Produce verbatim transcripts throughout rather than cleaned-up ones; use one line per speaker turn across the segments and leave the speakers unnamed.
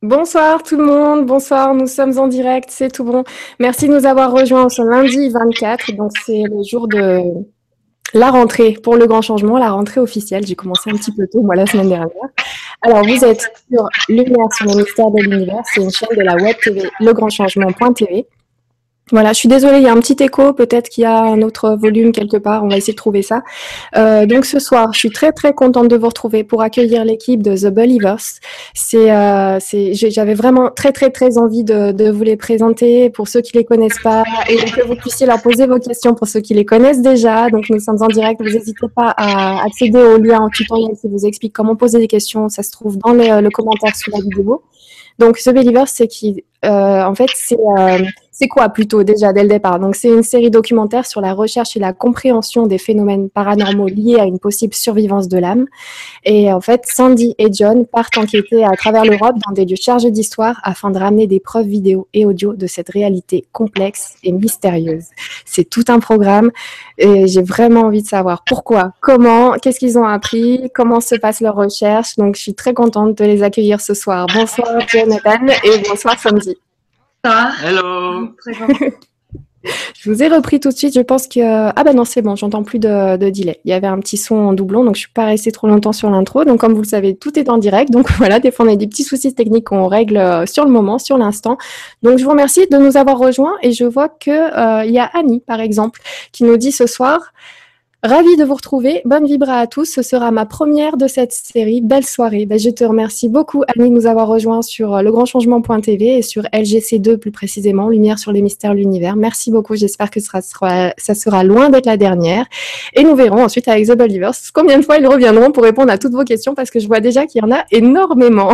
Bonsoir tout le monde, bonsoir, nous sommes en direct, c'est tout bon. Merci de nous avoir rejoints ce lundi vingt-quatre, donc c'est le jour de la rentrée pour le grand changement, la rentrée officielle. J'ai commencé un petit peu tôt, moi, la semaine dernière. Alors, vous êtes sur Lumière sur les mystères de l'univers, c'est une chaîne de la web T V, legrandchangement.tv. Voilà, je suis désolée, il y a un petit écho, peut-être qu'il y a un autre volume quelque part, on va essayer de trouver ça. Euh, donc ce soir, je suis très très contente de vous retrouver pour accueillir l'équipe de The Believers. C'est, euh, c'est, j'avais vraiment très très très envie de, de vous les présenter pour ceux qui les connaissent pas et que vous puissiez leur poser vos questions pour ceux qui les connaissent déjà. Donc nous sommes en direct, vous n'hésitez pas à accéder au lien en tutoriel qui vous explique comment poser des questions, ça se trouve dans le, le commentaire sous la vidéo. Donc, The Believers, c'est qui, euh, en fait, c'est euh, c'est quoi plutôt déjà dès le départ? Donc, c'est une série documentaire sur la recherche et la compréhension des phénomènes paranormaux liés à une possible survivance de l'âme. Et en fait, Sandy et John partent enquêter à travers l'Europe dans des lieux chargés d'histoire afin de ramener des preuves vidéo et audio de cette réalité complexe et mystérieuse. C'est tout un programme et j'ai vraiment envie de savoir pourquoi, comment, qu'est-ce qu'ils ont appris, comment se passe leur recherche. Donc, je suis très contente de les accueillir ce soir. Bonsoir Jonathan et bonsoir Sandy.
Ça va? Hello.
Je vous ai repris tout de suite. Je pense que ah ben non c'est bon, j'entends plus de, de delay. Il y avait un petit son en doublon, donc je suis pas restée trop longtemps sur l'intro. Donc comme vous le savez, tout est en direct. Donc voilà, des fois on a des petits soucis techniques qu'on règle sur le moment, sur l'instant. Donc je vous remercie de nous avoir rejoints et je vois que euh, il y a Annie par exemple qui nous dit ce soir. Ravie de vous retrouver. Bonne vibra à tous. Ce sera ma première de cette série. Belle soirée. Ben, je te remercie beaucoup, Annie, de nous avoir rejoints sur legrandchangement.tv et sur L G C deux plus précisément, Lumière sur les mystères de l'univers. Merci beaucoup. J'espère que ça sera, ça sera loin d'être la dernière. Et nous verrons ensuite avec The Believers combien de fois ils reviendront pour répondre à toutes vos questions parce que je vois déjà qu'il y en a énormément.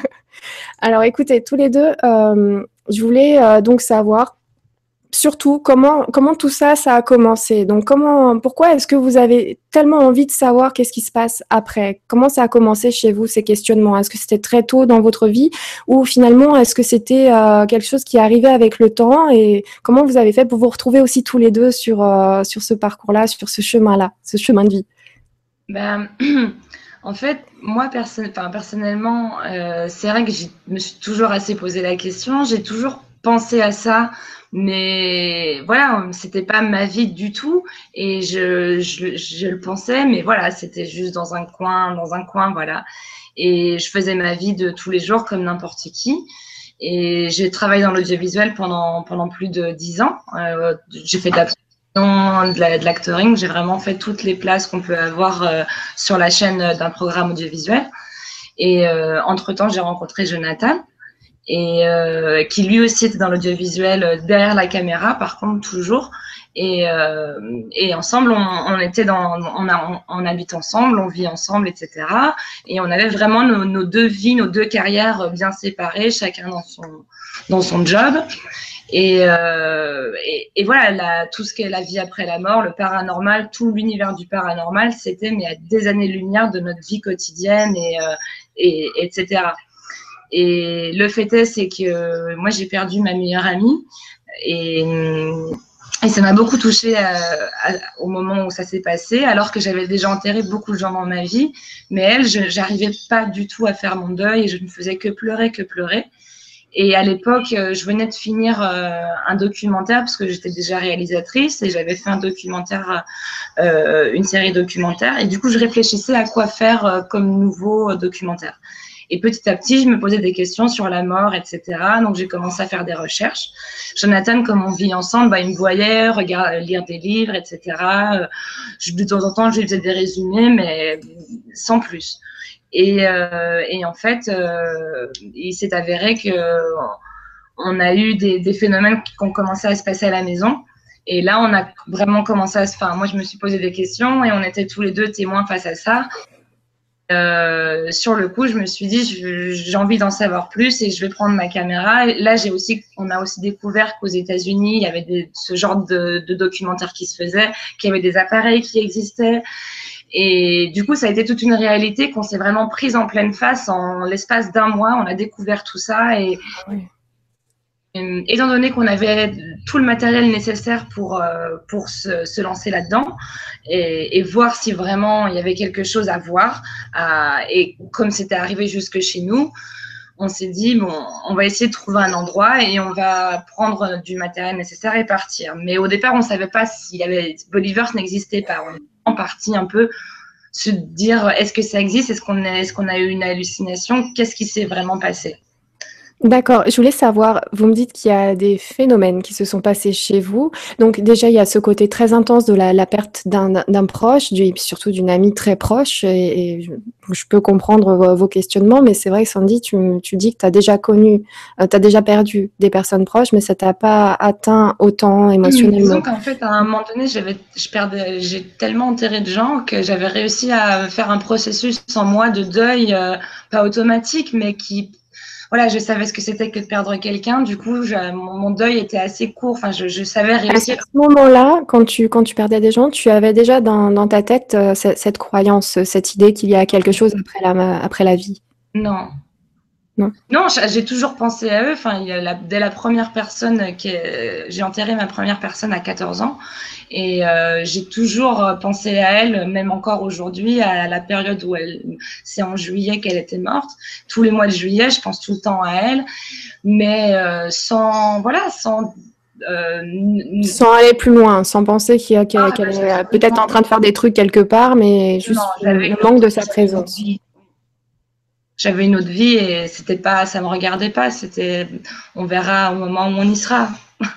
Alors écoutez, tous les deux, euh, je voulais euh, donc savoir surtout, comment, comment tout ça, ça a commencé? Donc, comment, pourquoi est-ce que vous avez tellement envie de savoir qu'est-ce qui se passe après? Comment ça a commencé chez vous, ces questionnements? Est-ce que c'était très tôt dans votre vie ou finalement, est-ce que c'était euh, quelque chose qui est arrivé avec le temps? Et comment vous avez fait pour vous retrouver aussi tous les deux sur, euh, sur ce parcours-là, sur ce chemin-là, ce chemin de vie?
Ben, en fait, moi, perso enfin, personnellement, euh, c'est vrai que je me suis toujours assez posé la question. J'ai toujours pensé à ça. Mais voilà, c'était pas ma vie du tout et je, je, je le pensais, mais voilà, c'était juste dans un coin, dans un coin, voilà. Et je faisais ma vie de tous les jours comme n'importe qui. Et j'ai travaillé dans l'audiovisuel pendant, pendant plus de dix ans. Euh, j'ai fait de la de l'actoring, j'ai vraiment fait toutes les places qu'on peut avoir euh, sur la chaîne d'un programme audiovisuel. Et euh, entre-temps, j'ai rencontré Jonathan. Et euh, qui lui aussi était dans l'audiovisuel euh, derrière la caméra, par contre toujours. Et, euh, et ensemble, on, on était dans, on, a, on, on habite ensemble, on vit ensemble, et cetera. Et on avait vraiment nos, nos deux vies, nos deux carrières bien séparées, chacun dans son dans son job. Et, euh, et, et voilà, la, tout ce qui est la vie après la mort, le paranormal, tout l'univers du paranormal, c'était mais à des années-lumière de notre vie quotidienne et, euh, et etc. Et le fait est, c'est que moi, j'ai perdu ma meilleure amie et, et ça m'a beaucoup touchée à, à, au moment où ça s'est passé, alors que j'avais déjà enterré beaucoup de gens dans ma vie. Mais elle, je n'arrivais pas du tout à faire mon deuil et je ne faisais que pleurer, que pleurer. Et à l'époque, je venais de finir un documentaire parce que j'étais déjà réalisatrice et j'avais fait un documentaire, euh, une série documentaire. Et du coup, je réfléchissais à quoi faire comme nouveau documentaire. Et petit à petit, je me posais des questions sur la mort, et cetera. Donc, j'ai commencé à faire des recherches. Jonathan, comme on vit ensemble, bah, il me voyait regarde, lire des livres, et cetera. Je, de temps en temps, je lui faisais des résumés, mais sans plus. Et, euh, et en fait, euh, il s'est avéré que on a eu des, des phénomènes qui ont commencé à se passer à la maison. Et là, on a vraiment commencé à se... Enfin, moi, je me suis posé des questions et on était tous les deux témoins face à ça. Euh, sur le coup, je me suis dit, j'ai envie d'en savoir plus et je vais prendre ma caméra. Et là, j'ai aussi, on a aussi découvert qu'aux États-Unis, il y avait des, ce genre de, de documentaire qui se faisait, qu'il y avait des appareils qui existaient. Et du coup, ça a été toute une réalité qu'on s'est vraiment prise en pleine face en l'espace d'un mois. On a découvert tout ça et, oui. et étant donné qu'on avait tout le matériel nécessaire pour, euh, pour se, se lancer là-dedans et, et voir si vraiment il y avait quelque chose à voir, à, et comme c'était arrivé jusque chez nous, on s'est dit, bon, on va essayer de trouver un endroit et on va prendre du matériel nécessaire et partir. Mais au départ, on ne savait pas s'il y avait, Boliver's n'existait pas. On est en partie un peu se dire, est-ce que ça existe? Est-ce qu'on a, est-ce qu'on a eu une hallucination? Qu'est-ce qui s'est vraiment passé?
D'accord, je voulais savoir, vous me dites qu'il y a des phénomènes qui se sont passés chez vous. Donc déjà, il y a ce côté très intense de la, la perte d'un d'un proche, du, surtout d'une amie très proche, et, et je, je peux comprendre vos, vos questionnements, mais c'est vrai que Sandy, tu, tu dis que tu as déjà connu, euh, tu as déjà perdu des personnes proches, mais ça t'a pas atteint autant émotionnellement.
Disons qu'en fait, à un moment donné, j'avais, je perdais, j'ai tellement enterré de gens que j'avais réussi à faire un processus en moi de deuil, euh, pas automatique, mais qui voilà, je savais ce que c'était que de perdre quelqu'un. Du coup, je, mon, mon deuil était assez court. Enfin, je, je savais réussir.
À ce moment-là, quand tu, quand tu perdais des gens, tu avais déjà dans, dans ta tête euh, cette, cette croyance, cette idée qu'il y a quelque chose après la, après la vie?
Non.
Non.
Non, j'ai toujours pensé à eux. Enfin, il y a la, dès la première personne, qui est, j'ai enterré ma première personne à quatorze ans. Et euh, j'ai toujours pensé à elle, même encore aujourd'hui, à la période où elle, c'est en juillet qu'elle était morte. Tous les mois de juillet, je pense tout le temps à elle, mais euh, sans, voilà, sans.
Euh, sans aller plus loin, sans penser qu'il y a, qu'elle, ah, qu'elle est peut-être en train de faire des trucs quelque part, mais juste non, le, le manque de sa présence.
J'avais une autre vie et c'était pas, ça me regardait pas. C'était, on verra au moment où on y sera.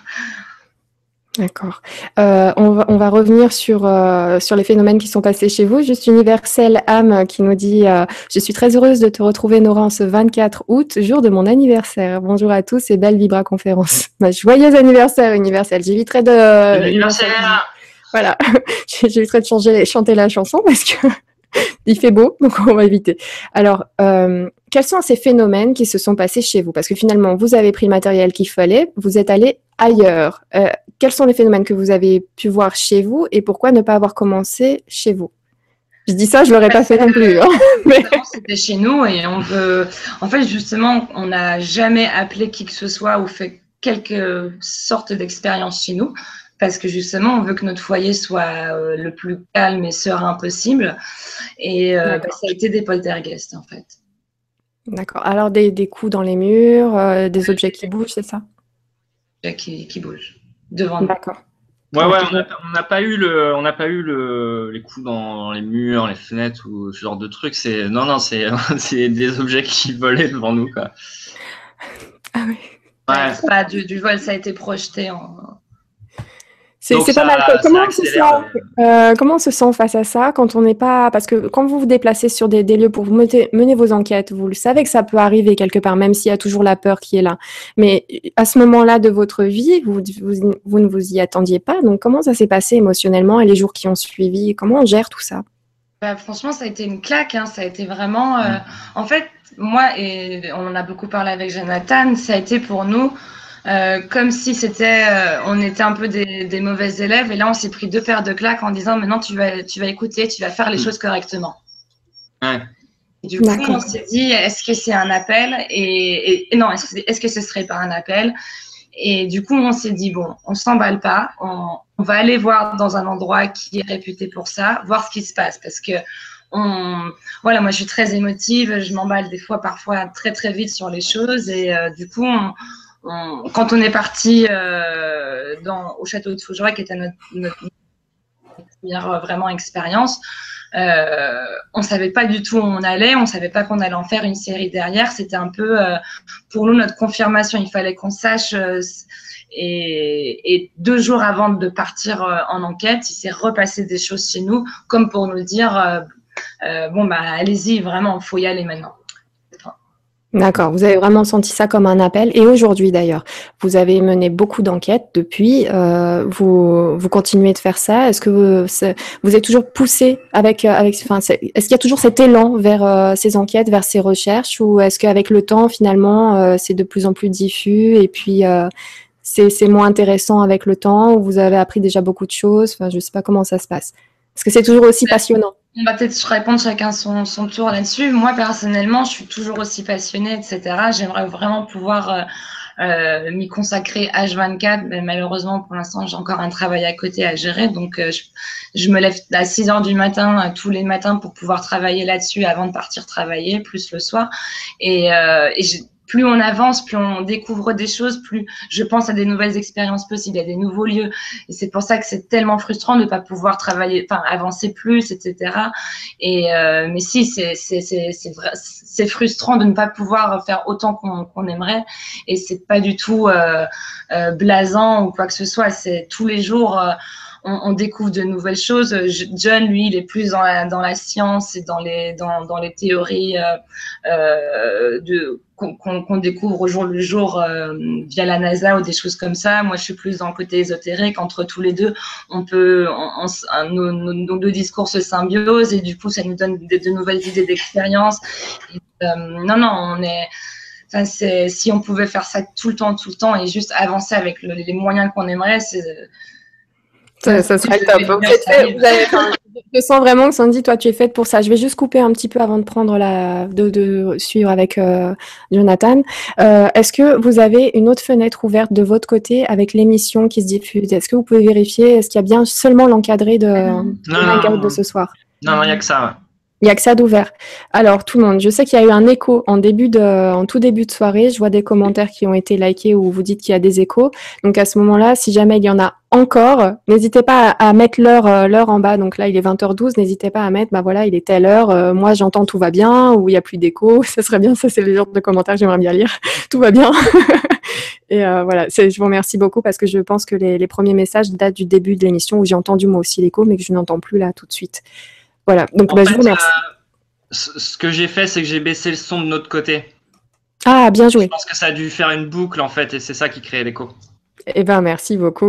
D'accord. Euh, on, va, on va revenir sur, euh, sur les phénomènes qui sont passés chez vous. Juste Universel âme qui nous dit euh, « Je suis très heureuse de te retrouver, Nora, en ce vingt-quatre août, jour de mon anniversaire. Bonjour à tous et belle Vibra Conférence. » Bah, joyeux anniversaire, Universel. J'éviterai de...
Anniversaire.
Voilà. J'éviterai de changer, chanter la chanson parce que il fait beau, donc on va éviter. Alors, euh, quels sont ces phénomènes qui se sont passés chez vous? Parce que finalement, vous avez pris le matériel qu'il fallait, vous êtes allé ailleurs. Euh, quels sont les phénomènes que vous avez pu voir chez vous et pourquoi ne pas avoir commencé chez vous? Je dis ça, je l'aurais pas fait non plus. Hein.
Mais... C'était chez nous et on veut. En fait, justement, on n'a jamais appelé qui que ce soit ou fait quelque sorte d'expérience chez nous. Parce que justement, on veut que notre foyer soit euh, le plus calme et serein possible. Et euh, bah, ça a été des poltergeists, en fait.
D'accord. Alors, des, des coups dans les murs, euh, des objets qui bougent, c'est ça?
Des objets qui, qui bougent devant nous.
D'accord.
Ouais, ouais, on n'a pas eu le, on n'a pas eu le, les coups dans les murs, les fenêtres ou ce genre de trucs. C'est non, non, c'est, c'est des objets qui volaient devant nous, quoi.
Ah oui.
Ouais. C'est pas du, du vol, ça a été projeté en.
C'est pas mal. Comment on, se sent, euh, comment on se sent face à ça quand on n'est pas... Parce que quand vous vous déplacez sur des, des lieux pour vous mener, mener vos enquêtes, vous le savez que ça peut arriver quelque part, même s'il y a toujours la peur qui est là. Mais à ce moment-là de votre vie, vous, vous, vous ne vous y attendiez pas. Donc, comment ça s'est passé émotionnellement et les jours qui ont suivi? Comment on gère tout ça?
Bah, franchement, ça a été une claque. Hein. Ça a été vraiment... Euh, en fait, moi, et on en a beaucoup parlé avec Jonathan, ça a été pour nous... Euh, comme si c'était, euh, on était un peu des, des mauvais élèves, et là on s'est pris deux paires de claques en disant maintenant tu vas, tu vas écouter, tu vas faire les mmh. choses correctement.
Ouais.
Et du coup on s'est dit est-ce que c'est un appel et, et, et non est-ce que, est-ce que ce serait pas un appel? Et du coup on s'est dit bon on s'emballe pas, on, on va aller voir dans un endroit qui est réputé pour ça, voir ce qui se passe parce que on, voilà moi je suis très émotive, je m'emballe des fois parfois très très vite sur les choses et euh, du coup on On, quand on est parti euh, dans, au château de Fougeray, qui était notre, notre première euh, vraiment expérience, euh, on savait pas du tout où on allait, on savait pas qu'on allait en faire une série derrière. C'était un peu euh, pour nous notre confirmation. Il fallait qu'on sache. Euh, et, et deux jours avant de partir euh, en enquête, il s'est repassé des choses chez nous, comme pour nous dire euh, euh, bon bah allez-y, vraiment, faut y aller maintenant.
D'accord, vous avez vraiment senti ça comme un appel. Et aujourd'hui d'ailleurs, vous avez mené beaucoup d'enquêtes depuis. Euh, vous, vous continuez de faire ça. Est-ce que vous, vous êtes toujours poussé avec, avec, enfin, est-ce qu'il y a toujours cet élan vers euh, ces enquêtes, vers ces recherches, ou est-ce qu'avec le temps finalement euh, c'est de plus en plus diffus et puis euh, c'est, c'est moins intéressant avec le temps, ou vous avez appris déjà beaucoup de choses. Enfin, je sais pas comment ça se passe. Est-ce que c'est toujours aussi passionnant?
On va peut-être répondre chacun son, son tour là-dessus. Moi, personnellement, je suis toujours aussi passionnée, et cetera. J'aimerais vraiment pouvoir euh, euh, m'y consacrer H vingt-quatre. Mais malheureusement, pour l'instant, j'ai encore un travail à côté à gérer. Donc, euh, je, je me lève à six heures du matin, euh, tous les matins, pour pouvoir travailler là-dessus avant de partir travailler, plus le soir. Et, euh, et j'ai plus on avance, plus on découvre des choses, plus je pense à des nouvelles expériences possibles, à des nouveaux lieux. Et c'est pour ça que c'est tellement frustrant de ne pas pouvoir travailler, enfin avancer plus, et cetera. Et euh, mais si, c'est c'est c'est c'est vrai, c'est frustrant de ne pas pouvoir faire autant qu'on qu'on aimerait. Et c'est pas du tout euh, euh, blasant ou quoi que ce soit. C'est tous les jours. Euh, On, on découvre de nouvelles choses. John, lui, il est plus dans la, dans la science et dans les, dans, dans les théories euh, euh, de, qu'on, qu'on découvre au jour le jour euh, via la NASA ou des choses comme ça. Moi, je suis plus dans le côté ésotérique. Entre tous les deux, on peut, on, on, nos, nos, nos deux discours se symbiosent et du coup, ça nous donne de, de nouvelles idées d'expérience. Euh, non, non, on est... Enfin, c'est, si on pouvait faire ça tout le temps, tout le temps et juste avancer avec le, les moyens qu'on aimerait, c'est...
Ça, ça serait top. Vous êtes fait, vous avez, enfin, je sens vraiment que Sandy, toi, tu es faite pour ça. Je vais juste couper un petit peu avant de prendre la, de, de suivre avec euh, Jonathan. Euh, est-ce que vous avez une autre fenêtre ouverte de votre côté avec l'émission qui se diffuse? Est-ce que vous pouvez vérifier? Est-ce qu'il y a bien seulement l'encadré de,
non,
de, de ce soir?
Non, non, il n'y a que ça. Ouais.
Il n'y a que ça d'ouvert. Alors, tout le monde, je sais qu'il y a eu un écho en début de, en tout début de soirée. Je vois des commentaires qui ont été likés où vous dites qu'il y a des échos. Donc, à ce moment-là, si jamais il y en a encore, n'hésitez pas à, à mettre l'heure, euh, l'heure en bas. Donc là, il est vingt heures douze. N'hésitez pas à mettre, bah voilà, il est telle heure. Euh, moi, j'entends tout va bien ou il n'y a plus d'écho. Ça serait bien. Ça, c'est le genre de commentaires que j'aimerais bien lire. Tout va bien. Et euh, voilà, c'est, je vous remercie beaucoup parce que je pense que les, les premiers messages datent du début de l'émission où j'ai entendu moi aussi l'écho, mais que je n'entends plus là tout de suite. Voilà, donc bah,
fait,
je vous remercie.
Euh, ce que j'ai fait, c'est que j'ai baissé le son de notre côté.
Ah, bien joué.
Je pense que ça a dû faire une boucle, en fait, et c'est ça qui crée l'écho.
Eh bien, merci beaucoup.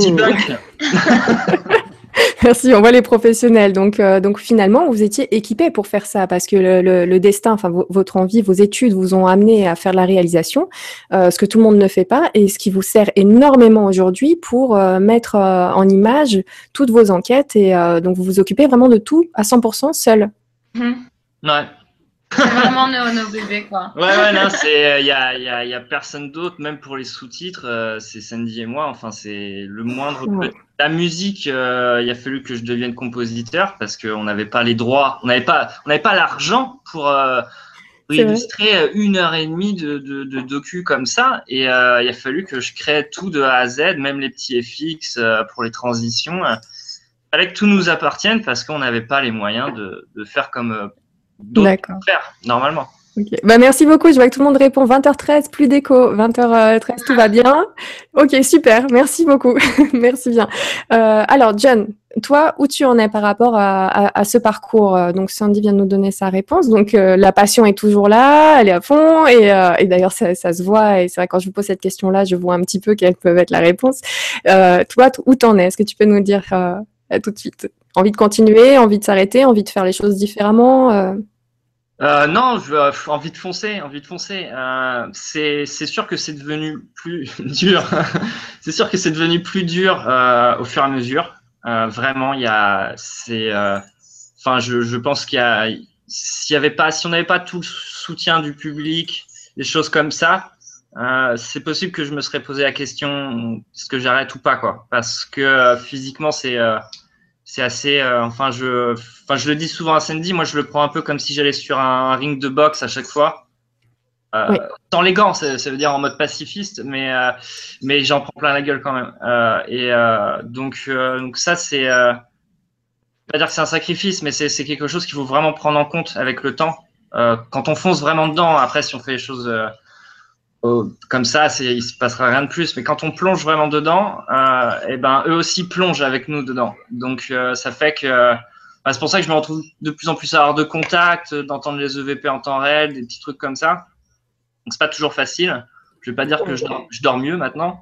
Merci, on voit les professionnels. Donc, euh, donc finalement, vous étiez équipés pour faire ça parce que le, le, le destin, enfin v- votre envie, vos études vous ont amené à faire la réalisation, euh, ce que tout le monde ne fait pas et ce qui vous sert énormément aujourd'hui pour euh, mettre euh, en image toutes vos enquêtes et euh, donc vous vous occupez vraiment de tout à cent pour cent seul.
Mmh.
Ouais.
C'est vraiment nos, nos bébés, quoi.
Ouais, ouais, non, c'est, il y a, y a, y a personne d'autre, même pour les sous-titres, euh, c'est Sandy et moi. Enfin, c'est le moindre.
Ouais.
La musique, euh, il a fallu que je devienne compositeur parce qu'on n'avait pas les droits, on n'avait pas, on n'avait pas l'argent pour, euh, pour illustrer vrai. une heure et demie de, de, de docu comme ça. Et euh, il a fallu que je crée tout de A à Z, même les petits F X euh, pour les transitions. Il fallait que tout nous appartienne parce qu'on n'avait pas les moyens de, de faire comme euh, d'autres faire normalement.
Okay. Bah, merci beaucoup. Je vois que tout le monde répond vingt heures treize, plus d'écho. vingt heures treize, tout va bien. Ok, super. Merci beaucoup. Merci bien. Euh, alors, John, toi, où tu en es par rapport à, à, à ce parcours? Donc, Sandy vient de nous donner sa réponse. Donc, euh, la passion est toujours là, elle est à fond. Et, euh, et d'ailleurs, ça, ça se voit. Et c'est vrai, quand je vous pose cette question-là, je vois un petit peu quelle peut être la réponse. Euh, toi, où t'en es? Est-ce que tu peux nous dire euh, tout de suite? Envie de continuer, envie de s'arrêter, envie de faire les choses différemment euh...
Euh, non, je euh, envie de foncer, envie de foncer. Euh, c'est c'est sûr que c'est devenu plus dur. C'est sûr que c'est devenu plus dur euh, au fur et à mesure. Euh, vraiment, il y a, c'est, enfin, euh, je je pense qu'il y a, s'il y avait pas, si on n'avait pas tout le soutien du public, des choses comme ça, euh, c'est possible que je me serais posé la question est-ce que j'arrête ou pas quoi, parce que euh, physiquement c'est euh, c'est assez, euh, enfin je, enfin je le dis souvent à Sandy, moi je le prends un peu comme si j'allais sur un ring de boxe à chaque fois, euh, oui. Sans les gants, ça, ça veut dire en mode pacifiste, mais euh, mais j'en prends plein la gueule quand même. Euh, et euh, donc euh, donc ça c'est, euh, pas dire que c'est un sacrifice, mais c'est c'est quelque chose qu'il faut vraiment prendre en compte avec le temps. Euh, quand on fonce vraiment dedans, après si on fait les choses euh, Oh, comme ça, c'est, il se passera rien de plus. Mais quand on plonge vraiment dedans, euh, et ben eux aussi plongent avec nous dedans. Donc euh, ça fait que euh, bah, c'est pour ça que je me retrouve de plus en plus à avoir de contacts, d'entendre les E V P en temps réel, des petits trucs comme ça. Donc c'est pas toujours facile. Je vais pas dire que je dors, je dors mieux maintenant,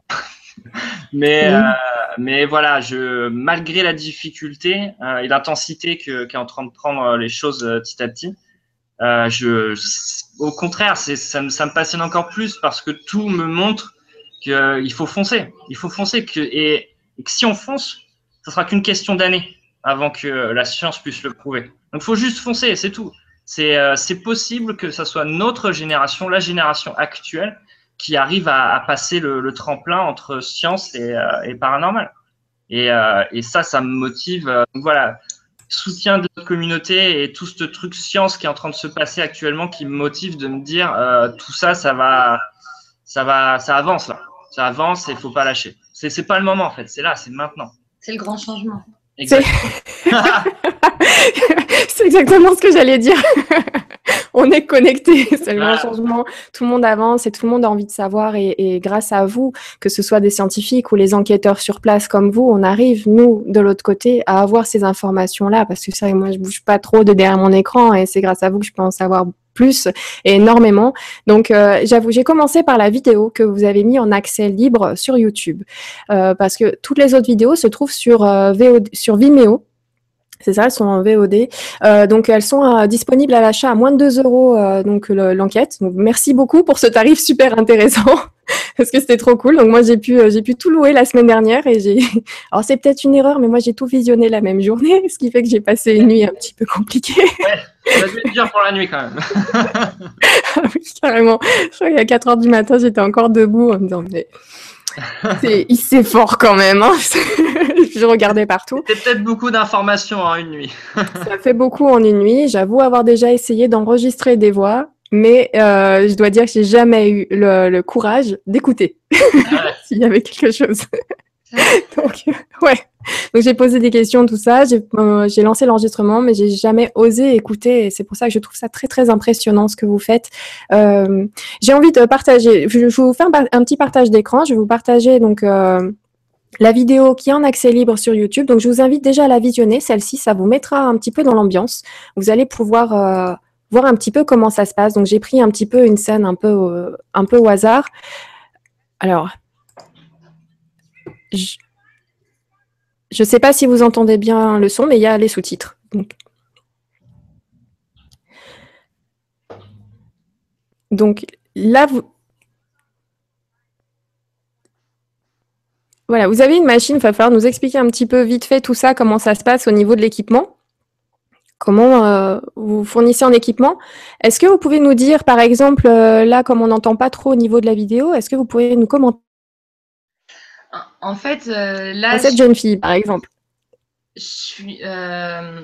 mais euh, mais voilà, je malgré la difficulté euh, et l'intensité que qu'est en train de prendre les choses euh, petit à petit. Euh, je, au contraire, c'est, ça, me, ça me passionne encore plus parce que tout me montre qu'il euh, faut foncer. Il faut foncer que, et, et que si on fonce, ce sera qu'une question d'années avant que la science puisse le prouver. Donc, il faut juste foncer, c'est tout. C'est, euh, c'est possible que ça soit notre génération, la génération actuelle, qui arrivent à, à passer le, le tremplin entre science et, euh, et paranormal. Et, euh, et ça, ça me motive. Donc voilà, soutien de notre communauté et tout ce truc science qui est en train de se passer actuellement qui me motive de me dire euh, tout ça, ça va, ça va, ça avance là. Ça avance et il faut pas lâcher. C'est, c'est pas le moment en fait, c'est là, c'est maintenant.
C'est le grand changement.
Exactement. C'est exactement ce que j'allais dire. On est connectés, c'est le grand changement. Tout le monde avance et tout le monde a envie de savoir. Et, et grâce à vous, que ce soit des scientifiques ou les enquêteurs sur place comme vous, on arrive, nous, de l'autre côté, à avoir ces informations-là. Parce que c'est vrai, moi, je bouge pas trop de derrière mon écran et c'est grâce à vous que je peux en savoir plus et énormément. Donc, euh, j'avoue, j'ai commencé par la vidéo que vous avez mis en accès libre sur YouTube. Euh, parce que toutes les autres vidéos se trouvent sur, euh, V O D, sur Vimeo. C'est ça, elles sont en V O D. Euh, donc, elles sont euh, disponibles à l'achat à moins de deux euros, euh, donc le, l'enquête. Donc, merci beaucoup pour ce tarif super intéressant, parce que c'était trop cool. Donc, moi, j'ai pu, euh, j'ai pu tout louer la semaine dernière et j'ai... Alors, c'est peut-être une erreur, mais moi, j'ai tout visionné la même journée, ce qui fait que j'ai passé une nuit un petit peu compliquée.
Ouais, ça a dû être dur pour la nuit quand même.
Oui, carrément. Je crois qu'à quatre heures du matin, j'étais encore debout en me disant, mais... C'est, c'est fort quand même. Hein. Je regardais partout.
C'était peut-être beaucoup d'informations en une nuit.
Ça fait beaucoup en une nuit. J'avoue avoir déjà essayé d'enregistrer des voix, mais euh, je dois dire que j'ai jamais eu le, le courage d'écouter
Ouais.
s'il y avait quelque chose. Donc, ouais. Donc j'ai posé des questions, tout ça. J'ai, euh, j'ai lancé l'enregistrement, mais j'ai jamais osé écouter. Et c'est pour ça que je trouve ça très très impressionnant ce que vous faites. Euh, j'ai envie de partager. Je, je vais vous faire un, un petit partage d'écran. Je vais vous partager donc euh, la vidéo qui est en accès libre sur YouTube. Donc je vous invite déjà à la visionner. Celle-ci, ça vous mettra un petit peu dans l'ambiance. Vous allez pouvoir euh, voir un petit peu comment ça se passe. Donc j'ai pris un petit peu une scène un peu euh, un peu au hasard. Alors. Je ne sais pas si vous entendez bien le son, mais il y a les sous-titres. Donc, Donc là, vous... Voilà, vous avez une machine, il va falloir nous expliquer un petit peu vite fait tout ça, comment ça se passe au niveau de l'équipement. Comment euh, vous fournissez en équipement. Est-ce que vous pouvez nous dire, par exemple, euh, là, comme on n'entend pas trop au niveau de la vidéo, est-ce que vous pouvez nous commenter
En fait, euh, là,
cette
je,
jeune fille, par exemple?
je suis. euh,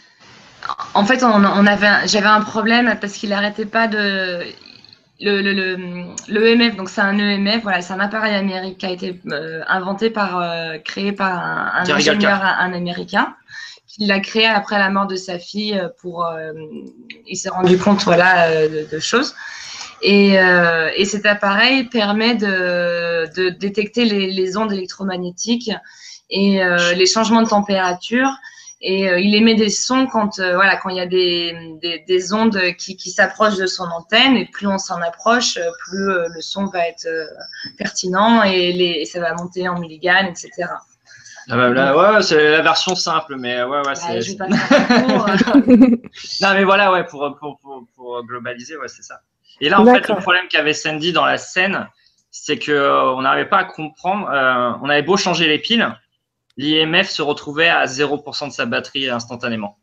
En fait, on, on avait, un- j'avais un problème parce qu'il n'arrêtait pas de. Le, le, le, le E M F, donc c'est un E M F, voilà, c'est un appareil américain qui a été euh, inventé par, euh, créé par un, un
Gary
ingénieur,
Galka.
un, un américain, qui l'a créé après la mort de sa fille pour. euh, il s'est rendu compte, voilà, euh, de, de choses. Et, euh, et cet appareil permet de, de détecter les, les ondes électromagnétiques et euh, les changements de température. Et euh, il émet des sons quand euh, voilà quand il y a des, des, des ondes qui, qui s'approchent de son antenne. Et plus on s'en approche, plus euh, le son va être euh, pertinent et, les, et ça va monter en milligrammes, et cetera.
Ah bah, là, ouais, ouais, c'est la version simple, mais ouais, ouais,
Bah,
c'est.
je vais pas faire un cours, euh.
Non, mais voilà, ouais, pour, pour, pour, pour globaliser, ouais, c'est ça. Et là, en fait,
D'accord.
le problème qu'avait Sandy dans la scène, c'est que euh, on n'arrivait pas à comprendre. Euh, on avait beau changer les piles, l'I M F se retrouvait à zéro pour cent de sa batterie instantanément.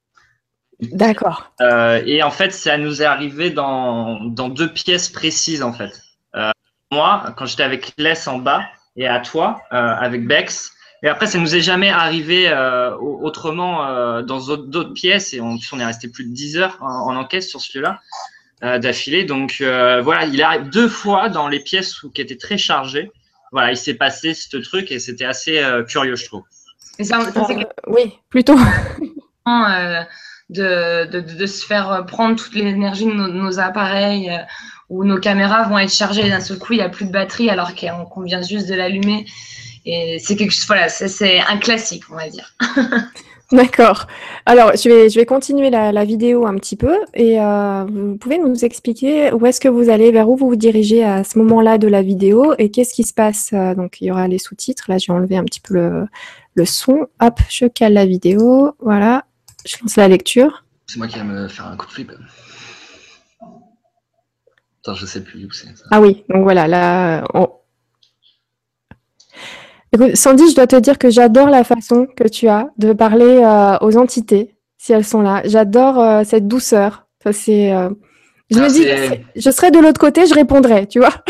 D'accord.
Euh, et en fait, ça nous est arrivé dans, dans deux pièces précises, en fait. Euh, moi, quand j'étais avec Les en bas, et à toi, euh, avec Bex. Et après, ça nous est jamais arrivé euh, autrement euh, dans d'autres pièces. Et on, on est resté plus de dix heures en, en enquête sur ce lieu-là euh, d'affilée. Donc euh, voilà, il arrive deux fois dans les pièces où, qui étaient très chargées. Voilà, il s'est passé ce truc et c'était assez euh, curieux, je trouve.
Et ça, ça c'est
Euh, oui, plutôt.
euh, de, de, de se faire prendre toute l'énergie de nos, nos appareils euh, où nos caméras vont être chargées d'un seul coup, il n'y a plus de batterie alors qu'on qu'on vient juste de l'allumer. Et c'est quelque chose, voilà, c'est, c'est un classique, on va dire.
D'accord. Alors, je vais, je vais continuer la, la vidéo un petit peu et euh, vous pouvez nous expliquer où est-ce que vous allez, vers où vous vous dirigez à ce moment-là de la vidéo et qu'est-ce qui se passe. euh, Donc, il y aura les sous-titres. Là, je vais enlever un petit peu le, le son. Hop, je cale la vidéo. Voilà. Je lance la lecture.
C'est moi qui vais me faire un coup de flip. Attends, je sais plus où c'est. Ça.
Ah oui, donc voilà, là, on... Écoute, Sandy, je dois te dire que j'adore la façon que tu as de parler euh, aux entités, si elles sont là. J'adore euh, cette douceur. Ça, c'est, euh, Je me dis, je serais de l'autre côté, je répondrais, tu vois.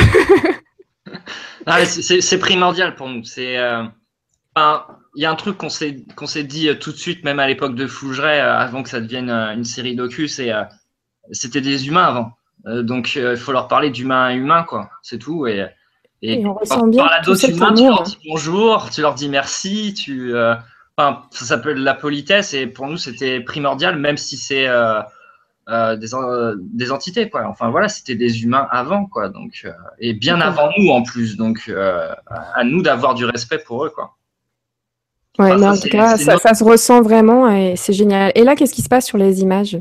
Ah, c'est primordial pour nous. C'est, euh, enfin, il y a un truc qu'on s'est qu'on s'est dit tout de suite, même à l'époque de Fougeray, euh, avant que ça devienne euh, une série docu, c'est euh, c'était des humains avant. Euh, donc, il euh, faut leur parler d'humain à humain, quoi. C'est tout. Et, et,
et on
quand
ressent
tu
bien
parles à
tout
d'autres
cet
humains, tu
amour.
leur dis bonjour, tu leur dis merci. Tu, euh, enfin, ça s'appelle la politesse. Et pour nous, c'était primordial, même si c'est euh, euh, des, euh, des entités, quoi. Enfin, voilà, c'était des humains avant, quoi. Donc, euh, et bien avant nous, en plus. Donc, euh, à nous d'avoir du respect pour eux, quoi.
Ouais,
Enfin,
mais
ça,
en tout cas,
c'est
ça,
notre...
ça se ressent vraiment et c'est génial. Et là, qu'est-ce qui se passe sur les images?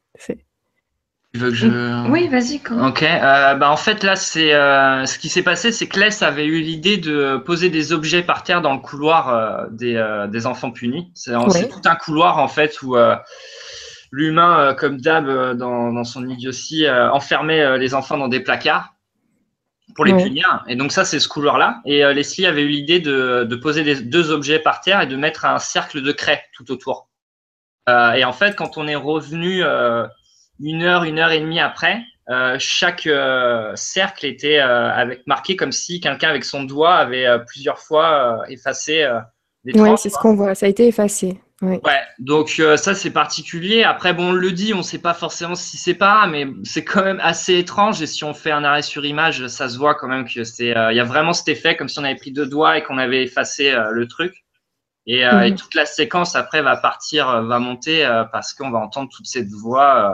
Tu veux que je...
Oui, vas-y.
Ok. Euh, bah, en fait, là, c'est euh, ce qui s'est passé, c'est que Les avait eu l'idée de poser des objets par terre dans le couloir euh, des, euh, des enfants punis. C'est
Oui.
tout un couloir, en fait, où euh, l'humain, euh, comme d'hab, euh, dans, dans son idiotie, euh, enfermait euh, les enfants dans des placards pour les
Oui.
punir. Et donc ça, c'est ce couloir-là. Et euh, Leslie avait eu l'idée de, de poser des, deux objets par terre et de mettre un cercle de craie tout autour. Euh, et en fait, quand on est revenu euh, une heure, une heure et demie après, euh, chaque euh, cercle était euh, avec, marqué comme si quelqu'un avec son doigt avait euh, plusieurs fois euh, effacé euh, des
Oui,
tranches.
c'est ce qu'on voit. Ça a été effacé. Oui.
Ouais, donc euh, ça c'est particulier. Après, bon, on le dit, on ne sait pas forcément si c'est pas, mais c'est quand même assez étrange. Et si on fait un arrêt sur image, ça se voit quand même que c'est, euh, il y a vraiment cet effet comme si on avait pris deux doigts et qu'on avait effacé euh, le truc. Et, euh,
Mhm.
et toute la séquence après va partir, euh, va monter euh, parce qu'on va entendre toute cette voix. Euh,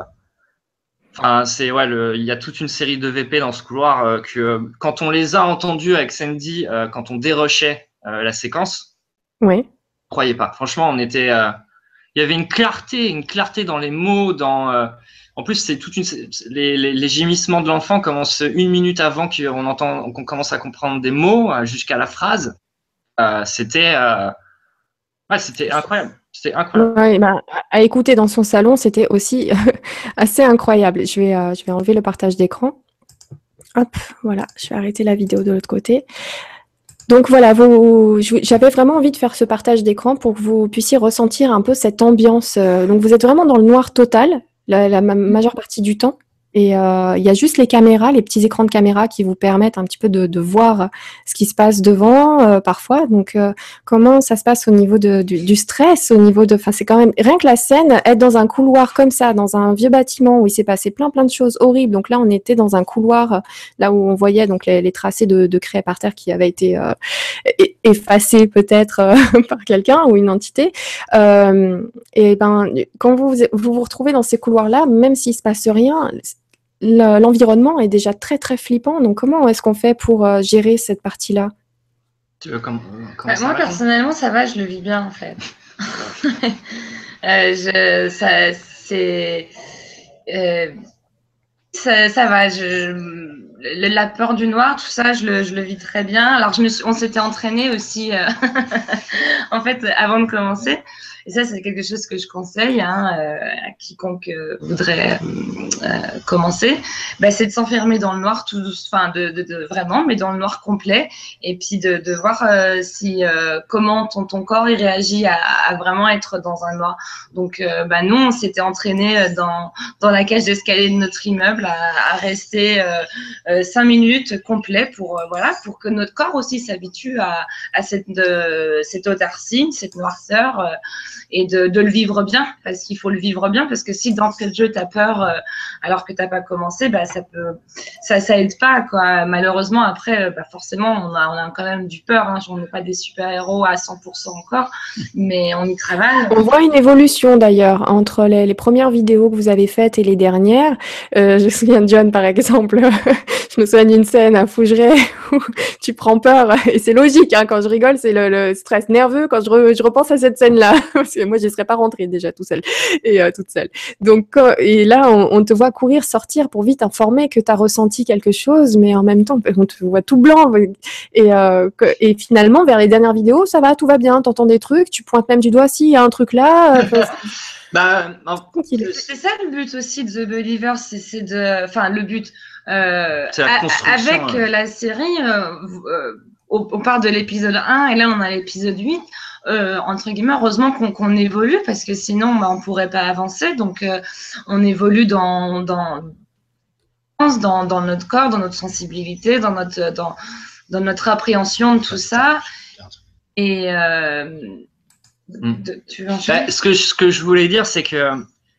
Enfin, c'est ouais, le, il y a toute une série de V P dans ce couloir euh, que euh, quand on les a entendus avec Sandy, euh, quand on dérushait euh, la séquence,
Oui.
on croyait pas. Franchement, on était, euh, il y avait une clarté, une clarté dans les mots, dans. Euh, en plus, c'est toute une, les, les, les gémissements de l'enfant commencent une minute avant qu'on entend, qu'on commence à comprendre des mots euh, jusqu'à la phrase. Euh, c'était, euh, ouais, c'était incroyable. C'était incroyable.
Ouais, bah, à à écouter dans son salon, c'était aussi assez incroyable. Je vais, euh, je vais enlever le partage d'écran. Hop, voilà, je vais arrêter la vidéo de l'autre côté. Donc voilà, vous, je- j'avais vraiment envie de faire ce partage d'écran pour que vous puissiez ressentir un peu cette ambiance. euh, Donc vous êtes vraiment dans le noir total, la, la ma- majeure partie du temps. Et euh, il y a juste les caméras, les petits écrans de caméra qui vous permettent un petit peu de, de voir ce qui se passe devant euh, parfois. Donc euh, comment ça se passe au niveau de, du, du stress, au niveau de, enfin c'est quand même rien que la scène, être dans un couloir comme ça, dans un vieux bâtiment où il s'est passé plein plein de choses horribles. Donc là on était dans un couloir euh, là où on voyait donc les, les tracés de, de craie par terre qui avaient été euh, e- effacés peut-être euh, par quelqu'un ou une entité. Euh, et ben quand vous, vous vous retrouvez dans ces couloirs-là, même s'il se passe rien, le- l'environnement est déjà très très flippant. Donc comment est-ce qu'on fait pour euh, gérer cette partie-là?
Tu veux comment, comment
Bah,
ça
moi,
va,
personnellement, ça va, je le vis bien, en fait. Euh, je, ça, c'est, euh, ça, ça va. Je, le- la peur du noir, tout ça, je le, je le vis très bien. Alors, je me suis, on s'était entraîné aussi, euh, en fait, avant de commencer. Et ça, c'est quelque chose que je conseille hein, euh, à quiconque euh, voudrait euh, commencer. Bah, c'est de s'enfermer dans le noir, tout, enfin, de, de, de vraiment, mais dans le noir complet, et puis de, de voir euh, si euh, comment ton, ton corps il réagit à, à vraiment être dans un noir. Donc, euh, bah, nous, on s'était entraîné dans dans la cage d'escalier de notre immeuble à, à rester euh, euh, cinq minutes complet pour euh, voilà pour que notre corps aussi s'habitue à, à cette de, cette autarcie, cette noirceur euh, et de, de le vivre bien parce qu'il faut le vivre bien parce que si d'entrée de jeu t'as peur euh, alors que t'as pas commencé, bah ça peut ça ça aide pas quoi. Malheureusement après bah forcément on a on a quand même du peur. Hein. On n'est pas des super héros à cent pour cent encore, mais on y travaille.
On voit une évolution d'ailleurs entre les, les premières vidéos que vous avez faites et les dernières. Euh, je me souviens de John par exemple. Je me souviens d'une scène à Fougeray où tu prends peur et c'est logique. Hein, quand je rigole, c'est le, le stress nerveux quand je, re, je repense à cette scène-là parce que moi je ne serais pas rentrée déjà tout seul et euh, toute seule. Donc quand, et là on, on te voit courir, sortir pour vite informer que tu as ressenti quelque chose, mais en même temps on te voit tout blanc et, euh, que, et finalement vers les dernières vidéos ça va, tout va bien, t'entends des trucs, tu pointes même du doigt si il y a un truc là. Euh,
bah, non,
c'est ça le but aussi de The Believer, c'est de, enfin le but. Euh,
c'est la construction,
avec
hein.
la série, euh, euh, on, on part de l'épisode un et là on a l'épisode huit. Euh, entre guillemets, heureusement qu'on qu'on évolue parce que sinon bah, on pourrait pas avancer. Donc euh, on évolue dans, dans dans, dans notre corps, dans notre sensibilité, dans notre, dans, dans notre appréhension de tout ça. Et euh, de, tu veux enchaîner ?
Bah, ce, que, ce que je voulais dire, c'est que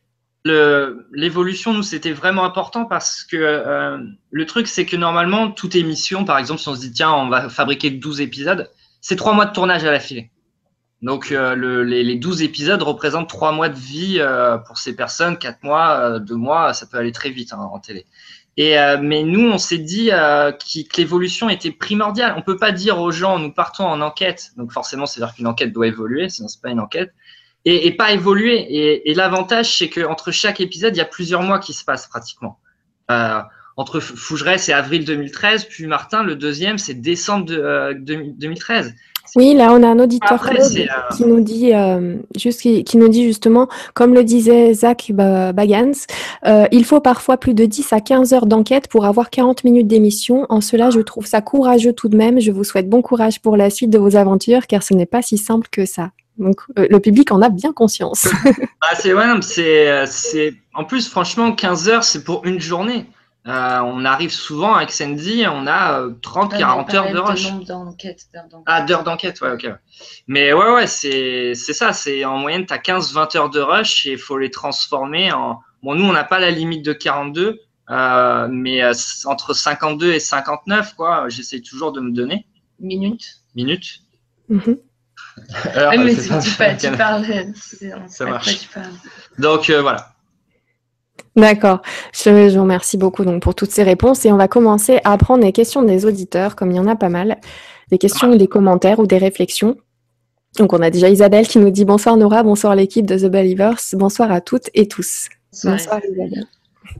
l'évolution, nous, c'était vraiment important parce que euh, le truc, c'est que normalement, toute émission, par exemple, si on se dit, tiens, on va fabriquer douze épisodes, c'est trois mois de tournage à l'affilée. Donc, euh, le, les, les douze épisodes représentent trois mois de vie euh, pour ces personnes, quatre mois, euh, deux mois, ça peut aller très vite hein, en télé. Et, euh, mais nous, on s'est dit euh, qu que l'évolution était primordiale. On peut pas dire aux gens, nous partons en enquête, donc forcément, c'est-à-dire qu'une enquête doit évoluer, sinon c'est pas une enquête, et, et pas évoluer. Et, et l'avantage, c'est qu'entre chaque épisode, il y a plusieurs mois qui se passent pratiquement. Euh, entre Fougeresse, c'est avril deux mille treize, puis Martin, le deuxième, c'est décembre de, euh, deux mille treize.
Oui, là, on a un auditeur
Après,
Claude,
euh...
qui nous dit, euh, juste, qui, qui nous dit justement, comme le disait Zach Bagans, euh, il faut parfois plus de dix à quinze heures d'enquête pour avoir quarante minutes d'émission. En cela, je trouve ça courageux tout de même. Je vous souhaite bon courage pour la suite de vos aventures, car ce n'est pas si simple que ça. Donc, euh, le public en a bien conscience.
Ah, c'est ouais, c'est, c'est, en plus, franchement, quinze heures, c'est pour une journée. Euh, on arrive souvent avec Sandy, on a euh, trente à quarante heures de rush.
Nombre d'enquêtes, d'enquête.
Ah, d'heures d'enquête, ouais, ok. Mais ouais, ouais, c'est ça. C'est en moyenne, tu as quinze à vingt heures de rush et il faut les transformer en. Bon, nous, on n'a pas la limite de quarante-deux, euh, mais euh, entre cinquante-deux et cinquante-neuf, quoi, j'essaie toujours de me donner.
Minutes.
Minutes.
Mm-hmm.
Alors,
ouais, mais
tu, pas,
tu, pas, tu parles.
Ça marche. Tu parles. Donc, euh, voilà.
D'accord. Je, je vous remercie beaucoup donc, pour toutes ces réponses et on va commencer à prendre les questions des auditeurs, comme il y en a pas mal, des questions ou des commentaires ou des réflexions. Donc, on a déjà Isabelle qui nous dit « Bonsoir Nora, bonsoir l'équipe de The Believers, bonsoir à toutes et tous. » Bonsoir Isabelle.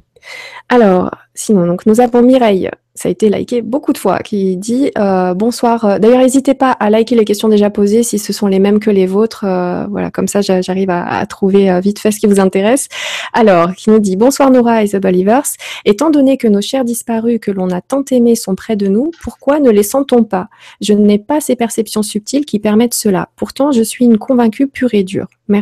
Alors, sinon, donc, nous avons Mireille, ça a été liké beaucoup de fois, qui dit euh, « Bonsoir ». D'ailleurs, n'hésitez pas à liker les questions déjà posées si ce sont les mêmes que les vôtres. Euh, voilà, comme ça, j'arrive à, à trouver euh, vite fait ce qui vous intéresse. Alors, qui nous dit « Bonsoir Nora et The Believers. Étant donné que nos chers disparus que l'on a tant aimés sont près de nous, pourquoi ne les sent-on pas? Je n'ai pas ces perceptions subtiles qui permettent cela. Pourtant, je suis une convaincue pure et dure. Merci. »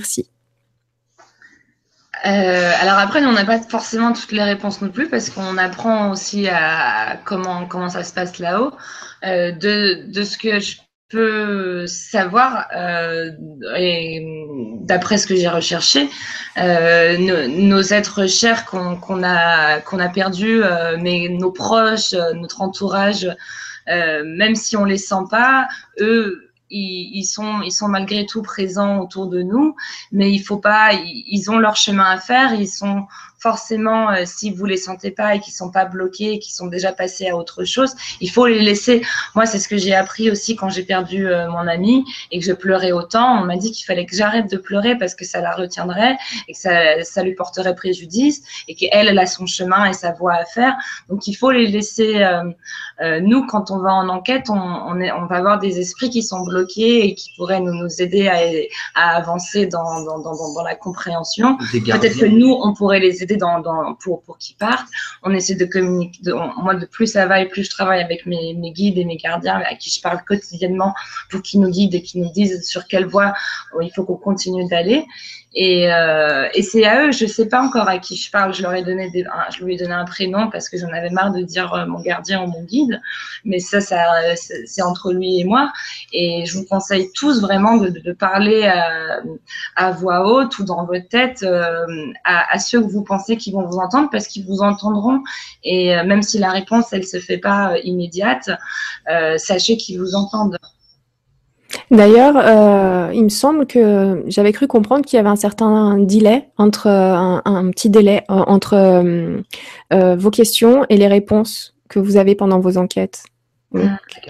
Euh, alors après, nous, on n'a pas forcément toutes les réponses non plus parce qu'on apprend aussi à, à comment comment ça se passe là-haut. Euh, de de ce que je peux savoir euh, et d'après ce que j'ai recherché, euh, nos, nos êtres chers qu'on qu'on a qu'on a perdus, euh, mais nos proches, notre entourage, euh, même si on les sent pas, eux. Ils, ils sont, ils sont malgré tout présents autour de nous, mais il faut pas, ils, ils ont leur chemin à faire. Ils sont forcément, euh, si vous les sentez pas et qu'ils sont pas bloqués, et qu'ils sont déjà passés à autre chose, il faut les laisser. Moi, c'est ce que j'ai appris aussi quand j'ai perdu euh, mon amie et que je pleurais autant. On m'a dit qu'il fallait que j'arrête de pleurer parce que ça la retiendrait et que ça, ça lui porterait préjudice et qu'elle, elle a son chemin et sa voie à faire. Donc, il faut les laisser. Euh, euh, nous, quand on va en enquête, on, on, est, on va avoir des esprits qui sont bloqués et qui pourraient nous, nous aider à, à avancer dans, dans, dans, dans la compréhension. Peut-être que nous, on pourrait les aider Dans, dans, pour, pour qu'ils partent. On essaie de communiquer. De, on, moi, de plus ça va et plus je travaille avec mes, mes guides et mes gardiens à qui je parle quotidiennement pour qu'ils nous guident et qu'ils nous disent sur quelle voie il faut qu'on continue d'aller. Et, euh, et c'est à eux, je ne sais pas encore à qui je parle. Je leur ai donné des, je lui ai donné un prénom parce que j'en avais marre de dire mon gardien ou mon guide. Mais ça, ça c'est entre lui et moi. Et je vous conseille tous vraiment de, de parler à, à voix haute ou dans votre tête euh, à, à ceux que vous pensez qui vont vous entendre parce qu'ils vous entendront. Et euh, même si la réponse, elle se fait pas euh, immédiate, euh, sachez qu'ils vous entendent.
D'ailleurs, euh, il me semble que j'avais cru comprendre qu'il y avait un certain délai, entre un, un petit délai euh, entre euh, euh, vos questions et les réponses que vous avez pendant vos enquêtes.
Oui,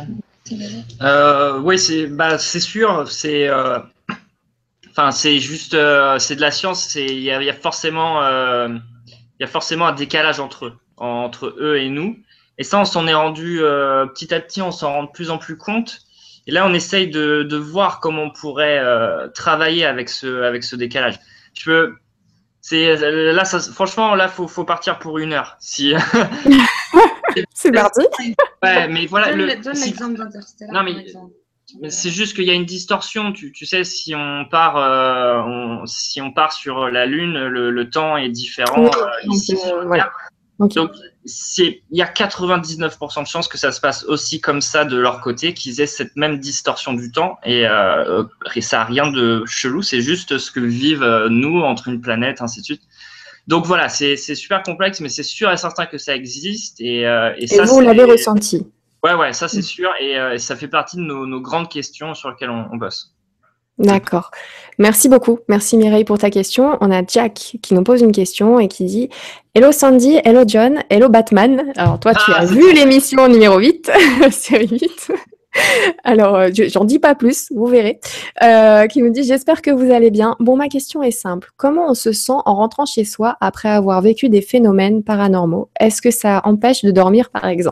euh, ouais, c'est bah, c'est sûr, c'est euh, enfin c'est juste euh, c'est de la science, il y a, y a forcément euh, il y a forcément un décalage entre eux, entre eux et nous. Et ça, on s'en est rendu euh, petit à petit, on s'en rend de plus en plus compte. Et là, on essaye de, de voir comment on pourrait euh, travailler avec ce, avec ce décalage. Je peux, c'est là, ça, franchement, là, faut, faut partir pour une heure. Si.
C'est parti.
Ouais, mais voilà.
Donne,
le,
donne
si,
l'exemple d'Interstellar.
Non, mais, mais c'est juste qu'il y a une distorsion. Tu, tu sais, si on part, euh, on, si on part sur la Lune, le, le temps est différent.
Oui,
euh, ici,
euh, voilà. Okay.
Donc, il y a quatre-vingt-dix-neuf pour cent de chances que ça se passe aussi comme ça de leur côté, qu'ils aient cette même distorsion du temps. Et, euh, et ça n'a rien de chelou, c'est juste ce que vivent nous entre une planète, ainsi de suite. Donc voilà, c'est super complexe, mais c'est sûr et certain que ça existe. Et, euh, et,
et
ça,
vous l'avez ressenti?
Ouais, ouais, ça c'est sûr. Et, euh, et ça fait partie de nos, nos grandes questions sur lesquelles on, on bosse.
D'accord. Merci beaucoup. Merci Mireille pour ta question. On a Jack qui nous pose une question et qui dit « Hello Sandy, hello John, hello Batman ». Alors toi, tu ah, as vu l'émission numéro huit, série huit. Alors, euh, j'en dis pas plus, vous verrez. Euh, qui nous dit « J'espère que vous allez bien. Bon, ma question est simple. Comment on se sent en rentrant chez soi après avoir vécu des phénomènes paranormaux? Est-ce que ça empêche de dormir, par exemple ?»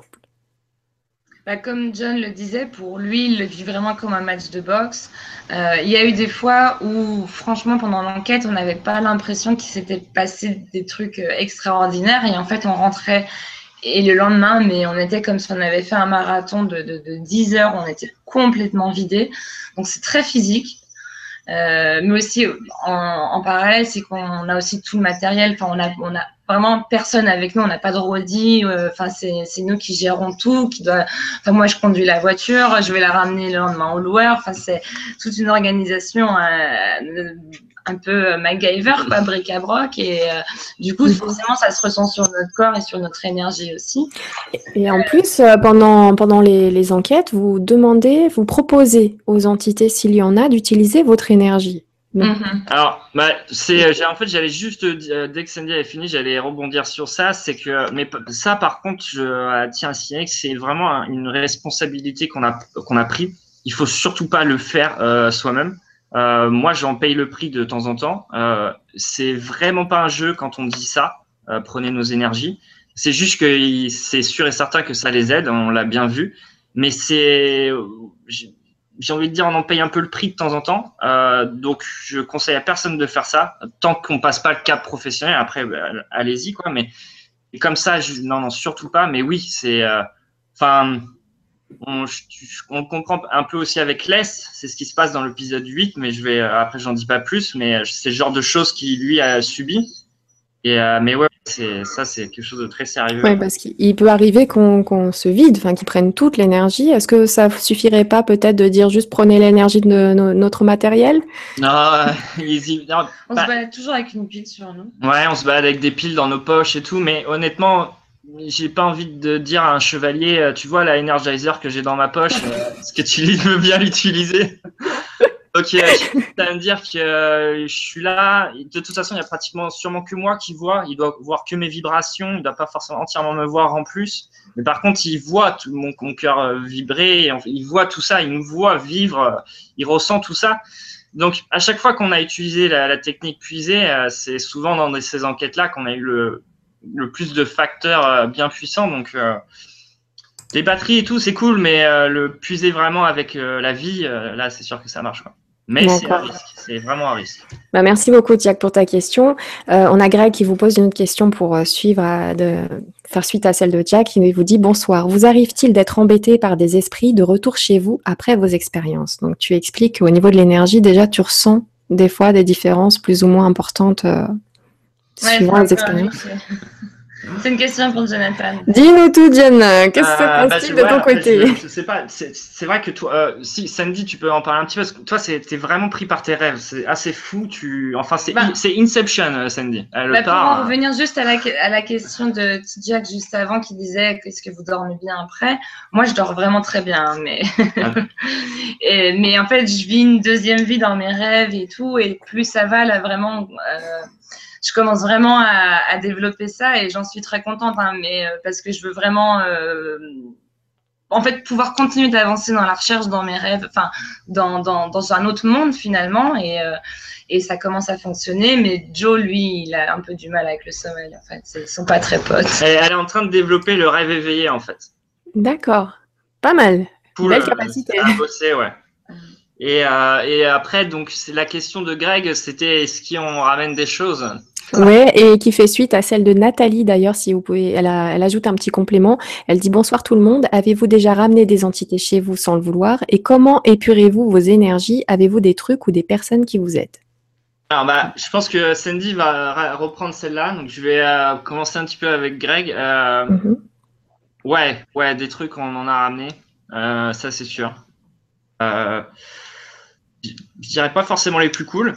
Bah, comme John le disait, pour lui, il le vit vraiment comme un match de boxe. Euh, il y a eu des fois où, franchement, pendant l'enquête, on n'avait pas l'impression qu'il s'était passé des trucs extraordinaires. Et en fait, on rentrait, et le lendemain, mais on était comme si on avait fait un marathon de, de, de dix heures. On était complètement vidé. Donc, c'est très physique. Euh, mais aussi, en, en parallèle, c'est qu'on a aussi tout le matériel. Enfin, on a, on a vraiment personne avec nous. On n'a pas de roadie. Enfin, euh, c'est nous qui gérons tout. Qui doit. Enfin, moi, je conduis la voiture. Je vais la ramener le lendemain au loueur. Enfin, c'est toute une organisation euh, un peu MacGyver, quoi, bric-à-broc. Et euh, du coup, forcément, ça se ressent sur notre corps et sur notre énergie aussi.
Et en plus, euh, pendant, pendant les, les enquêtes, vous demandez, vous proposez aux entités, s'il y en a, d'utiliser votre énergie.
Donc... Mm-hmm. Alors, bah, c'est, en fait, j'allais juste, euh, dès que Sandy avait fini, j'allais rebondir sur ça. C'est que, mais ça, par contre, je tiens à signaler que c'est vraiment une responsabilité qu'on a, qu'on a pris. Il faut surtout pas le faire euh, soi-même. Euh, moi, j'en paye le prix de temps en temps. Euh, c'est vraiment pas un jeu quand on dit ça. Euh, prenez nos énergies. C'est juste que c'est sûr et certain que ça les aide. On l'a bien vu. Mais c'est, j'ai envie de dire, on en paye un peu le prix de temps en temps. Euh, donc, je conseille à personne de faire ça tant qu'on passe pas le cap professionnel. Après, bah, allez-y, quoi. Mais et comme ça, je, non, non, surtout pas. Mais oui, c'est, enfin. Euh, On, on comprend un peu aussi avec Les, c'est ce qui se passe dans l'épisode huit, mais je vais, après j'en dis pas plus, mais c'est le genre de choses qu'il lui a subi. Et, euh, mais ouais, ça c'est quelque chose de très sérieux.
Oui, parce qu'il peut arriver qu'on qu'on se vide, enfin qu'ils prennent toute l'énergie. Est-ce que ça suffirait pas peut-être de dire juste prenez l'énergie de no notre matériel?
Non, easy. Non,
on pas... se balade toujours avec une pile sur nous.
Ouais, on se balade avec des piles dans nos poches et tout, mais honnêtement, j'ai pas envie de dire à un chevalier, tu vois la Energizer que j'ai dans ma poche, est-ce que tu veux bien l'utiliser? Ok, ça veut me dire que euh, je suis là. De toute façon, il y a pratiquement sûrement que moi qui vois. Il doit voir que mes vibrations. Il doit pas forcément entièrement me voir en plus. Mais par contre, il voit tout mon, mon cœur vibrer. Il voit tout ça. Il nous voit vivre. Il ressent tout ça. Donc, à chaque fois qu'on a utilisé la, la technique puisée, euh, c'est souvent dans ces enquêtes-là qu'on a eu le, le plus de facteurs euh, bien puissants. Donc, euh, les batteries et tout, c'est cool, mais euh, le puiser vraiment avec euh, la vie, euh, là, c'est sûr que ça marche, quoi. Mais c'est un risque, c'est vraiment un risque.
Bah, merci beaucoup, Jack, pour ta question. Euh, on a Greg qui vous pose une autre question pour euh, suivre, à, de, faire suite à celle de Jack. Il vous dit « Bonsoir, vous arrive-t-il d'être embêté par des esprits de retour chez vous après vos expériences ?» Donc, tu expliques qu'au niveau de l'énergie, déjà, tu ressens des fois des différences plus ou moins importantes euh,
ouais,
suivant les expériences.
C'est une question pour Jonathan.
Dis-nous tout, John. Qu'est-ce que
euh,
se passe-t-il bah, de ton côté?
Je, je sais pas. C'est vrai que toi, euh, si Sandy, tu peux en parler un petit peu parce que toi, t'es vraiment pris par tes rêves. C'est assez fou. Tu, enfin, c'est bah, Inception, Sandy. Elle
bah,
part,
pour en revenir juste à la, à la question de Jack juste avant, qui disait est-ce que vous dormez bien après? Moi, je dors vraiment très bien, mais ah. et, mais en fait, je vis une deuxième vie dans mes rêves et tout, et plus ça va, là, vraiment. Euh, je commence vraiment à, à développer ça et j'en suis très contente, hein, mais euh, parce que je veux vraiment, euh, en fait, pouvoir continuer d'avancer dans la recherche, dans mes rêves, enfin, dans, dans, dans un autre monde finalement, et, euh, et ça commence à fonctionner. Mais Joe, lui, il a un peu du mal avec le sommeil. En fait, ils sont pas très potes.
Elle, elle est en train de développer le rêve éveillé, en fait.
D'accord, pas mal.
Pour
belle
le,
capacité.
À bosser, ouais. Et, euh, et après, donc, c'est la question de Greg, c'était est-ce qu'on ramène des choses?
Oui, et qui fait suite à celle de Nathalie d'ailleurs, si vous pouvez, elle, a, elle ajoute un petit complément. Elle dit « Bonsoir tout le monde, avez-vous déjà ramené des entités chez vous sans le vouloir? Et comment épurez-vous vos énergies? Avez-vous des trucs ou des personnes qui vous aident ?»
Alors, bah, je pense que Sandy va reprendre celle-là. Donc, je vais euh, commencer un petit peu avec Greg. Euh,
Mhm.
ouais, ouais, des trucs, on en a ramené. Euh, ça, c'est sûr. Euh, je je dirais pas forcément les plus cool.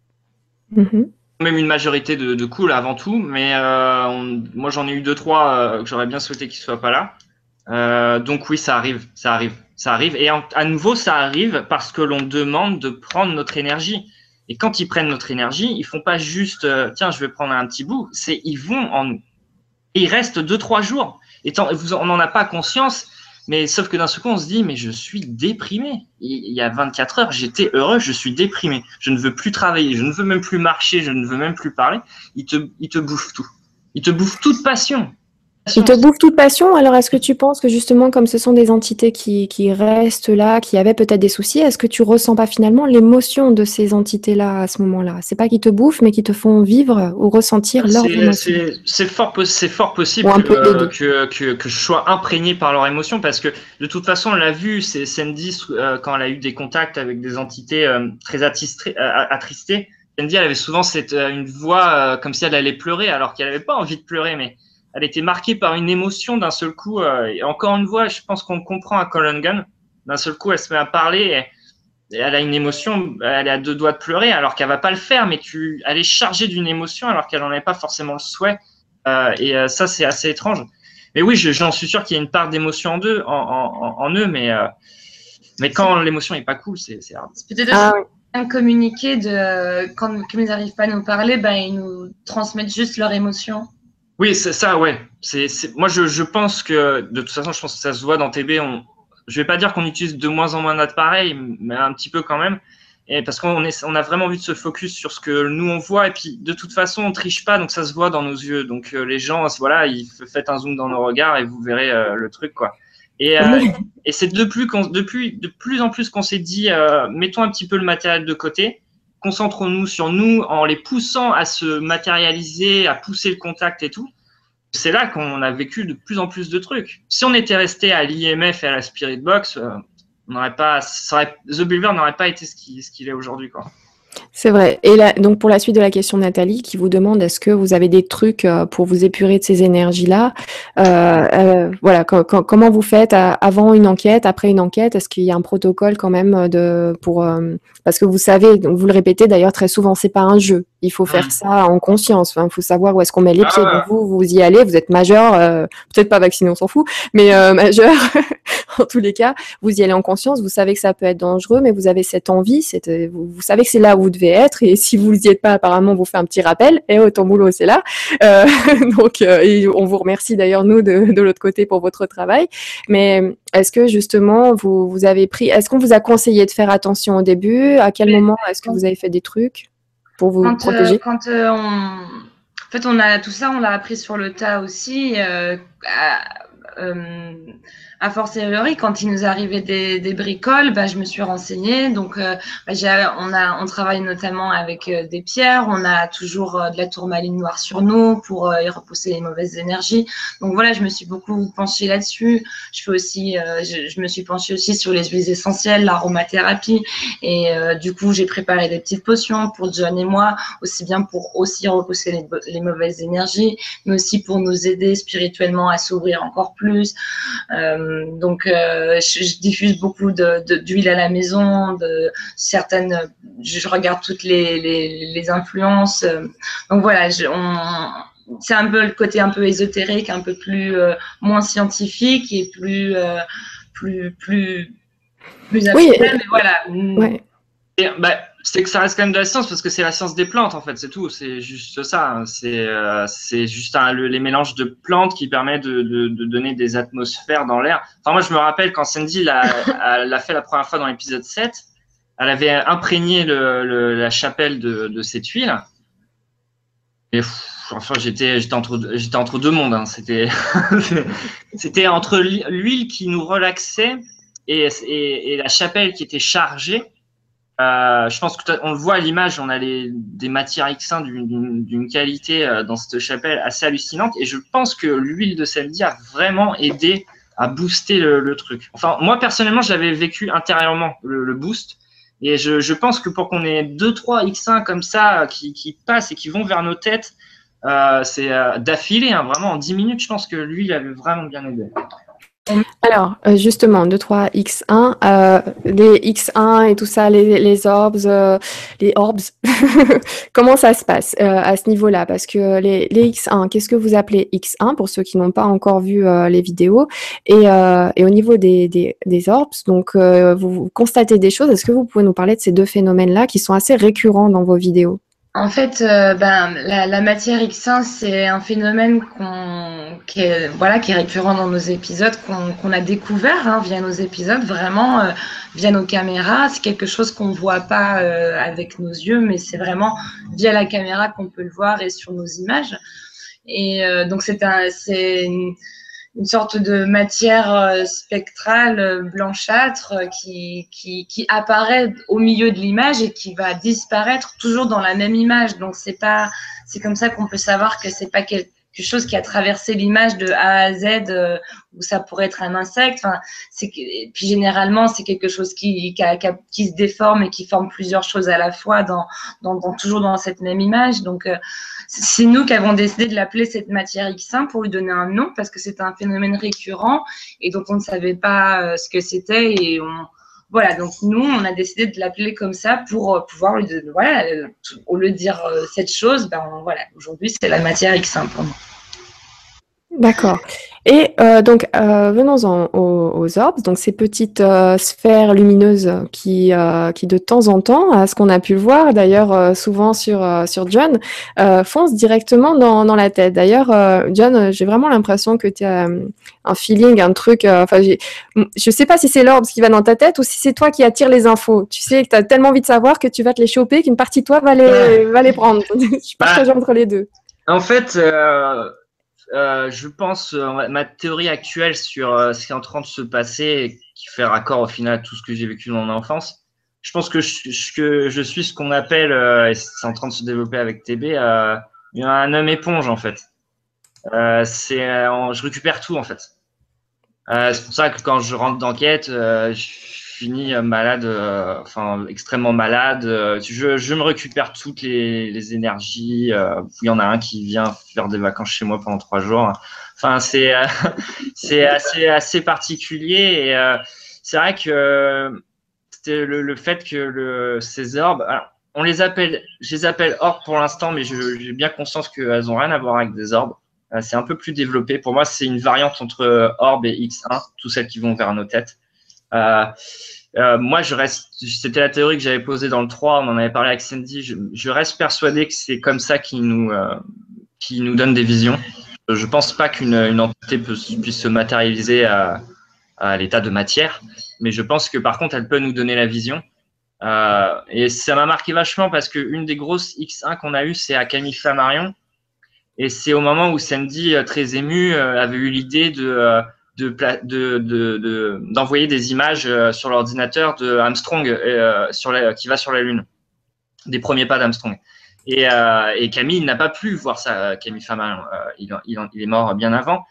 Mhm.
Même une majorité de, de cool avant tout. Mais euh, on- moi, j'en ai eu deux, trois euh, que j'aurais bien souhaité qu'ils soient pas là. Euh, donc, oui, ça arrive. Ça arrive. Ça arrive. Et en- à nouveau, ça arrive parce que l'on demande de prendre notre énergie. Et quand ils prennent notre énergie, ils font pas juste euh, tiens, je vais prendre un petit bout. C'est ils vont en nous. Et il reste deux, trois jours. Et tant, vous, on n'en a pas conscience, mais sauf que d'un seul coup, on se dit, mais je suis déprimé. Il y a vingt-quatre heures, j'étais heureux, je suis déprimé. Je ne veux plus travailler, je ne veux même plus marcher, je ne veux même plus parler. Il te, il te bouffe tout. Il te bouffe toute passion.
Il
Passion,
te bouffe toute passion. Alors, est-ce que tu penses que justement, comme ce sont des entités qui, qui restent là, qui avaient peut-être des soucis, est-ce que tu ressens pas finalement l'émotion de ces entités-là à ce moment-là? C'est pas qu'ils te bouffent, mais qu'ils te font vivre ou ressentir leurs
C'est
émotions.
c'est- c'est fort, pos- c'est fort possible
Ou un peu des
que,
deux.
que, que, que je sois imprégné par leurs émotions parce que de toute façon, on l'a vu, c'est Sandy, euh, quand elle a eu des contacts avec des entités euh, très attistrées- euh, attristées, Sandy, elle avait souvent cette, euh, une voix euh, comme si elle allait pleurer alors qu'elle n'avait pas envie de pleurer, mais elle était marquée par une émotion d'un seul coup. Euh, et encore une fois, je pense qu'on comprend à Colin Gunn. D'un seul coup, elle se met à parler. Et elle a une émotion, elle est à deux doigts de pleurer alors qu'elle va pas le faire, mais tu, elle est chargée d'une émotion alors qu'elle n'en avait pas forcément le souhait. Euh, et euh, ça, c'est assez étrange. Mais oui, j'en suis sûr qu'il y a une part d'émotion en, eux, en, en, en eux, mais, euh, mais quand l'émotion est pas cool, c'est hard.
C'est peut-être aussi
Ah oui.
un communiqué de quand comme ils n'arrivent pas à nous parler, ben ils nous transmettent juste leurs émotions.
Oui, c'est ça, ouais. C'est, c'est, moi, je, je pense que, de toute façon, je pense que ça se voit dans T B. On, je vais pas dire qu'on utilise de moins en moins d'appareils, mais un petit peu quand même. Et parce qu'on est, on a vraiment envie de se focus sur ce que nous on voit. Et puis, de toute façon, on triche pas, donc ça se voit dans nos yeux. Donc, euh, les gens, voilà, ils faites un zoom dans nos regards et vous verrez euh, le truc, quoi. Et, euh,
Oui.
et c'est depuis, qu'on, depuis de plus en plus qu'on s'est dit, euh, mettons un petit peu le matériel de côté, concentrons-nous sur nous en les poussant à se matérialiser, à pousser le contact et tout. C'est là qu'on a vécu de plus en plus de trucs. Si on était resté à l'I M F et à la Spirit Box, euh, on n'aurait pas, ça aurait, The Believer n'aurait pas été ce qu'il ce qu'il est aujourd'hui, quoi.
C'est vrai. Et là, donc pour la suite de la question, Nathalie, qui vous demande est-ce que vous avez des trucs euh, pour vous épurer de ces énergies-là? Euh, euh, voilà, co- co- comment vous faites à- avant une enquête, après une enquête? Est-ce qu'il y a un protocole quand même de pour euh, parce que vous savez, donc vous le répétez d'ailleurs très souvent, c'est pas un jeu. Il faut faire
Mmh.
ça en conscience. Enfin, il faut savoir où est-ce qu'on met les
Ah
pieds.
ouais.
Donc vous, vous y allez, vous êtes majeur, euh, peut-être pas vacciné, on s'en fout, mais euh, majeur en tous les cas. Vous y allez en conscience, vous savez que ça peut être dangereux, mais vous avez cette envie, cette, vous, vous savez que c'est là où vous devez être, et si vous n'y êtes pas, apparemment, on vous fait un petit rappel, et oh, ton boulot, c'est là. Euh, donc, euh, et on vous remercie d'ailleurs, nous, de, de l'autre côté, pour votre travail. Mais est-ce que, justement, vous, vous avez pris, est-ce qu'on vous a conseillé de faire attention au début? À quel moment est-ce que vous avez fait des trucs pour vous
Quand, euh,
protéger?
quand euh, on... En fait, on a tout ça, on l'a appris sur le tas aussi. Euh, à, euh, a fortiori, quand il nous arrivait des, des bricoles, bah, je me suis renseignée. Donc, euh, bah, j'ai, on, a, on travaille notamment avec euh, des pierres. On a toujours euh, de la tourmaline noire sur nous pour euh, y repousser les mauvaises énergies. Donc voilà, je me suis beaucoup penchée là-dessus. Je fais aussi, euh, je, je me suis penchée aussi sur les huiles essentielles, l'aromathérapie. Et euh, du coup, j'ai préparé des petites potions pour John et moi, aussi bien pour aussi repousser les, les mauvaises énergies, mais aussi pour nous aider spirituellement à s'ouvrir encore plus. Euh, donc, euh, je, je diffuse beaucoup de, de, d'huile à la maison, de certaines. Je, je regarde toutes les, les, les influences. Donc voilà, je, on, c'est un peu le côté un peu ésotérique, un peu plus euh, moins scientifique et plus euh, plus plus plus
Oui,
abstrait, mais voilà.
ouais.
Et, bah, c'est que ça reste quand même de la science parce que c'est la science des plantes en fait, c'est tout, c'est juste ça. Hein. C'est euh, c'est juste un, le, les mélanges de plantes qui permettent de, de, de donner des atmosphères dans l'air. Enfin moi je me rappelle quand Sandy l'a, l'a fait la première fois dans l'épisode sept, elle avait imprégné le, le, la chapelle de, de cette huile. Et pff, enfin j'étais j'étais entre j'étais entre deux mondes. Hein. C'était c'était entre l'huile qui nous relaxait et, et, et la chapelle qui était chargée. Euh, je pense qu'on le voit à l'image, on a les, des matières X un d'une, d'une qualité euh, dans cette chapelle assez hallucinante. Et je pense que l'huile de Sandy a vraiment aidé à booster le, le truc. Enfin, moi personnellement, je l'avais vécu intérieurement, le, le boost. Et je, je pense que pour qu'on ait deux trois X un comme ça qui, qui passent et qui vont vers nos têtes, euh, c'est euh, d'affilée, hein, vraiment en dix minutes, je pense que lui, il avait vraiment bien aidé.
Alors, euh, justement, deux, trois, X un, euh, les X un et tout ça, les, les orbs, euh, les orbs, comment ça se passe euh, à ce niveau-là? Parce que les, les X un, qu'est-ce que vous appelez X un pour ceux qui n'ont pas encore vu euh, les vidéos? Et, euh, et au niveau des, des, des orbs, donc euh, vous, vous constatez des choses. Est-ce que vous pouvez nous parler de ces deux phénomènes-là qui sont assez récurrents dans vos vidéos?
En fait, euh, ben, la, la matière X un, c'est un phénomène qu'on, qui est, voilà, qui est récurrent dans nos épisodes, qu'on qu'on a découvert hein, via nos épisodes, vraiment euh, via nos caméras. C'est quelque chose qu'on voit pas euh, avec nos yeux, mais c'est vraiment via la caméra qu'on peut le voir et sur nos images. Et euh, donc c'est un, c'est une, une sorte de matière euh, spectrale euh, blanchâtre euh, qui, qui, qui apparaît au milieu de l'image et qui va disparaître toujours dans la même image. Donc c'est pas, c'est comme ça qu'on peut savoir que c'est pas quelque chose qui a traversé l'image de A à Z euh, où ça pourrait être un insecte. Enfin, c'est que, et puis généralement c'est quelque chose qui, qui, a, qui, a, qui se déforme et qui forme plusieurs choses à la fois dans, dans, dans toujours dans cette même image. Donc euh, c'est nous qui avons décidé de l'appeler cette matière X un pour lui donner un nom parce que c'est un phénomène récurrent et dont on ne savait pas euh, ce que c'était et on voilà, donc nous, on a décidé de l'appeler comme ça pour euh, pouvoir lui donner, voilà, euh, au lieu de dire euh, cette chose, ben voilà, aujourd'hui c'est la matière X un pour nous.
D'accord. Et euh, donc, euh, venons-en aux, aux orbs, donc ces petites euh, sphères lumineuses qui, euh, qui de temps en temps, à ce qu'on a pu le voir, d'ailleurs euh, souvent sur, euh, sur John, euh, foncent directement dans, dans la tête. D'ailleurs, euh, John, j'ai vraiment l'impression que tu as euh, un feeling, un truc, enfin, euh, je sais pas si c'est l'orbe qui va dans ta tête ou si c'est toi qui attire les infos. Tu sais que tu as tellement envie de savoir que tu vas te les choper qu'une partie de toi va les, va les prendre. Je suis partagée entre les deux.
En fait... Euh... Euh, je pense, euh, ma théorie actuelle sur euh, ce qui est en train de se passer et qui fait raccord au final à tout ce que j'ai vécu dans mon enfance, je pense que je, que je suis ce qu'on appelle, euh, et c'est en train de se développer avec T B, euh, un homme éponge en fait. Euh, c'est, euh, je récupère tout en fait. Euh, c'est pour ça que quand je rentre d'enquête, euh, je finis malade, euh, enfin extrêmement malade. Euh, je, je me récupère toutes les, les énergies. Euh, il y en a un qui vient faire des vacances chez moi pendant trois jours. Enfin, c'est euh, c'est assez assez particulier. Et euh, c'est vrai que euh, c'était le, le fait que le, ces orbes, alors, on les appelle, je les appelle orbes pour l'instant, mais je, j'ai bien conscience qu'elles ont rien à voir avec des orbes. C'est un peu plus développé. Pour moi, c'est une variante entre Orb et X un, tous celles qui vont vers nos têtes. Euh, euh, moi, je reste, c'était la théorie que j'avais posée dans le trois, on en avait parlé avec Sandy, je, je reste persuadé que c'est comme ça qui nous, euh, qui nous donne des visions. Je pense pas qu'une une entité peut, puisse se matérialiser à, à l'état de matière, mais je pense que par contre, elle peut nous donner la vision. Euh, et ça m'a marqué vachement parce qu'une des grosses X un qu'on a eues, c'est à Camille Flammarion. Et c'est au moment où Sandy, très émue, avait eu l'idée de, de, de, de, de, d'envoyer des images sur l'ordinateur de Armstrong euh, sur la, qui va sur la Lune, des premiers pas d'Armstrong. Et, euh, et Camille n'a pas pu voir ça, Camille Flammarion. Euh, il, il, il est mort bien avant.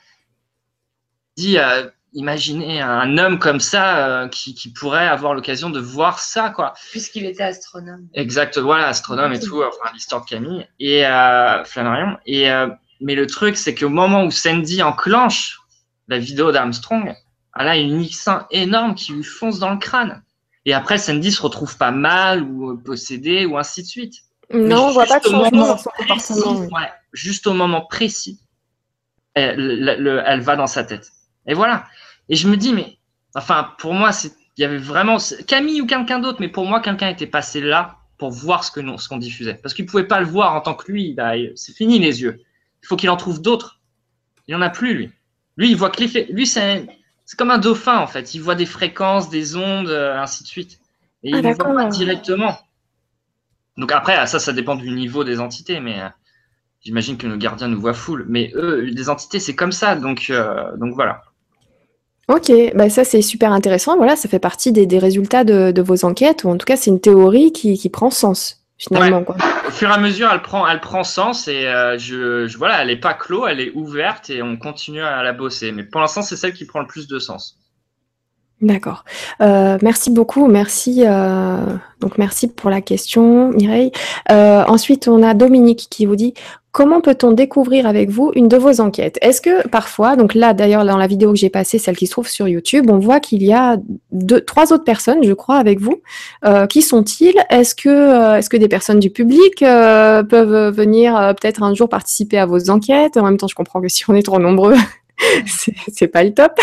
Il dit, euh, imaginez un homme comme ça euh, qui, qui pourrait avoir l'occasion de voir ça, quoi.
Puisqu'il était astronome.
Exact, voilà, astronome et tout, enfin l'histoire de Camille et euh, Flammarion. Et euh, mais le truc, c'est qu'au moment où Sandy enclenche la vidéo d'Armstrong, elle a une X un énorme qui lui fonce dans le crâne. Et après, Sandy se retrouve pas mal ou possédée ou ainsi de suite.
Non, on voit pas de changement dans son comportement.
Ouais, juste au moment précis, elle, le, le, elle va dans sa tête. Et voilà. Et je me dis, mais, enfin, pour moi, c'est, il y avait vraiment Camille ou quelqu'un d'autre, mais pour moi, quelqu'un était passé là pour voir ce que nous, ce qu'on diffusait. Parce qu'il pouvait pas le voir en tant que lui. Là, c'est fini les yeux. Il faut qu'il en trouve d'autres. Il en a plus, lui. Lui, il voit que l'effet. Lui, c'est, c'est comme un dauphin, en fait. Il voit des fréquences, des ondes, euh, ainsi de suite. Et ah, il ne voit pas directement. Donc après, ça, ça dépend du niveau des entités, mais euh, j'imagine que nos gardiens nous voient full. Mais eux, les entités, c'est comme ça. Donc, euh, donc voilà.
Ok, bah ça c'est super intéressant. Voilà, ça fait partie des, des résultats de, de vos enquêtes, ou en tout cas c'est une théorie qui, qui prend sens finalement.
Ouais.
Quoi.
Au fur et à mesure, elle prend, elle prend sens et euh, je, je, voilà, elle n'est pas clos, elle est ouverte et on continue à la bosser. Mais pour l'instant, c'est celle qui prend le plus de sens.
D'accord. Euh, merci beaucoup. Merci. Euh, donc merci pour la question, Mireille. Euh, ensuite, on a Dominique qui vous dit comment peut-on découvrir avec vous une de vos enquêtes? Est-ce que parfois, donc là d'ailleurs dans la vidéo que j'ai passée, celle qui se trouve sur YouTube, on voit qu'il y a deux, trois autres personnes, je crois, avec vous. Euh, qui sont-ils? Est-ce que, euh, est-ce que des personnes du public euh, peuvent venir euh, peut-être un jour participer à vos enquêtes? En même temps, je comprends que si on est trop nombreux, c'est c'est pas le top.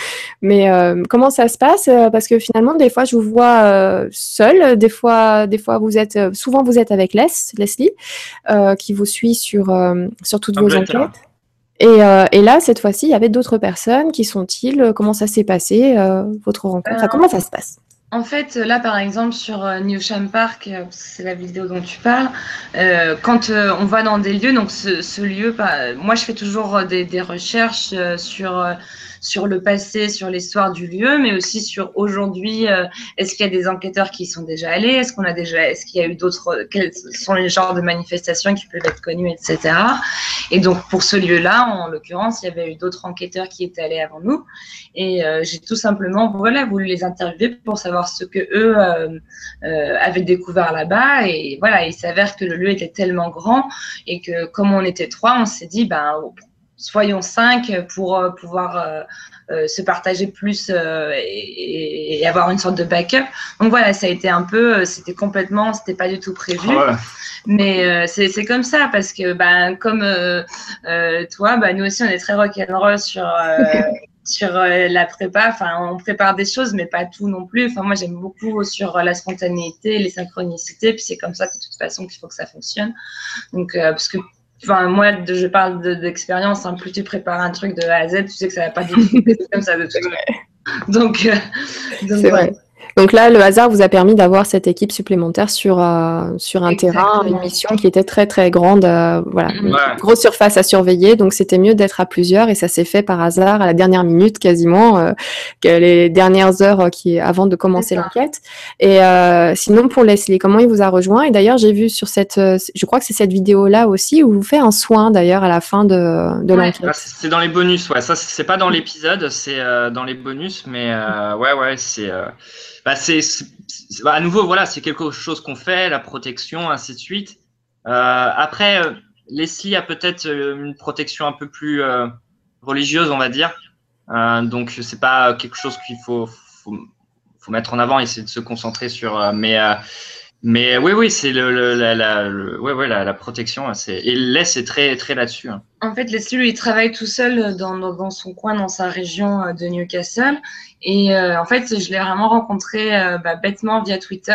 Mais euh, comment ça se passe? Euh, Parce que finalement, des fois, je vous vois euh, seule. Des fois, des fois, vous êtes, euh, souvent, vous êtes avec Les, Leslie, euh, qui vous suit sur, euh, sur toutes vos
Angleterre.
enquêtes. Et, euh, et là, cette fois-ci, il y avait d'autres personnes. Qui sont-ils? Comment ça s'est passé, euh, votre rencontre? Enfin, comment ça se passe?
En fait, là, par exemple, sur euh, Newsham Park, euh, parce que c'est la vidéo dont tu parles, euh, quand euh, on va dans des lieux, donc ce, ce lieu, bah, moi, je fais toujours euh, des, des recherches euh, sur euh, sur le passé, sur l'histoire du lieu, mais aussi sur aujourd'hui. Euh, est-ce qu'il y a des enquêteurs qui y sont déjà allés? Est-ce qu'on a déjà, est-ce qu'il y a eu d'autres? Quels sont les genres de manifestations qui peuvent être connues, et cetera. Et donc pour ce lieu-là, en l'occurrence, il y avait eu d'autres enquêteurs qui étaient allés avant nous, et euh, j'ai tout simplement, voilà, voulu les interviewer pour savoir ce que eux euh, euh, avaient découvert là-bas. Et voilà, il s'avère que le lieu était tellement grand et que comme on était trois, on s'est dit, ben, soyons cinq pour euh, pouvoir euh, euh, se partager plus euh, et, et avoir une sorte de backup. Donc voilà, ça a été un peu, c'était complètement, c'était pas du tout prévu.
Ouais.
Mais euh, c'est comme ça parce que ben comme euh, euh, toi, ben, nous aussi on est très rock'n'roll sur euh, sur euh, la prépa. Enfin, on prépare des choses, mais pas tout non plus. Enfin, moi j'aime beaucoup sur la spontanéité, les synchronicités. Puis c'est comme ça de toute façon qu'il faut que ça fonctionne. Donc euh, parce que Enfin, moi, de, je parle d'expérience. De, hein, plus tu prépares un truc de A à Z, tu sais que ça va pas du tout comme ça de toute façon. Donc, euh, donc
c'est vrai. Donc là, le hasard vous a permis d'avoir cette équipe supplémentaire sur, euh, sur un Exactement. terrain, une mission qui était très très grande, euh, voilà, une ouais. grosse surface à surveiller. Donc c'était mieux d'être à plusieurs et ça s'est fait par hasard à la dernière minute quasiment, euh, que les dernières heures qui avant de commencer l'enquête. Et euh, sinon pour Leslie, comment il vous a rejoint? Et d'ailleurs j'ai vu sur cette, je crois que c'est cette vidéo là aussi où vous faites un soin d'ailleurs à la fin de, de ouais. l'enquête.
Ah, c'est dans les bonus, ouais. Ça c'est pas dans l'épisode, c'est euh, dans les bonus, mais euh, ouais ouais c'est. Euh... Bah c'est bah à nouveau voilà c'est quelque chose qu'on fait, la protection ainsi de suite. Euh, après euh, Leslie a peut-être une protection un peu plus euh, religieuse on va dire, euh, donc c'est pas quelque chose qu'il faut, faut faut mettre en avant et essayer de se concentrer sur euh, mais euh, mais oui oui c'est le, le la la le, ouais ouais la, la protection c'est et Les est très très là-dessus. Hein.
En fait, Leslie, lui, il travaille tout seul dans, dans son coin, dans sa région de Newcastle. Et euh, en fait, je l'ai vraiment rencontré euh, bah, bêtement via Twitter.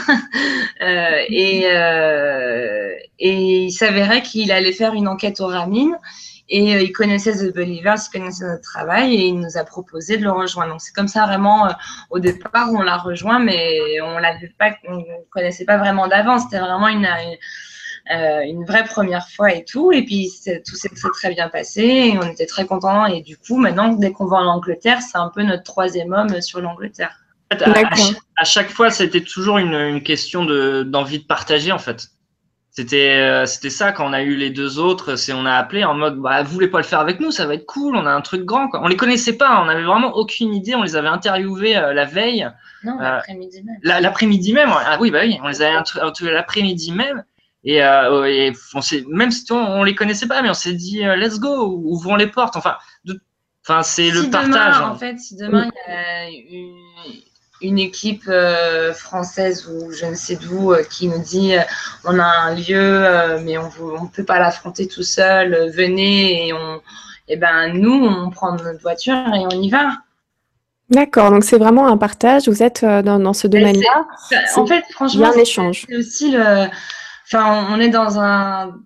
euh, et, euh, et il s'avérait qu'il allait faire une enquête au Ramin. Et euh, il connaissait The Believers, il connaissait notre travail et il nous a proposé de le rejoindre. Donc, c'est comme ça, vraiment, euh, au départ, on l'a rejoint, mais on l'avait pas, on ne connaissait pas vraiment d'avance. C'était vraiment une... une Euh, une vraie première fois et tout, et puis tout s'est très très bien passé et on était très contents. Et du coup maintenant dès qu'on va en Angleterre, c'est un peu notre troisième homme sur l'Angleterre.
En fait, à, à, à chaque fois c'était toujours une, une question de d'envie de partager en fait. C'était euh, c'était ça quand on a eu les deux autres, c'est on a appelé en mode bah vous voulez pas le faire avec nous, ça va être cool, on a un truc grand quoi. On les connaissait pas, on avait vraiment aucune idée, on les avait interviewés euh, la veille.
Non, euh, l'après-midi même.
L'après-midi même, ah oui bah oui, on les avait interviewés l'après-midi même. Et, euh, et on s'est, même si on, on les connaissait pas, mais on s'est dit uh, let's go, ouvrons les portes. Enfin, de, enfin c'est si le
demain,
partage.
En fait, si demain il y a une, une équipe euh, française ou je ne sais d'où euh, qui nous dit euh, on a un lieu, euh, mais on ne peut pas l'affronter tout seul, euh, venez et on, et ben nous on prend notre voiture et on y va.
D'accord, donc c'est vraiment un partage. Vous êtes dans, dans ce domaine-là.
En fait, franchement,
c'est un échange.
C'est aussi le. Enfin, on est dans un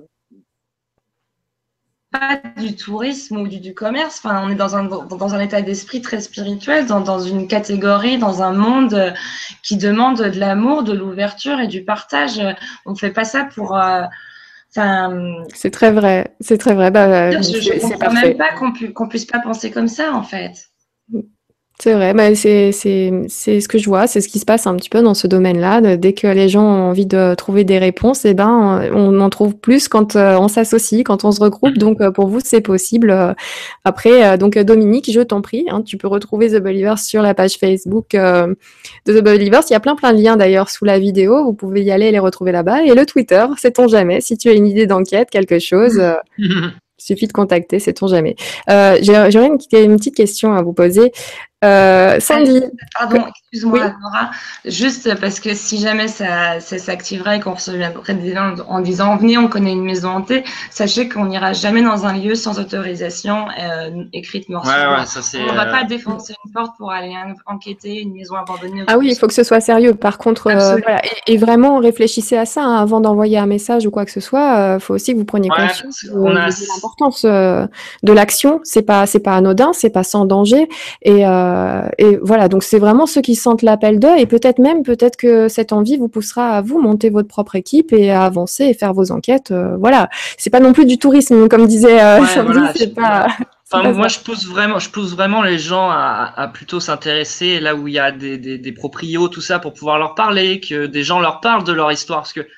pas du tourisme ou du, du commerce. Enfin, on est dans un dans un état d'esprit très spirituel, dans dans une catégorie, dans un monde qui demande de l'amour, de l'ouverture et du partage. On fait pas ça pour. Euh, Enfin,
c'est très vrai, c'est très vrai. Bah,
je ne comprends même pas qu'on pu, qu'on puisse pas penser comme ça, en fait.
C'est vrai, bah, c'est c'est c'est ce que je vois, c'est ce qui se passe un petit peu dans ce domaine-là. De dès que les gens ont envie de trouver des réponses et ben, heu, on en trouve plus quand, heu, on s'associe, quand on se regroupe donc heu, pour vous, c'est possible, heu. Après, heu, donc heu, Dominique, je t'en prie, hein, tu peux retrouver The Believers sur la page Facebook, heu, de The Believers. Il y a plein, plein de liens d'ailleurs sous la vidéo, vous pouvez y aller et les retrouver là-bas et le Twitter, sait-on jamais, si tu as une idée d'enquête, quelque chose, heu, il suffit de contacter, sait-on jamais. Heu, j'ai j'aurais une une petite question à vous poser. Heu, Sandy, que
Pardon, excuse-moi,
oui?
Nora, juste parce que si jamais ça, ça s'activerait et qu'on recevrait des gens en disant venez, on connaît une maison hantée, sachez qu'on n'ira jamais dans un lieu sans autorisation euh, écrite noir sur
Ouais,
blanc.
ouais, ça c'est.
On ne va
Euh...
pas défoncer une porte pour aller enquêter une maison abandonnée ou
Ah
quoi
oui,
que
il
ce
faut que ce soit sérieux. Par contre,
soit.
heu,
Absolument.
voilà et et vraiment réfléchissez à ça, hein, avant d'envoyer un message ou quoi que ce soit, heu, faut aussi que vous preniez
Ouais,
conscience
parce qu'on
de
a.
de de l'importance, heu, de l'action. C'est pas c'est pas anodin, c'est pas sans danger et heu et voilà, donc c'est vraiment ceux qui sentent l'appel d'eux et peut-être même, peut-être que cette envie vous poussera à vous monter votre propre équipe et à avancer et faire vos enquêtes, heu, voilà. C'est pas non plus du tourisme, comme disait, heu,
Ouais,
Sandy,
voilà. je-
c'est pas
voilà.
c'est
Enfin,
pas ça.
moi, je pousse vraiment, je pousse vraiment les gens à, à plutôt s'intéresser là où il y a des, des, des proprios, tout ça, pour pouvoir leur parler, que des gens leur parlent de leur histoire, parce que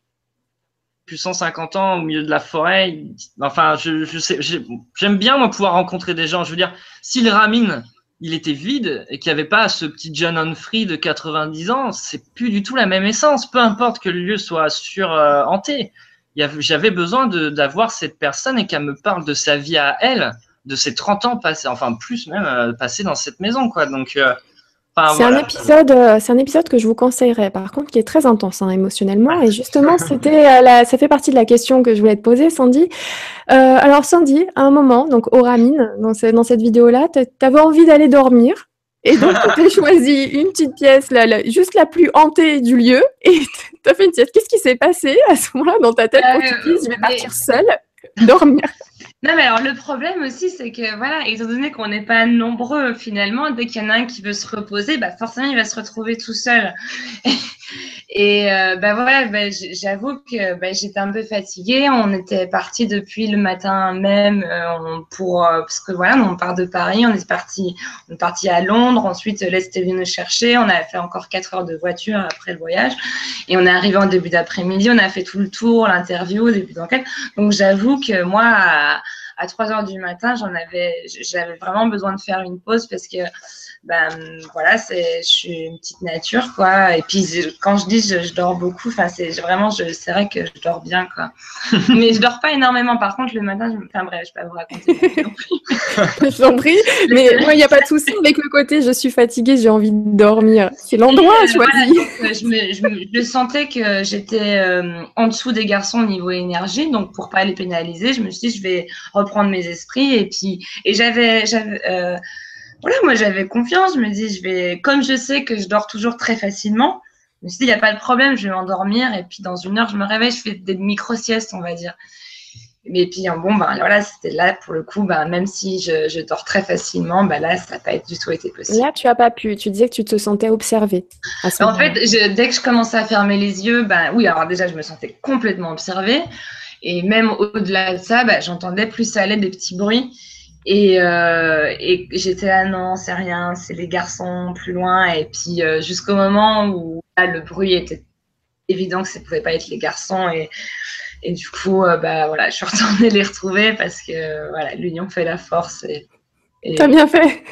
plus cent cinquante ans au milieu de la forêt, il- enfin, je, je sais, j'ai- j'aime bien moi pouvoir rencontrer des gens. Je veux dire, si le Ramin il était vide et qu'il n'y avait pas ce petit John Humphrey de quatre-vingt-dix ans, c'est plus du tout la même essence. Peu importe que le lieu soit sur euh, hanté. Il y avait- J'avais besoin de d'avoir cette personne et qu'elle me parle de sa vie à elle, de ses trente ans passés, enfin plus même, euh, passés dans cette maison, quoi. Donc, euh, enfin
C'est un
voilà.
épisode, heu, c'est un épisode que je vous conseillerais, par contre, qui est très intense, hein, émotionnellement et justement,
Ouais.
c'était, heu, la ça fait partie de la question que je voulais te poser, Sandy. Heu, alors Sandy, à un moment, donc au Ramin, dans ce dans cette vidéo-là, tu tu avais envie d'aller dormir et donc tu t'es choisi une petite pièce, la la juste la plus hantée du lieu et tu as fait une sieste. Qu'est-ce qui s'est passé à ce moment-là dans ta tête pour que tu te
Euh,
dises: «Je vais
mais
partir seule, dormir»?
Non, mais alors le problème aussi, c'est que voilà, étant donné qu'on n'est pas nombreux finalement, dès qu'il y en a un qui veut se reposer, bah forcément il va se retrouver tout seul. Et euh, bah voilà, bah, j'avoue que bah, j'étais un peu fatiguée. On était parti depuis le matin même euh, on, pour euh, parce que voilà, on part de Paris, on est parti, on est parti à Londres. Ensuite, l'Est est venu nous chercher. On a fait encore quatre heures de voiture après le voyage et on est arrivé en début d'après-midi. On a fait tout le tour, l'interview, le début d'enquête. Donc j'avoue que moi, à, à trois heures du matin, j'en avais, j'avais vraiment besoin de faire une pause parce que ben voilà, c'est, je suis une petite nature, quoi. Et puis quand je dis je, je dors beaucoup, enfin c'est vraiment, je, c'est vrai que je dors bien, quoi. Mais je dors pas énormément. Par contre, le matin, je, enfin bref, je vais pas vous raconter ma vie non plus.
Je t'en prie, mais moi, il n'y a pas de souci avec le côté je suis fatiguée, j'ai envie de dormir. C'est l'endroit
Et, euh,
choisi.
voilà, donc euh, je, me, je, me, je sentais que j'étais euh, en dessous des garçons au niveau énergie, donc pour pas les pénaliser, je me suis dit je vais reprendre mes esprits et puis et j'avais j'avais euh, voilà, moi j'avais confiance, je me dis je vais comme je sais que je dors toujours très facilement, je me suis dit il n'y a pas de problème, je vais m'endormir et puis dans une heure je me réveille, je fais des micro siestes on va dire. Mais puis bon ben voilà, c'était là pour le coup, ben même si je, je dors très facilement, ben là ça n'a pas du tout été possible.
Là, tu as pas pu. Tu disais que tu te sentais observée à ce
En fait,
moment-là.
je, dès que je commençais à fermer les yeux, ben oui, alors déjà, je me sentais complètement observée. Et même au-delà de ça, ben, j'entendais plus ça allait des petits bruits. Et, euh, et j'étais là, non, c'est rien, c'est les garçons plus loin. Et puis euh, jusqu'au moment où là, le bruit était évident que ça ne pouvait pas être les garçons. Et, et du coup, euh, bah, voilà, je suis retournée les retrouver parce que voilà, l'union fait la force. Et,
T'as
et...
bien fait.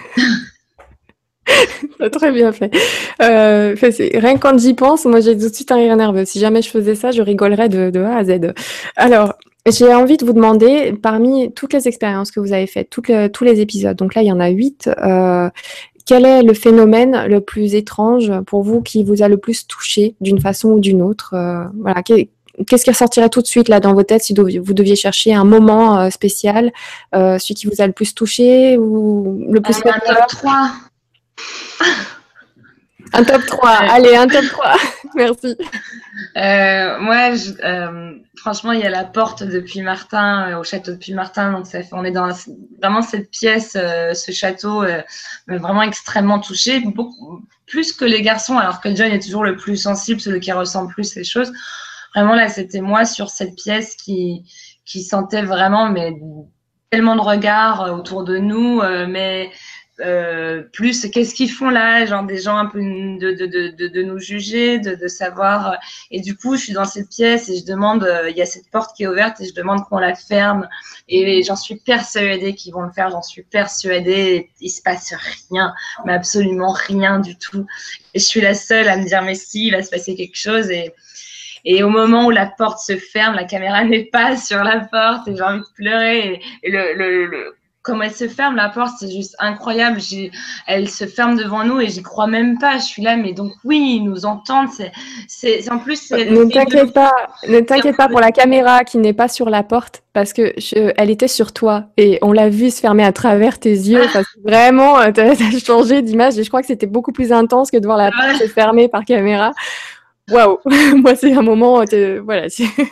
T'as très bien fait. Euh, enfin, c'est- rien que quand j'y pense, moi j'ai tout de suite un rire nerveux. Si jamais je faisais ça, je rigolerais de, de A à Z. Alors, j'ai envie de vous demander, parmi toutes les expériences que vous avez faites, toutes les- tous les épisodes, donc là il y en a huit, euh, quel est le phénomène le plus étrange pour vous qui vous a le plus touché d'une façon ou d'une autre? Euh, voilà, qu'est- qu'est-ce qui ressortirait tout de suite là dans vos têtes si deviez- vous deviez chercher un moment euh, spécial, euh, celui qui vous a le plus touché ou le plus fait
Un top
peur?
trois.
Un top trois. Allez, un top trois. Merci.
Euh, moi, je, euh, franchement, il y a la porte de Puy-Martin, euh, au château de Puy-Martin. Donc, ça fait, on est dans vraiment cette pièce, euh, ce château, euh, vraiment extrêmement touché, beaucoup plus que les garçons, alors que John est toujours le plus sensible, celui qui ressent plus les choses. Vraiment, là, c'était moi sur cette pièce qui, qui sentait vraiment, mais tellement de regards autour de nous, euh, mais euh, plus qu'est-ce qu'ils font là, genre des gens un peu de, de, de, de, de nous juger, de, de savoir. Et du coup, je suis dans cette pièce et je demande, il euh, y a cette porte qui est ouverte et je demande qu'on la ferme. Et j'en suis persuadée qu'ils vont le faire, j'en suis persuadée. Il se passe rien, mais absolument rien du tout. Et je suis la seule à me dire, mais si, il va se passer quelque chose. Et, et au moment où la porte se ferme, la caméra n'est pas sur la porte et j'ai envie de pleurer. Et, et le, le, le Comment elle se ferme, la porte, c'est juste incroyable. Elle se ferme devant nous et j'y crois même pas. Je suis là, mais donc oui, ils nous entendent. C'est en plus.
Ne t'inquiète pas, ne t'inquiète pas pour la caméra qui n'est pas sur la porte parce que je, elle était sur toi et on l'a vu se fermer à travers tes yeux. Parce que vraiment, tu as changé d'image et je crois que c'était beaucoup plus intense que de voir la porte se fermer par caméra. Waouh, moi c'est un moment, voilà.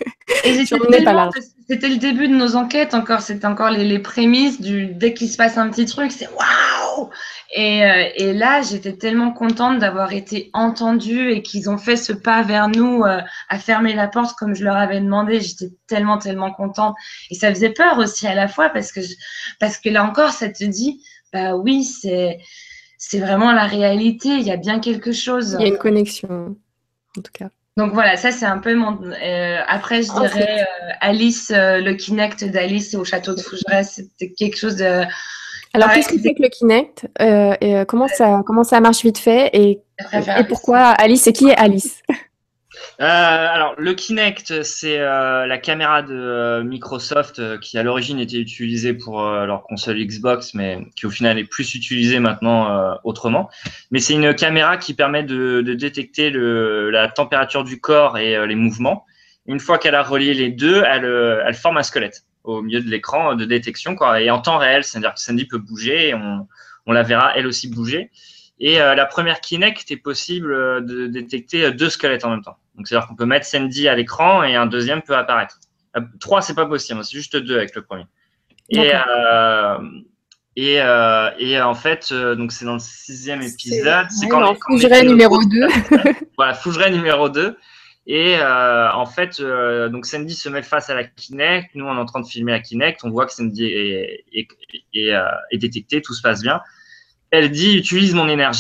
Et c'était le début de nos enquêtes encore, c'était encore les, les prémices du dès qu'il se passe un petit truc, c'est waouh. Et, euh, et là, j'étais tellement contente d'avoir été entendue et qu'ils ont fait ce pas vers nous euh, à fermer la porte comme je leur avais demandé. J'étais tellement tellement contente et ça faisait peur aussi à la fois parce que je, parce que là encore, ça te dit bah oui, c'est c'est vraiment la réalité. Il y a bien quelque chose.
Il y a une connexion. En tout cas.
Donc voilà, ça c'est un peu mon. Euh, après, je dirais euh, Alice, euh, le Kinect d'Alice au château de Fougeray, c'était quelque chose de.
Alors, qu'est-ce que c'est que le Kinect euh, et euh, comment ça comment ça marche vite fait et, et pourquoi Alice et qui est Alice?
Euh, alors, le Kinect, c'est euh, la caméra de euh, Microsoft euh, qui, à l'origine, était utilisée pour euh, leur console Xbox, mais qui, au final, est plus utilisée maintenant euh, autrement. Mais c'est une caméra qui permet de, de détecter le, la température du corps et euh, les mouvements. Une fois qu'elle a relié les deux, elle, euh, elle forme un squelette au milieu de l'écran de détection, quoi, et en temps réel. C'est-à-dire que Sandy peut bouger et on, on la verra, elle aussi, bouger. Et euh, la première Kinect est possible euh, de détecter deux squelettes en même temps. Donc, c'est-à-dire qu'on peut mettre Sandy à l'écran et un deuxième peut apparaître. Euh, trois, c'est pas possible, c'est juste deux avec le premier. Et, euh, et, euh, et en fait, euh, donc c'est dans le sixième épisode.
C'est ouais, quand Fougeray numéro deux.
Voilà, Fougeray numéro deux. Et euh, en fait, euh, donc Sandy se met face à la Kinect. Nous, on est en train de filmer la Kinect. On voit que Sandy est, est, est, est, euh, est détectée, tout se passe bien. Elle dit « utilise mon énergie ».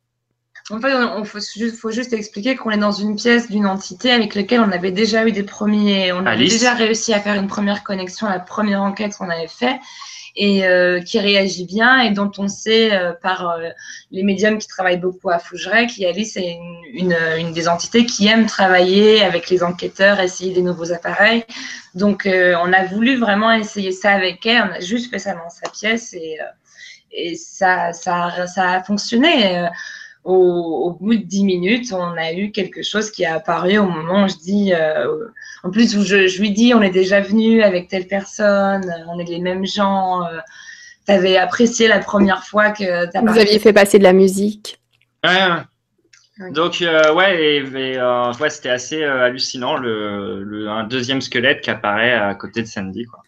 En fait, il faut, faut juste expliquer qu'on est dans une pièce d'une entité avec laquelle on avait déjà eu des premiers… On avait Alice. déjà réussi à faire une première connexion à la première enquête qu'on avait fait et euh, qui réagit bien et dont on sait euh, par euh, les médiums qui travaillent beaucoup à Fougeray qu'Alice est une, une, une des entités qui aime travailler avec les enquêteurs, essayer des nouveaux appareils. Donc, euh, on a voulu vraiment essayer ça avec elle. On a juste fait ça dans sa pièce et… Euh, Et ça, ça, ça a fonctionné. Euh, au, au bout de dix minutes, on a eu quelque chose qui a apparu au moment où je dis… Euh, en plus, où je, je lui dis, on est déjà venu avec telle personne, on est les mêmes gens. Euh, tu avais apprécié la première fois que…
Vous parlé. Aviez fait passer de la musique.
Ouais, ouais. Donc, euh, ouais, et, et, euh, ouais c'était assez euh, hallucinant, le, le, un deuxième squelette qui apparaît à côté de Sandy, quoi.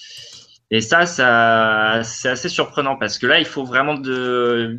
Et ça, ça c'est assez surprenant parce que là, il faut vraiment de,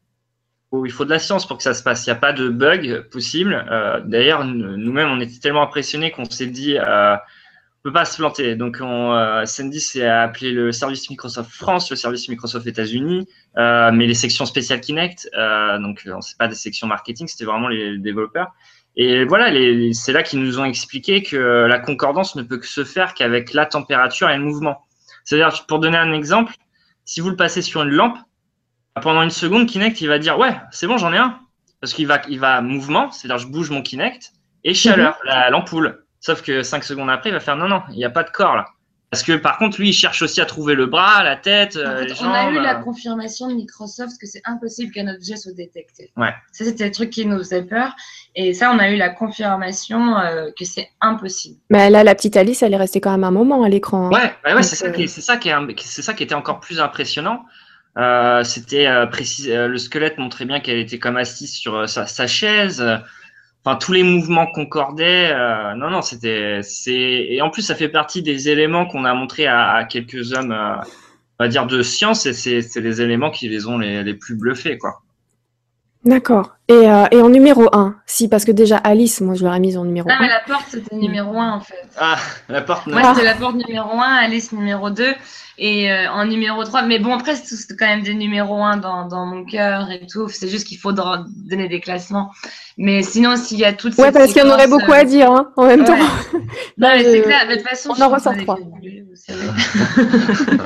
il faut de la science pour que ça se passe. Il n'y a pas de bug possible. Euh, D'ailleurs, nous-mêmes, on était tellement impressionnés qu'on s'est dit, euh, on peut pas se planter. Donc, on, euh, Sandy s'est appelé le service Microsoft France, le service Microsoft États-Unis, euh, mais les sections spéciales Kinect. Euh, donc, c'est pas des sections marketing, c'était vraiment les, les développeurs. Et voilà, c'est là qu'ils nous ont expliqué que la concordance ne peut que se faire qu'avec la température et le mouvement. C'est-à-dire, pour donner un exemple, si vous le passez sur une lampe, pendant une seconde, Kinect, il va dire « Ouais, c'est bon, j'en ai un ». Parce qu'il va, il va mouvement, c'est-à-dire je bouge mon Kinect, et chaleur, mm-hmm. l'ampoule. Sauf que cinq secondes après, il va faire « Non, non, il n'y a pas de corps là ». Parce que par contre, lui, il cherche aussi à trouver le bras, la tête, en fait, les jambes.
On a eu la confirmation de Microsoft que c'est impossible qu'un objet soit détecté.
Ouais.
Ça, c'était le truc qui nous faisait peur. Et ça, on a eu la confirmation euh, que c'est impossible.
Mais là, la petite Alice, elle est restée quand même un moment à l'écran.
Ouais, ouais, ouais c'est ça, qui, ça, qui ça qui était encore plus impressionnant. Euh, c'était euh, précis, euh, le squelette montrait bien qu'elle était comme assise sur euh, sa, sa chaise. Enfin, tous les mouvements concordaient. Euh, non, non, c'était, c'est, et en plus, ça fait partie des éléments qu'on a montrés à, à quelques hommes, euh, on va dire, de science, et c'est, c'est les éléments qui les ont les, les plus bluffés, quoi.
D'accord. Et, euh, et en numéro un, si, parce que déjà Alice, moi je l'aurais mise en numéro
Non,
un.
mais la porte, c'était numéro un, en fait.
Ah, la porte, non.
Moi,
Ah.
c'était la porte numéro un, Alice numéro deux, et euh, en numéro trois. Mais bon, après, c'est c'est quand même des numéros un dans, dans mon cœur et tout. C'est juste qu'il faut dra- donner des classements. Mais sinon, s'il y a toute
Ouais,
cette
parce qu'il y en aurait
séquence,
beaucoup
euh,
à dire, hein, en même temps.
ouais. Non,
Là,
mais
je-
c'est clair. Mais de toute façon,
On
je suis
en
en train
ressort trois.
d'écrire, vous savez.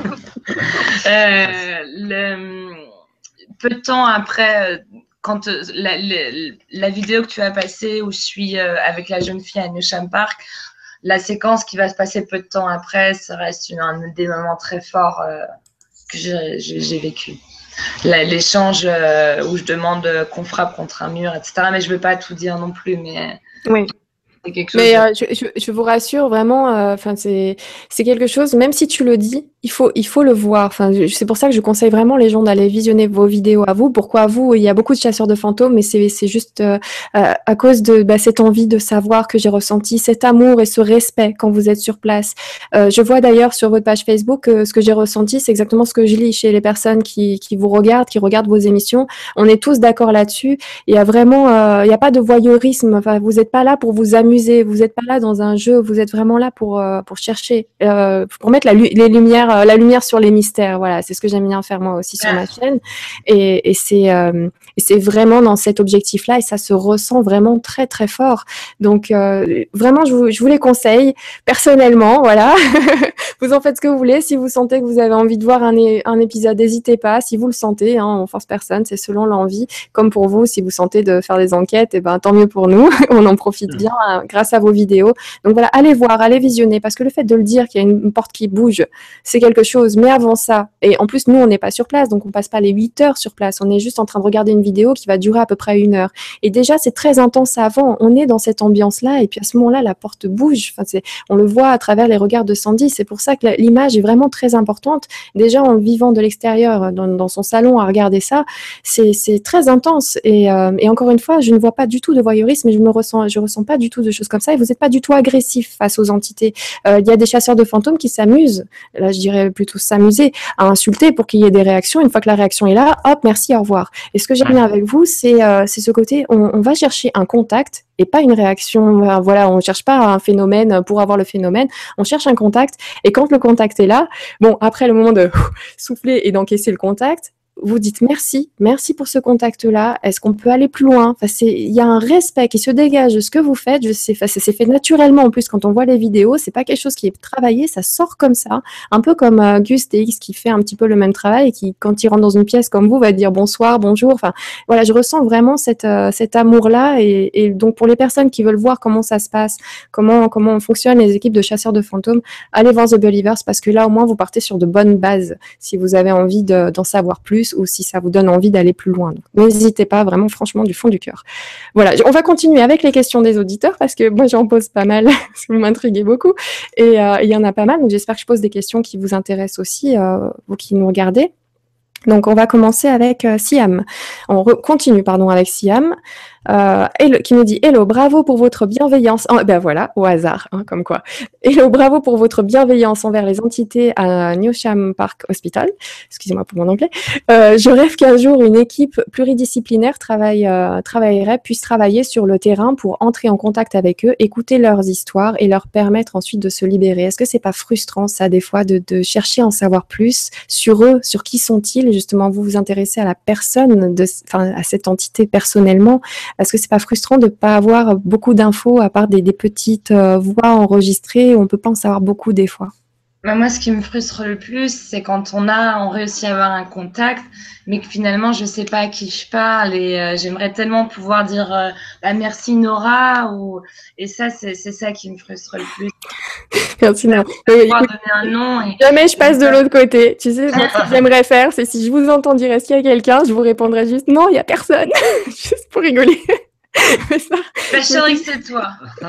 Euh, le, peu de temps après, euh, quand euh, la, la, la vidéo que tu as passée où je suis euh, avec la jeune fille à Newsham Park, la séquence qui va se passer peu de temps après, ça reste une, un des moments très forts euh, que j'ai j'ai vécu. L'échange euh, où je demande euh, qu'on frappe contre un mur, et cetera. Mais je ne veux pas tout dire non plus, mais
Oui.
c'est quelque chose
Mais
de...
euh, je, je, je vous rassure vraiment, enfin c'est c'est quelque chose. Même si tu le dis, il faut il faut le voir. Enfin, c'est pour ça que je conseille vraiment les gens d'aller visionner vos vidéos à vous. Pourquoi à vous? Il y a beaucoup de chasseurs de fantômes, mais c'est c'est juste euh, à cause de bah, cette envie de savoir que j'ai ressenti, cet amour et ce respect quand vous êtes sur place. Euh, je vois d'ailleurs sur votre page Facebook que ce que j'ai ressenti, c'est exactement ce que je lis chez les personnes qui qui vous regardent, qui regardent vos émissions. On est tous d'accord là-dessus. Il y a vraiment, euh, il n'y a pas de voyeurisme. Enfin, vous n'êtes pas là pour vous amuser. Vous n'êtes pas là dans un jeu, vous êtes vraiment là pour euh, pour chercher, euh, pour mettre la, les lumières, euh, la lumière sur les mystères. Voilà, c'est ce que j'aime bien faire moi aussi sur ma chaîne. Et, et c'est euh, et c'est vraiment dans cet objectif-là, et ça se ressent vraiment très très fort. Donc euh, vraiment, je vous, je vous les conseille personnellement. Voilà, vous en faites ce que vous voulez. Si vous sentez que vous avez envie de voir un, un épisode, n'hésitez pas. Si vous le sentez, hein, on force personne, c'est selon l'envie. Comme pour vous, si vous sentez de faire des enquêtes, et eh ben tant mieux pour nous. On en profite bien hein, grâce à vos vidéos. Donc voilà, allez voir, allez visionner, parce que le fait de le dire qu'il y a une porte qui bouge, c'est quelque chose. Mais avant ça, et en plus nous on n'est pas sur place, donc on passe pas les huit heures sur place. On est juste en train de regarder une vidéo qui va durer à peu près une heure. Et déjà c'est très intense avant. On est dans cette ambiance-là, et puis à ce moment-là la porte bouge. Enfin, c'est, on le voit à travers les regards de Sandy. C'est pour ça que l'image est vraiment très importante. Déjà en le vivant de l'extérieur, dans, dans son salon à regarder ça, c'est, c'est très intense. Et, euh, et encore une fois, je ne vois pas du tout de voyeurisme, mais je me ressens, je ressens pas du tout de choses comme ça. Et vous n'êtes pas du tout agressif face aux entités. Euh, il y a des chasseurs de fantômes qui s'amusent, là je dirais plutôt s'amuser, à insulter pour qu'il y ait des réactions. Une fois que la réaction est là, hop, merci, au revoir. Et ce que j'aime bien avec vous, c'est, euh, c'est ce côté, on, on va chercher un contact et pas une réaction. Voilà, on cherche pas un phénomène pour avoir le phénomène. On cherche un contact. Et quand le contact est là, bon, après le moment de souffler et d'encaisser le contact, vous dites merci, merci pour ce contact-là. Est-ce qu'on peut aller plus loin? Enfin, c'est, il y a un respect qui se dégage de ce que vous faites. Je sais, enfin, c'est fait naturellement. En plus, quand on voit les vidéos, c'est pas quelque chose qui est travaillé, ça sort comme ça, un peu comme euh, Gus T X qui fait un petit peu le même travail et qui, quand il rentre dans une pièce comme vous, va dire bonsoir, bonjour. Enfin, voilà, je ressens vraiment cette, euh, cet amour-là. Et, et donc, pour les personnes qui veulent voir comment ça se passe, comment comment fonctionnent les équipes de chasseurs de fantômes, allez voir The Believers parce que là, au moins, vous partez sur de bonnes bases. Si vous avez envie de, d'en savoir plus, ou si ça vous donne envie d'aller plus loin. Donc, n'hésitez pas, vraiment, franchement, du fond du cœur. Voilà, on va continuer avec les questions des auditeurs, parce que moi, j'en pose pas mal, parce que vous m'intriguez beaucoup, et euh, il y en a pas mal, donc j'espère que je pose des questions qui vous intéressent aussi, euh, vous qui nous regardez. Donc, on va commencer avec euh, Siam. On re- continue, pardon, avec Siam, euh, hello, qui nous dit « Hello, bravo pour votre bienveillance. Oh, » Ben voilà, au hasard, hein, comme quoi. « Hello, bravo pour votre bienveillance envers les entités à Newsham Park Hospital. » Excusez-moi pour mon anglais. Euh, je rêve qu'un jour, une équipe pluridisciplinaire travaille, euh, travaillerait, puisse travailler sur le terrain pour entrer en contact avec eux, écouter leurs histoires et leur permettre ensuite de se libérer. Est-ce que c'est pas frustrant, ça, des fois, de, de chercher à en savoir plus sur eux, sur qui sont-ils? Justement, vous vous intéressez à la personne, de, enfin, à cette entité personnellement. Est-ce que c'est pas frustrant de pas avoir beaucoup d'infos à part des, des petites euh, voix enregistrées où on peut pas en savoir beaucoup des fois?
Bah, moi, ce qui me frustre le plus, c'est quand on a, on réussit à avoir un contact, mais que finalement, je sais pas à qui je parle et euh, j'aimerais tellement pouvoir dire euh, bah, merci Nora ou et ça, c'est c'est ça qui me frustre le plus.
Merci, Nora.
Euh, pouvoir donner un nom et
jamais je passe de l'autre côté. Tu sais, moi, ce que j'aimerais faire, c'est si je vous entends dire est-ce qu'il y a quelqu'un, je vous répondrais juste non, il y a personne, juste pour rigoler. Mais ça,
bah, je saurais que c'est toi.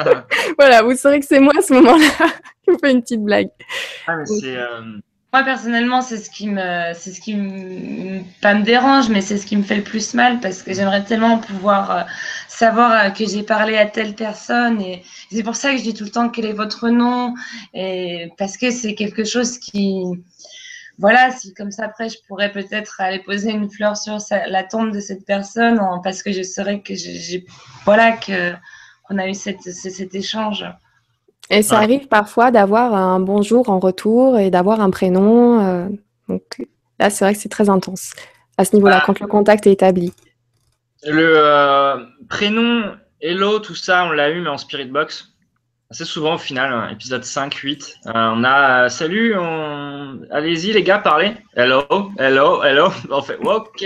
Voilà, vous saurez que c'est moi à ce moment-là. Je vous fais une petite blague.
Ah, mais c'est, euh...
Moi, personnellement, c'est ce qui me, c'est ce qui me, pas me dérange, mais c'est ce qui me fait le plus mal parce que j'aimerais tellement pouvoir euh, savoir euh, que j'ai parlé à telle personne et c'est pour ça que je dis tout le temps quel est votre nom et parce que c'est quelque chose qui, voilà, si comme ça après je pourrais peut-être aller poser une fleur sur sa, la tombe de cette personne, en, parce que je saurais que j'ai, voilà, que qu'on a eu cette, cet échange.
Et ça arrive parfois d'avoir un bonjour en retour et d'avoir un prénom. Euh, donc là, c'est vrai que c'est très intense à ce niveau-là,
Ah,
quand le contact est établi.
Le euh, prénom, hello, tout ça, on l'a eu, mais en Spirit Box. Assez souvent au final, hein, épisode cinq, huit. Euh, on a euh, salut, on... allez-y les gars, parlez. Hello, hello, hello. On fait ok.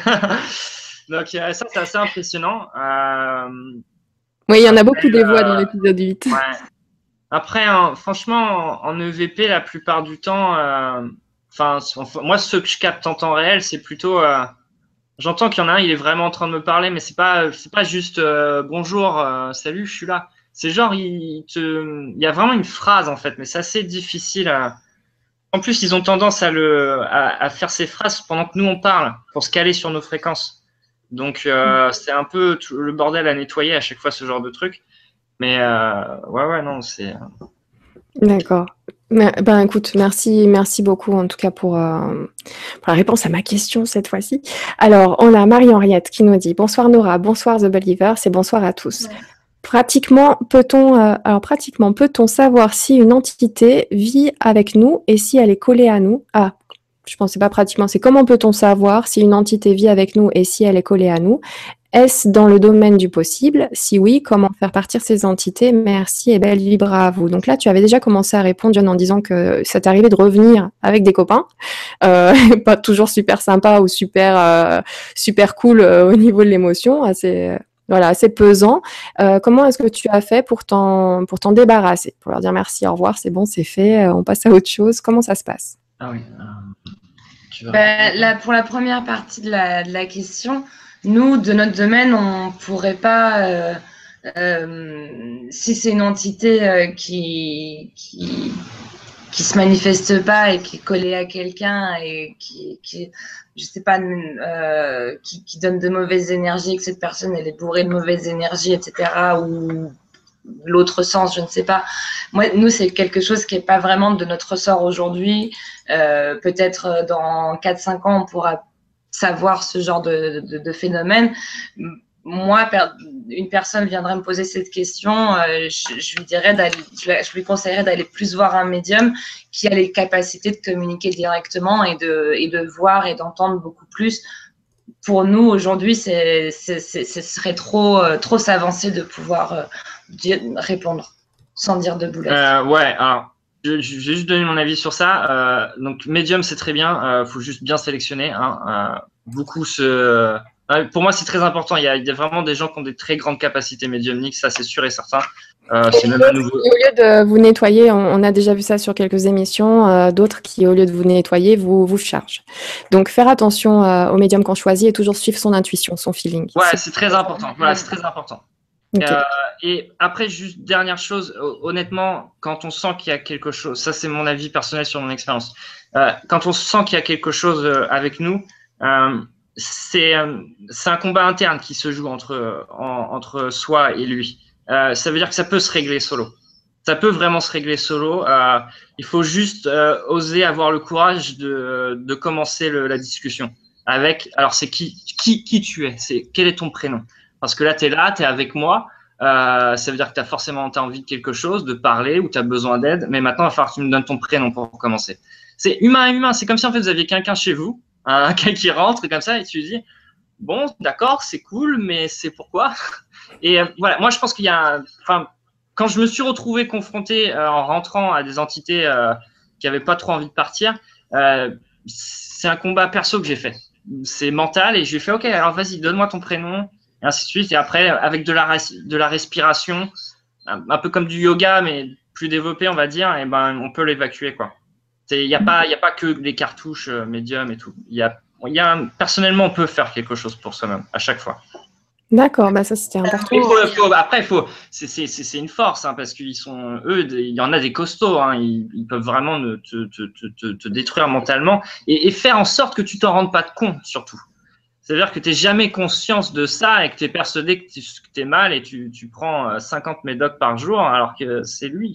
Donc euh, ça, c'est assez impressionnant. Euh,
Oui, il y en a
après,
beaucoup des voix dans
euh,
l'épisode huit.
ouais. Après, hein, franchement, en, en E V P, la plupart du temps, euh, enfin, moi, ce que je capte en temps réel, c'est plutôt, euh, j'entends qu'il y en a un, il est vraiment en train de me parler, mais c'est pas, c'est pas juste euh, bonjour, euh, salut, je suis là. C'est genre, il, te, il y a vraiment une phrase en fait, mais c'est assez difficile. À... En plus, ils ont tendance à le, à, à faire ces phrases pendant que nous on parle pour se caler sur nos fréquences. Donc, euh, c'est un peu tout le bordel à nettoyer à chaque fois ce genre de truc. Mais euh, ouais, ouais, non, c'est.
D'accord. Ben écoute, merci, merci beaucoup en tout cas pour, euh, pour la réponse à ma question cette fois-ci. Alors, on a Marie-Henriette qui nous dit bonsoir Nora, bonsoir The Believers et bonsoir à tous. Ouais. Pratiquement, peut-on, euh, alors pratiquement, peut-on savoir si une entité vit avec nous et si elle est collée à nous? Ah, je pensais pas pratiquement, c'est comment peut-on savoir si une entité vit avec nous et si elle est collée à nous? Est-ce dans le domaine du possible? Si oui, comment faire partir ces entités? Merci et belle libre à vous. Donc là, tu avais déjà commencé à répondre, John, en disant que ça t'arrivait de revenir avec des copains, euh, pas toujours super sympa ou super euh, super cool euh, au niveau de l'émotion, assez voilà, assez pesant. Euh, comment est-ce que tu as fait pour t'en pour t'en débarrasser, pour leur dire merci, au revoir, c'est bon, c'est fait, on passe à autre chose? Comment ça se passe?
Ah oui. Euh, tu vas...
ben, là, pour la première partie de la, de la question, nous, de notre domaine, on pourrait pas, euh, euh, si c'est une entité euh, qui, qui, qui se manifeste pas et qui est collée à quelqu'un et qui, qui je sais pas, euh, qui, qui donne de mauvaises énergies, que cette personne elle est bourrée de mauvaises énergies, et cetera, ou l'autre sens, je ne sais pas. Moi, nous, c'est quelque chose qui n'est pas vraiment de notre ressort aujourd'hui. Euh, peut-être dans quatre cinq ans, on pourra savoir ce genre de, de, de phénomène. Moi, une personne viendrait me poser cette question, euh, je, je lui dirais d'aller, je lui conseillerais d'aller plus voir un médium qui a les capacités de communiquer directement et de, et de voir et d'entendre beaucoup plus. Pour nous, aujourd'hui, c'est, c'est, c'est, ce serait trop, euh, trop s'avancer de pouvoir euh, dire, répondre sans dire de boulette.
Euh, ouais, alors, je, je vais juste donner mon avis sur ça. Euh, donc, médium, c'est très bien. Il euh, faut juste bien sélectionner. Hein. Euh, beaucoup se... Pour moi, c'est très important. Il y, a, il y a vraiment des gens qui ont des très grandes capacités médiumniques, ça c'est sûr et certain. Euh, c'est même un nouveau...
Au lieu de vous nettoyer, on, on a déjà vu ça sur quelques émissions, euh, d'autres qui, au lieu de vous nettoyer, vous, vous chargent. Donc, faire attention euh, au médium qu'on choisit et toujours suivre son intuition, son feeling.
Ouais, c'est très important. Voilà, c'est très important.
Okay.
Euh, et après, juste dernière chose, honnêtement, quand on sent qu'il y a quelque chose, ça c'est mon avis personnel sur mon expérience, euh, quand on sent qu'il y a quelque chose avec nous, euh, c'est euh, un combat interne qui se joue entre, en, entre soi et lui. Euh, ça veut dire que ça peut se régler solo. Ça peut vraiment se régler solo. Euh, il faut juste euh, oser avoir le courage de, de commencer le, la discussion avec. Alors, c'est qui, qui, qui tu es, c'est quel est ton prénom. Parce que là, tu es là, tu es avec moi. Euh, ça veut dire que tu as forcément as envie de quelque chose, de parler ou tu as besoin d'aide. Mais maintenant, il va falloir que tu me donnes ton prénom pour commencer. C'est humain à humain. C'est comme si en fait, vous aviez quelqu'un chez vous, hein, quelqu'un qui rentre comme ça et tu lui dis bon, d'accord, c'est cool, mais c'est pourquoi. Et euh, voilà, moi, je pense qu'il y a. Enfin, quand je me suis retrouvé confronté euh, en rentrant à des entités euh, qui n'avaient pas trop envie de partir, euh, c'est un combat perso que j'ai fait. C'est mental et je lui ai fait ok, alors vas-y, donne-moi ton prénom et ainsi de suite. Et après, avec de la, de la respiration, un, un peu comme du yoga, mais plus développé, on va dire, et ben, on peut l'évacuer, quoi. Il n'y a pas, il y a pas que des cartouches euh, médium et tout. Il y a, il y a, personnellement, on peut faire quelque chose pour soi-même à chaque fois.
D'accord, bah ça c'était important.
Il faut, faut, après, il faut, c'est une force hein, parce qu'ils sont, eux, il y en a des costauds, hein, ils, ils peuvent vraiment te, te, te, te détruire mentalement et, et faire en sorte que tu t'en rendes pas de compte, surtout. C'est-à-dire que tu n'es jamais conscience de ça et que tu es persuadé que tu es mal et tu, tu prends cinquante médocs par jour alors que c'est lui.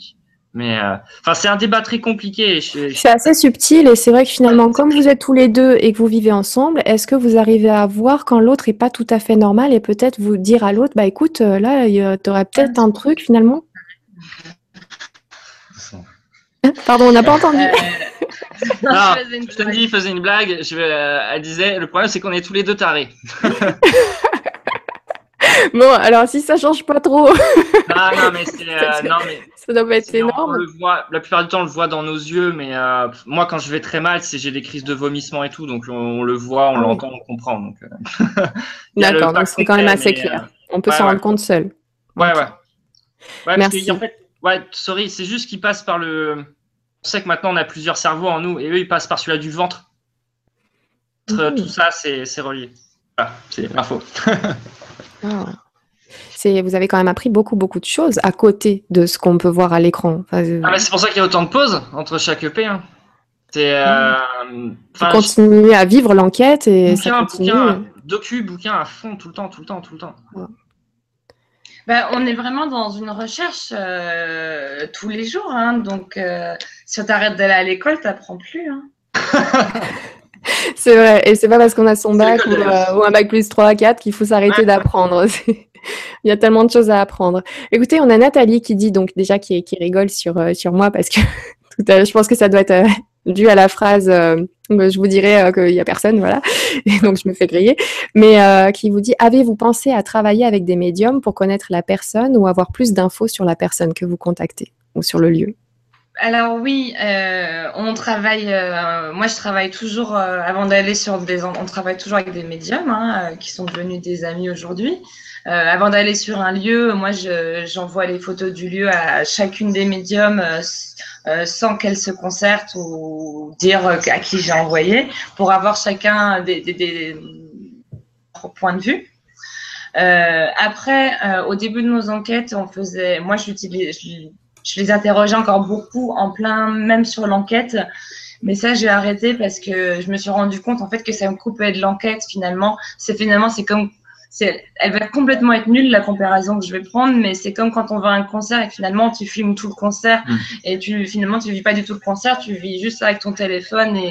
Mais euh, enfin, c'est un débat très compliqué. Je, je...
C'est assez subtil et c'est vrai que finalement, comme vous êtes tous les deux et que vous vivez ensemble, est-ce que vous arrivez à voir quand l'autre est pas tout à fait normal et peut-être vous dire à l'autre, bah écoute, euh, là, tu aurais peut-être un truc finalement. Pardon, on n'a pas entendu.
Euh... non, non je te dis, il faisait une blague. Je, euh, elle disait, le problème c'est qu'on est tous les deux tarés.
Bon, alors si ça change pas trop.
non, non, mais c'est, euh, non, mais
ça doit pas être énorme.
On, on le voit, la plupart du temps, on le voit dans nos yeux, mais euh, moi, quand je vais très mal, c'est j'ai des crises de vomissement et tout, donc on, on le voit, on ah, l'entend, oui. on comprend. Donc, euh...
d'accord, donc c'est quand même assez mais, clair. Euh... On peut ouais, s'en ouais. rendre compte seul.
Ouais, okay. ouais. Ouais, Merci. Parce que, en fait, ouais, sorry, c'est juste qu'ils passent par le. On sait que maintenant, on a plusieurs cerveaux en nous, et eux, ils passent par celui-là du ventre. Mmh. Tout ça, c'est relié. Voilà, c'est l'info.
Ah. Vous avez quand même appris beaucoup, beaucoup de choses à côté de ce qu'on peut voir à l'écran. Enfin,
ah, c'est pour ça qu'il y a autant de pauses entre chaque E P. Hein. C'est euh,
mmh. continuer je... à vivre l'enquête et
bouquin,
ça continue.
Bouquin, docu, bouquin à fond, tout le temps, tout le temps, tout le temps. Ouais.
Bah, on est vraiment dans une recherche euh, tous les jours. Hein, donc, euh, si tu arrêtes d'aller à l'école, tu n'apprends plus. Hein.
C'est vrai, et c'est pas parce qu'on a son bac ou, euh, ou un bac plus trois, quatre qu'il faut s'arrêter ouais. d'apprendre. Il y a tellement de choses à apprendre. Écoutez, on a Nathalie qui dit, donc déjà, qui, qui rigole sur, euh, sur moi parce que tout à, je pense que ça doit être euh, dû à la phrase euh, je vous dirai euh, qu'il y a personne, voilà. Et donc, je me fais griller. Mais euh, qui vous dit, avez-vous pensé à travailler avec des médiums pour connaître la personne ou avoir plus d'infos sur la personne que vous contactez ou sur le lieu?
Alors oui, euh, on travaille. Euh, moi, je travaille toujours euh, avant d'aller sur des. On travaille toujours avec des médiums hein, euh, qui sont devenus des amis aujourd'hui. Euh, avant d'aller sur un lieu, moi, j'envoie je, les photos du lieu à chacune des médiums euh, euh, sans qu'elles se concertent ou dire à qui j'ai envoyé pour avoir chacun des, des, des points de vue. Euh, après, euh, au début de nos enquêtes, on faisait. Moi, j'utilise. Je les interrogeais encore beaucoup en plein, même sur l'enquête. Mais ça, j'ai arrêté parce que je me suis rendu compte en fait que ça me coupait de l'enquête finalement. C'est finalement, c'est comme, elle va complètement être nulle la comparaison que je vais prendre, mais c'est comme quand on va à un concert et que finalement tu filmes tout le concert mmh. et tu finalement tu vis pas du tout le concert, tu vis juste avec ton téléphone et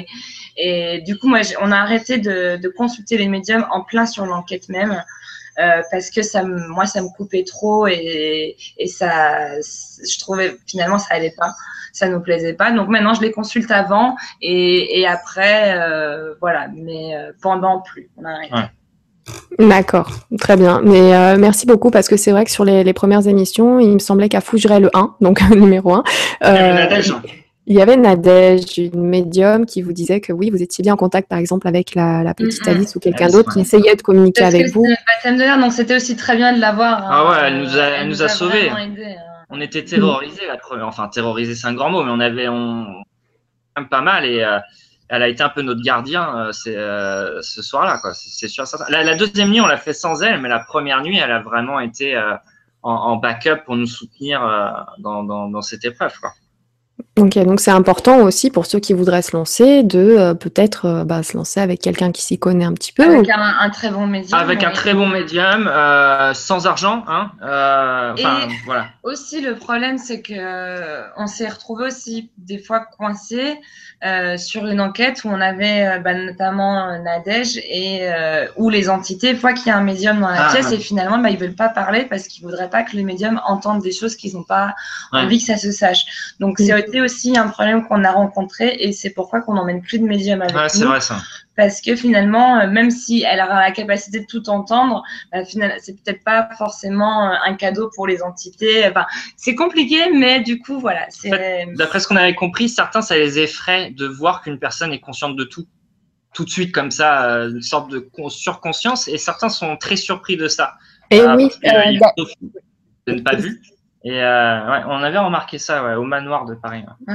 et du coup moi on a arrêté de, de consulter les médiums en plein sur l'enquête même. Euh, parce que ça me, moi, ça me coupait trop et, et ça, je trouvais finalement ça allait pas, ça nous plaisait pas. Donc maintenant, je les consulte avant et, et après, euh, voilà. Mais euh, pendant plus, on a arrêté.
Ouais. D'accord, très bien. Mais euh, merci beaucoup parce que c'est vrai que sur les, les premières émissions, il me semblait qu'à Fougeray le un, donc numéro un.
Euh,
Il y avait Nadège, une médium, qui vous disait que oui, vous étiez bien en contact, par exemple, avec la, la petite mm-hmm. Alice ou quelqu'un Alice, d'autre ouais. qui essayait de communiquer
Parce
avec
que
vous.
C'était le baptême de l'air, donc c'était aussi très bien de l'avoir.
Ah ouais, elle nous a, elle elle nous a, a sauvés. Hein. On était terrorisés, la première. Enfin, terrorisés, c'est un grand mot, mais on avait on... quand même pas mal et euh, elle a été un peu notre gardien euh, euh, ce soir-là, quoi. C'est sûr. La, la deuxième nuit, on l'a fait sans elle, mais la première nuit, elle a vraiment été euh, en, en backup pour nous soutenir euh, dans, dans, dans cette épreuve, quoi.
Ok, donc c'est important aussi pour ceux qui voudraient se lancer de euh, peut-être euh, bah, se lancer avec quelqu'un qui s'y connaît un petit peu.
Avec un, un très bon médium.
Avec un très bon médium, euh, sans argent. Hein, euh,
et
voilà.
Aussi, le problème, c'est que euh, on s'est retrouvé aussi des fois coincé euh, sur une enquête où on avait euh, bah, notamment Nadège et euh, où les entités, une fois qu'il y a un médium dans la ah, pièce, ouais. et finalement, bah, ils veulent pas parler parce qu'ils voudraient pas que les médiums entendent des choses qu'ils n'ont pas ouais. envie que ça se sache. Donc, c'est C'était aussi un problème qu'on a rencontré et c'est pourquoi qu'on n'emmène plus de médium avec
ouais,
nous.
C'est vrai ça.
Parce que finalement, même si elle aura la capacité de tout entendre, bah, finalement, c'est peut-être pas forcément un cadeau pour les entités. Enfin, c'est compliqué, mais du coup, voilà.
En fait, d'après ce qu'on avait compris, certains, ça les effraie de voir qu'une personne est consciente de tout. Tout de suite, comme ça, une sorte de surconscience. Et certains sont très surpris de ça.
Et euh, oui,
parce que, euh, bah... de ne pas vu. Et euh, ouais, on avait remarqué ça ouais, au manoir de Paris.
Ouais. Ouais.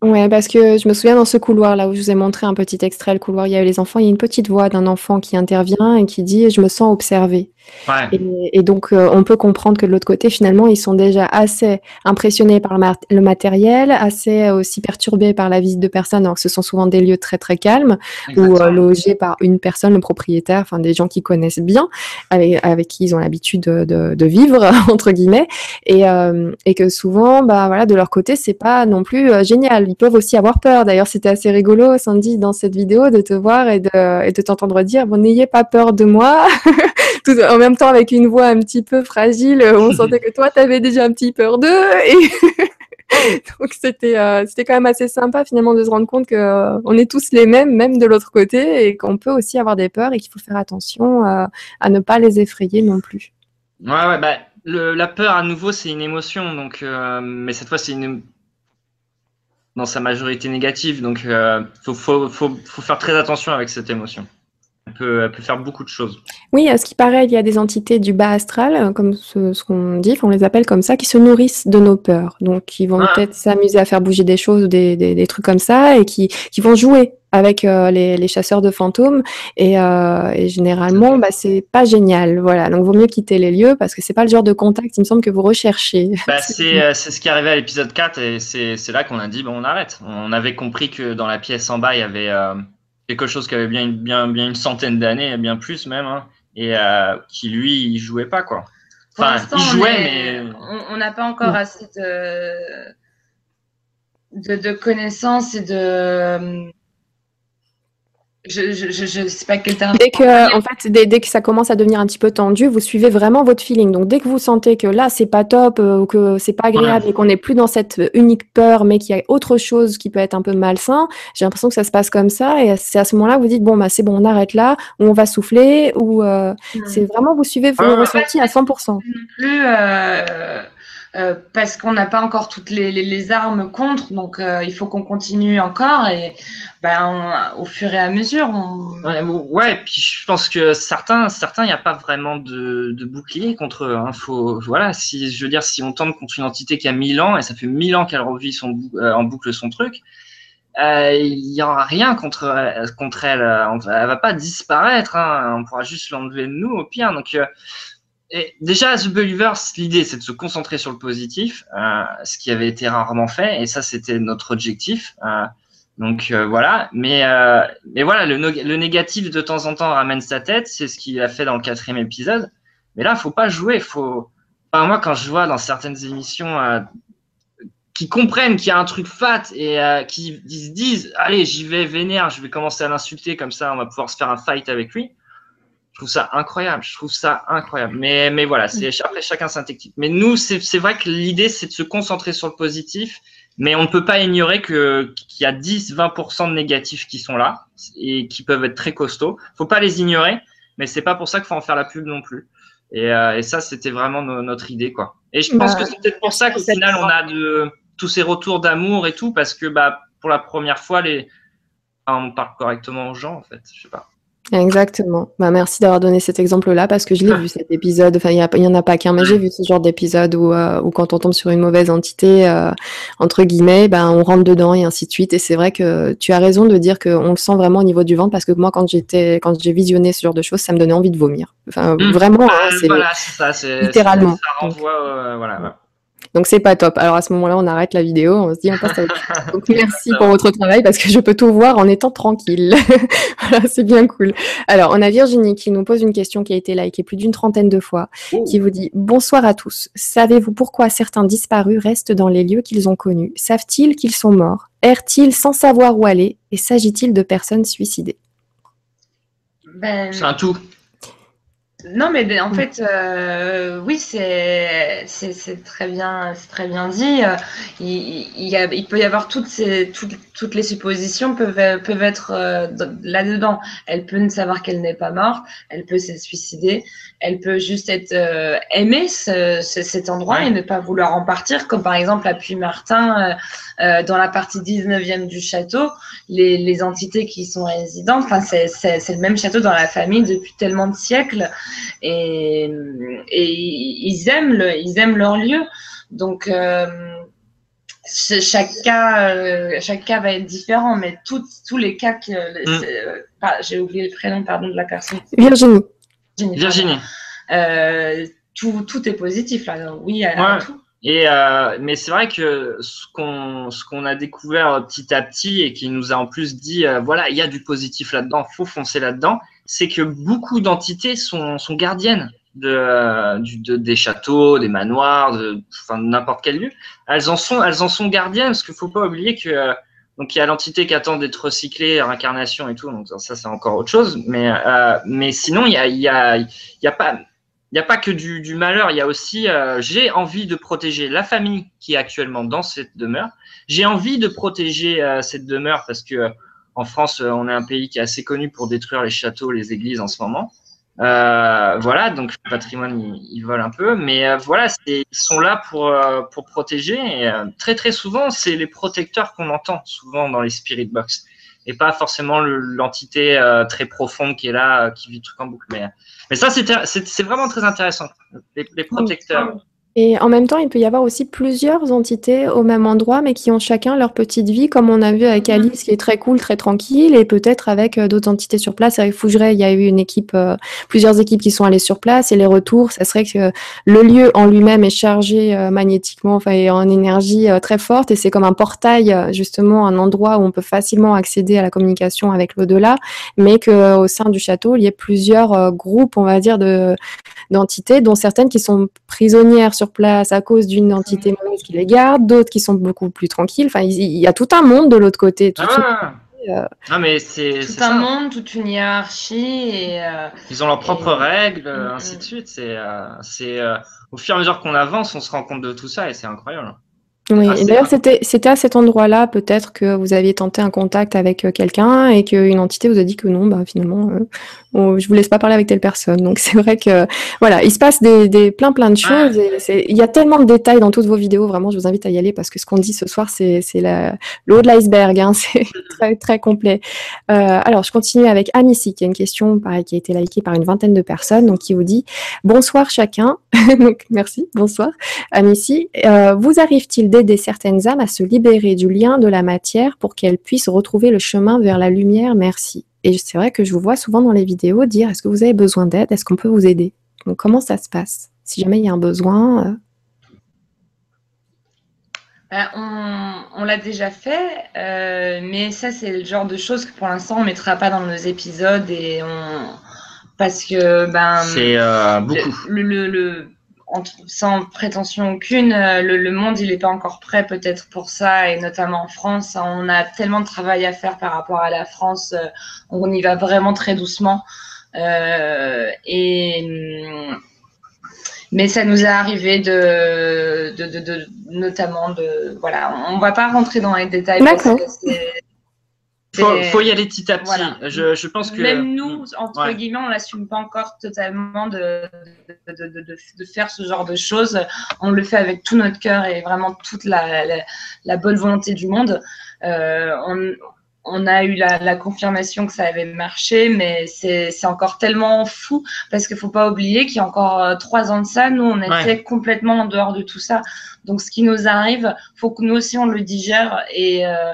Ouais, parce que je me souviens dans ce couloir là où je vous ai montré un petit extrait, le couloir, il y a eu les enfants, il y a une petite voix d'un enfant qui intervient et qui dit: «Je me sens observé».
Ouais,
Et, et donc, euh, on peut comprendre que de l'autre côté, finalement, ils sont déjà assez impressionnés par le, mat- le matériel, assez aussi perturbés par la visite de personnes, alors que ce sont souvent des lieux très très calmes, ou euh,
exactement.
logés par une personne, le propriétaire, enfin des gens qui connaissent bien, avec, avec qui ils ont l'habitude de, de, de vivre, entre guillemets, et, euh, et que souvent, bah, voilà, de leur côté, c'est pas non plus euh, génial. Ils peuvent aussi avoir peur. D'ailleurs, c'était assez rigolo, Sandy, dans cette vidéo, de te voir et de, et de t'entendre dire, bon, n'ayez pas peur de moi. Tout en même temps avec une voix un petit peu fragile, on sentait que toi, tu avais déjà un petit peur d'eux. Et donc, c'était euh, c'était quand même assez sympa finalement de se rendre compte qu'on euh, est tous les mêmes, même de l'autre côté, et qu'on peut aussi avoir des peurs et qu'il faut faire attention euh, à ne pas les effrayer non plus.
Ouais, ouais, bah, le, la peur, à nouveau, c'est une émotion, donc, euh, mais cette fois, c'est une, dans sa majorité négative, donc euh, faut, faut, faut, faut faire très attention avec cette émotion. Elle peut, elle peut faire beaucoup de choses.
Oui, à ce qui paraît, il y a des entités du bas astral, euh, comme ce, ce qu'on dit, on les appelle comme ça, qui se nourrissent de nos peurs. Donc, ils vont
Ah,
peut-être s'amuser à faire bouger des choses, des, des, des trucs comme ça, et qui, qui vont jouer avec euh, les, les chasseurs de fantômes. Et, euh, et généralement, bah, c'est pas génial. Voilà. Donc, vaut mieux quitter les lieux parce que c'est pas le genre de contact, il me semble, que vous recherchez.
bah, c'est euh, c'est ce qui est arrivé à l'épisode quatre et c'est c'est là qu'on a dit bon, on arrête. On avait compris que dans la pièce en bas, il y avait euh, quelque chose qui avait bien une, bien, bien une centaine d'années, bien plus même, hein, et euh, qui lui, il jouait pas quoi.
Pour
Enfin,
l'instant,
il
on
jouait,
est-
mais
on on n'a pas encore assez de, de, de connaissances et de. Je, je, je, je sais pas quel terme.
Dès que, en fait, dès, dès que ça commence à devenir un petit peu tendu, vous suivez vraiment votre feeling. Donc, dès que vous sentez que là, c'est pas top euh, ou que c'est pas
ouais.
agréable et qu'on n'est plus dans cette unique peur, mais qu'il y a autre chose qui peut être un peu malsain, j'ai l'impression que ça se passe comme ça. Et c'est à ce moment-là que vous dites, bon, bah, c'est bon, on arrête là, ou on va souffler, ou euh, c'est vraiment, vous suivez vos
Ouais, ouais.
ressentis à cent pour cent.
Non plus euh, euh, parce qu'on n'a pas encore toutes les, les, les armes contre, donc euh, il faut qu'on continue encore et ben, on- au fur et à mesure, on.
Ouais, ouais, puis je pense que certains, certains, il n'y a pas vraiment de, de bouclier contre eux. Hein. Faut, voilà, si je veux dire, si on tombe contre une entité qui a mille ans et ça fait mille ans qu'elle revit son, bou- euh, en boucle son truc, euh, il y aura rien contre euh, contre elle. euh, on- Elle va pas disparaître. Hein. On pourra juste l'enlever de nous au pire. Donc euh, et déjà, The Believers, l'idée, c'est de se concentrer sur le positif, euh, ce qui avait été rarement fait, et ça, c'était notre objectif. Euh, donc euh, voilà, mais euh, mais voilà, le, no- le négatif de temps en temps ramène sa tête, c'est ce qu'il a fait dans le quatrième épisode. Mais là, faut pas jouer, faut. Enfin, moi, quand je vois dans certaines émissions euh, qui comprennent qu'il y a un truc fat et euh, qui se disent, allez, j'y vais vénère, je vais commencer à l'insulter comme ça, on va pouvoir se faire un fight avec lui. Je trouve ça incroyable, je trouve ça incroyable. Mais, mais voilà, c'est après chacun sa technique. Mais nous, c'est c'est vrai que l'idée, c'est de se concentrer sur le positif, mais on ne peut pas ignorer que qu'il y a dix vingt pour cent de négatifs qui sont là et qui peuvent être très costauds. Faut pas les ignorer, mais c'est pas pour ça qu'il faut en faire la pub non plus. Et, euh, et ça, c'était vraiment no- notre idée, quoi. Et je pense
Bah,
que c'est peut-être pour ça qu'au final, on a de tous ces retours d'amour et tout, parce que bah pour la première fois, les on parle correctement aux gens, en fait. Je sais pas.
Exactement. Bah, merci d'avoir donné cet exemple-là parce que je l'ai vu cet épisode. Enfin, il y, a- il y en a pas qu'un, mais j'ai vu ce genre d'épisode où, euh, où quand on tombe sur une mauvaise entité, euh, entre guillemets, ben, on rentre dedans et ainsi de suite. Et c'est vrai que tu as raison de dire qu'on le sent vraiment au niveau du ventre parce que moi, quand j'étais, quand j'ai visionné ce genre de choses, ça me donnait envie de vomir. Enfin,
Mmh.
vraiment,
Bah,
hein, c'est
voilà, c'est ça, c'est
littéralement.
ça renvoie, euh, voilà. Ouais.
Donc c'est pas top. Alors à ce moment-là, on arrête la vidéo, on se dit on passe à autre chose. Donc merci pour
Exactement.
votre travail parce que je peux tout voir en étant tranquille. Voilà, c'est bien cool. Alors on a Virginie qui nous pose une question qui a été likée plus d'une trentaine de fois, qui vous dit bonsoir à tous. Savez-vous pourquoi certains disparus restent dans les lieux qu'ils ont connus? Savent-ils qu'ils sont morts? Errent-ils sans savoir où aller? Et s'agit-il de personnes suicidées?
Ben,
C'est un tout.
non, mais ben, en fait, euh, oui, c'est c'est c'est très bien, c'est très bien dit. Euh, Il, il, y a, il peut y avoir toutes ces toutes, toutes les suppositions peuvent peuvent être euh, d- là-dedans. Elle peut ne savoir qu'elle n'est pas morte, elle peut se suicider, elle peut juste être euh, aimer ce, ce- cet endroit
Ouais.
et ne pas vouloir en partir, comme par exemple à Puy-Martin, euh, euh, dans la partie dix-neuvième du château, les, les entités qui y sont résidentes, enfin c'est c'est c'est le même château dans la famille depuis tellement de siècles. Et, et ils aiment le, ils aiment leur lieu. Donc, euh, chaque cas, euh, chaque cas va être différent, mais tout, tous les cas que mm. euh, j'ai oublié le prénom, pardon, de la personne.
Virginie.
Virginie. Virginie.
Euh, tout, tout est positif là. Donc, oui, à,
ouais.
tout.
Et euh, mais c'est vrai que ce qu'on ce qu'on a découvert petit à petit et qui nous a en plus dit euh, voilà, il y a du positif là-dedans, faut foncer là-dedans, c'est que beaucoup d'entités sont sont gardiennes de, euh, du, de des châteaux, des manoirs, de enfin n'importe quel lieu. Elles en sont elles en sont gardiennes parce qu'il faut pas oublier que euh, donc il y a l'entité qui attend d'être recyclée, réincarnation et tout, donc ça c'est encore autre chose. Mais euh, mais sinon il y a il y a il y a pas Il n'y a pas que du, du malheur, il y a aussi, euh, j'ai envie de protéger la famille qui est actuellement dans cette demeure. J'ai envie de protéger euh, cette demeure parce que euh, en France, euh, on est un pays qui est assez connu pour détruire les châteaux, les églises en ce moment. Euh, voilà, donc le patrimoine, ils, ils volent un peu, mais euh, voilà, ils sont là pour euh, pour protéger. Et euh, très très souvent, c'est les protecteurs qu'on entend souvent dans les spirit box, et pas forcément l'entité euh, très profonde qui est là, euh, qui vit le truc en boucle. Mais mais ça, c'est vraiment très intéressant, les, les protecteurs.
Et en même temps, il peut y avoir aussi plusieurs entités au même endroit, mais qui ont chacun leur petite vie, comme on a vu avec Alice, qui est très cool, très tranquille, et peut-être avec euh, d'autres entités sur place. Avec Fougeray, il y a eu une équipe, euh, plusieurs équipes qui sont allées sur place, et les retours, ça serait que le lieu en lui-même est chargé euh, magnétiquement, enfin, et en énergie euh, très forte, et c'est comme un portail, justement, un endroit où on peut facilement accéder à la communication avec l'au-delà, mais qu'au sein du château, il y ait plusieurs euh, groupes, on va dire, de d'entités, dont certaines qui sont prisonnières sur place à cause d'une entité mauvaise qui les garde, d'autres qui sont beaucoup plus tranquilles. Enfin, il y a tout un monde de l'autre côté. Tout
ah, euh... ah, mais c'est
tout
un
ça. monde, toute une hiérarchie. Et, euh,
ils ont leurs propres et... règles, euh, mmh. ainsi de suite. C'est, euh, c'est euh, au fur et à mesure qu'on avance, on se rend compte de tout ça et c'est incroyable.
Oui, ah, et d'ailleurs, c'était c'était à cet endroit-là, peut-être que vous aviez tenté un contact avec quelqu'un et qu'une entité vous a dit que non, bah finalement, euh, on, je vous laisse pas parler avec telle personne. Donc c'est vrai que voilà, il se passe des, des plein plein de choses. Et c'est, il y a tellement de détails dans toutes vos vidéos. Vraiment, je vous invite à y aller parce que ce qu'on dit ce soir, c'est c'est la, le haut de l'iceberg. Hein, c'est très très complet. Euh, alors, je continue avec Amici, qui a une question, pareil, qui a été likée par une vingtaine de personnes, donc qui vous dit bonsoir chacun. Donc merci, bonsoir Amici. Euh, vous arrive-t-il d'aider certaines âmes à se libérer du lien de la matière pour qu'elles puissent retrouver le chemin vers la lumière? Merci. Et c'est vrai que je vous vois souvent dans les vidéos dire est-ce que vous avez besoin d'aide? Est-ce qu'on peut vous aider? Donc comment ça se passe? Si jamais il y a un besoin. Euh...
Ben, on, on l'a déjà fait, euh, mais ça c'est le genre de choses que pour l'instant on ne mettra pas dans nos épisodes et on parce que ben
c'est euh, beaucoup.
Le, le, le, sans prétention aucune, le, le monde il n'est pas encore prêt peut-être pour ça, et notamment en France, on a tellement de travail à faire par rapport à la France, on y va vraiment très doucement. Euh, et mais ça nous est arrivé de, de, de, de notamment de voilà, on va pas rentrer dans les détails parce que c'est
Faut, faut y aller petit à petit. Voilà. Je, je pense que
même nous, entre ouais. guillemets, on l'assume pas encore totalement de, de, de, de, de faire ce genre de choses. On le fait avec tout notre cœur et vraiment toute la, la, la bonne volonté du monde. Euh, on, on a eu la, la confirmation que ça avait marché, mais c'est, c'est encore tellement fou parce qu'il faut pas oublier qu'il y a encore trois ans de ça, nous, on était ouais. complètement en dehors de tout ça. Donc, ce qui nous arrive, faut que nous aussi on le digère et euh,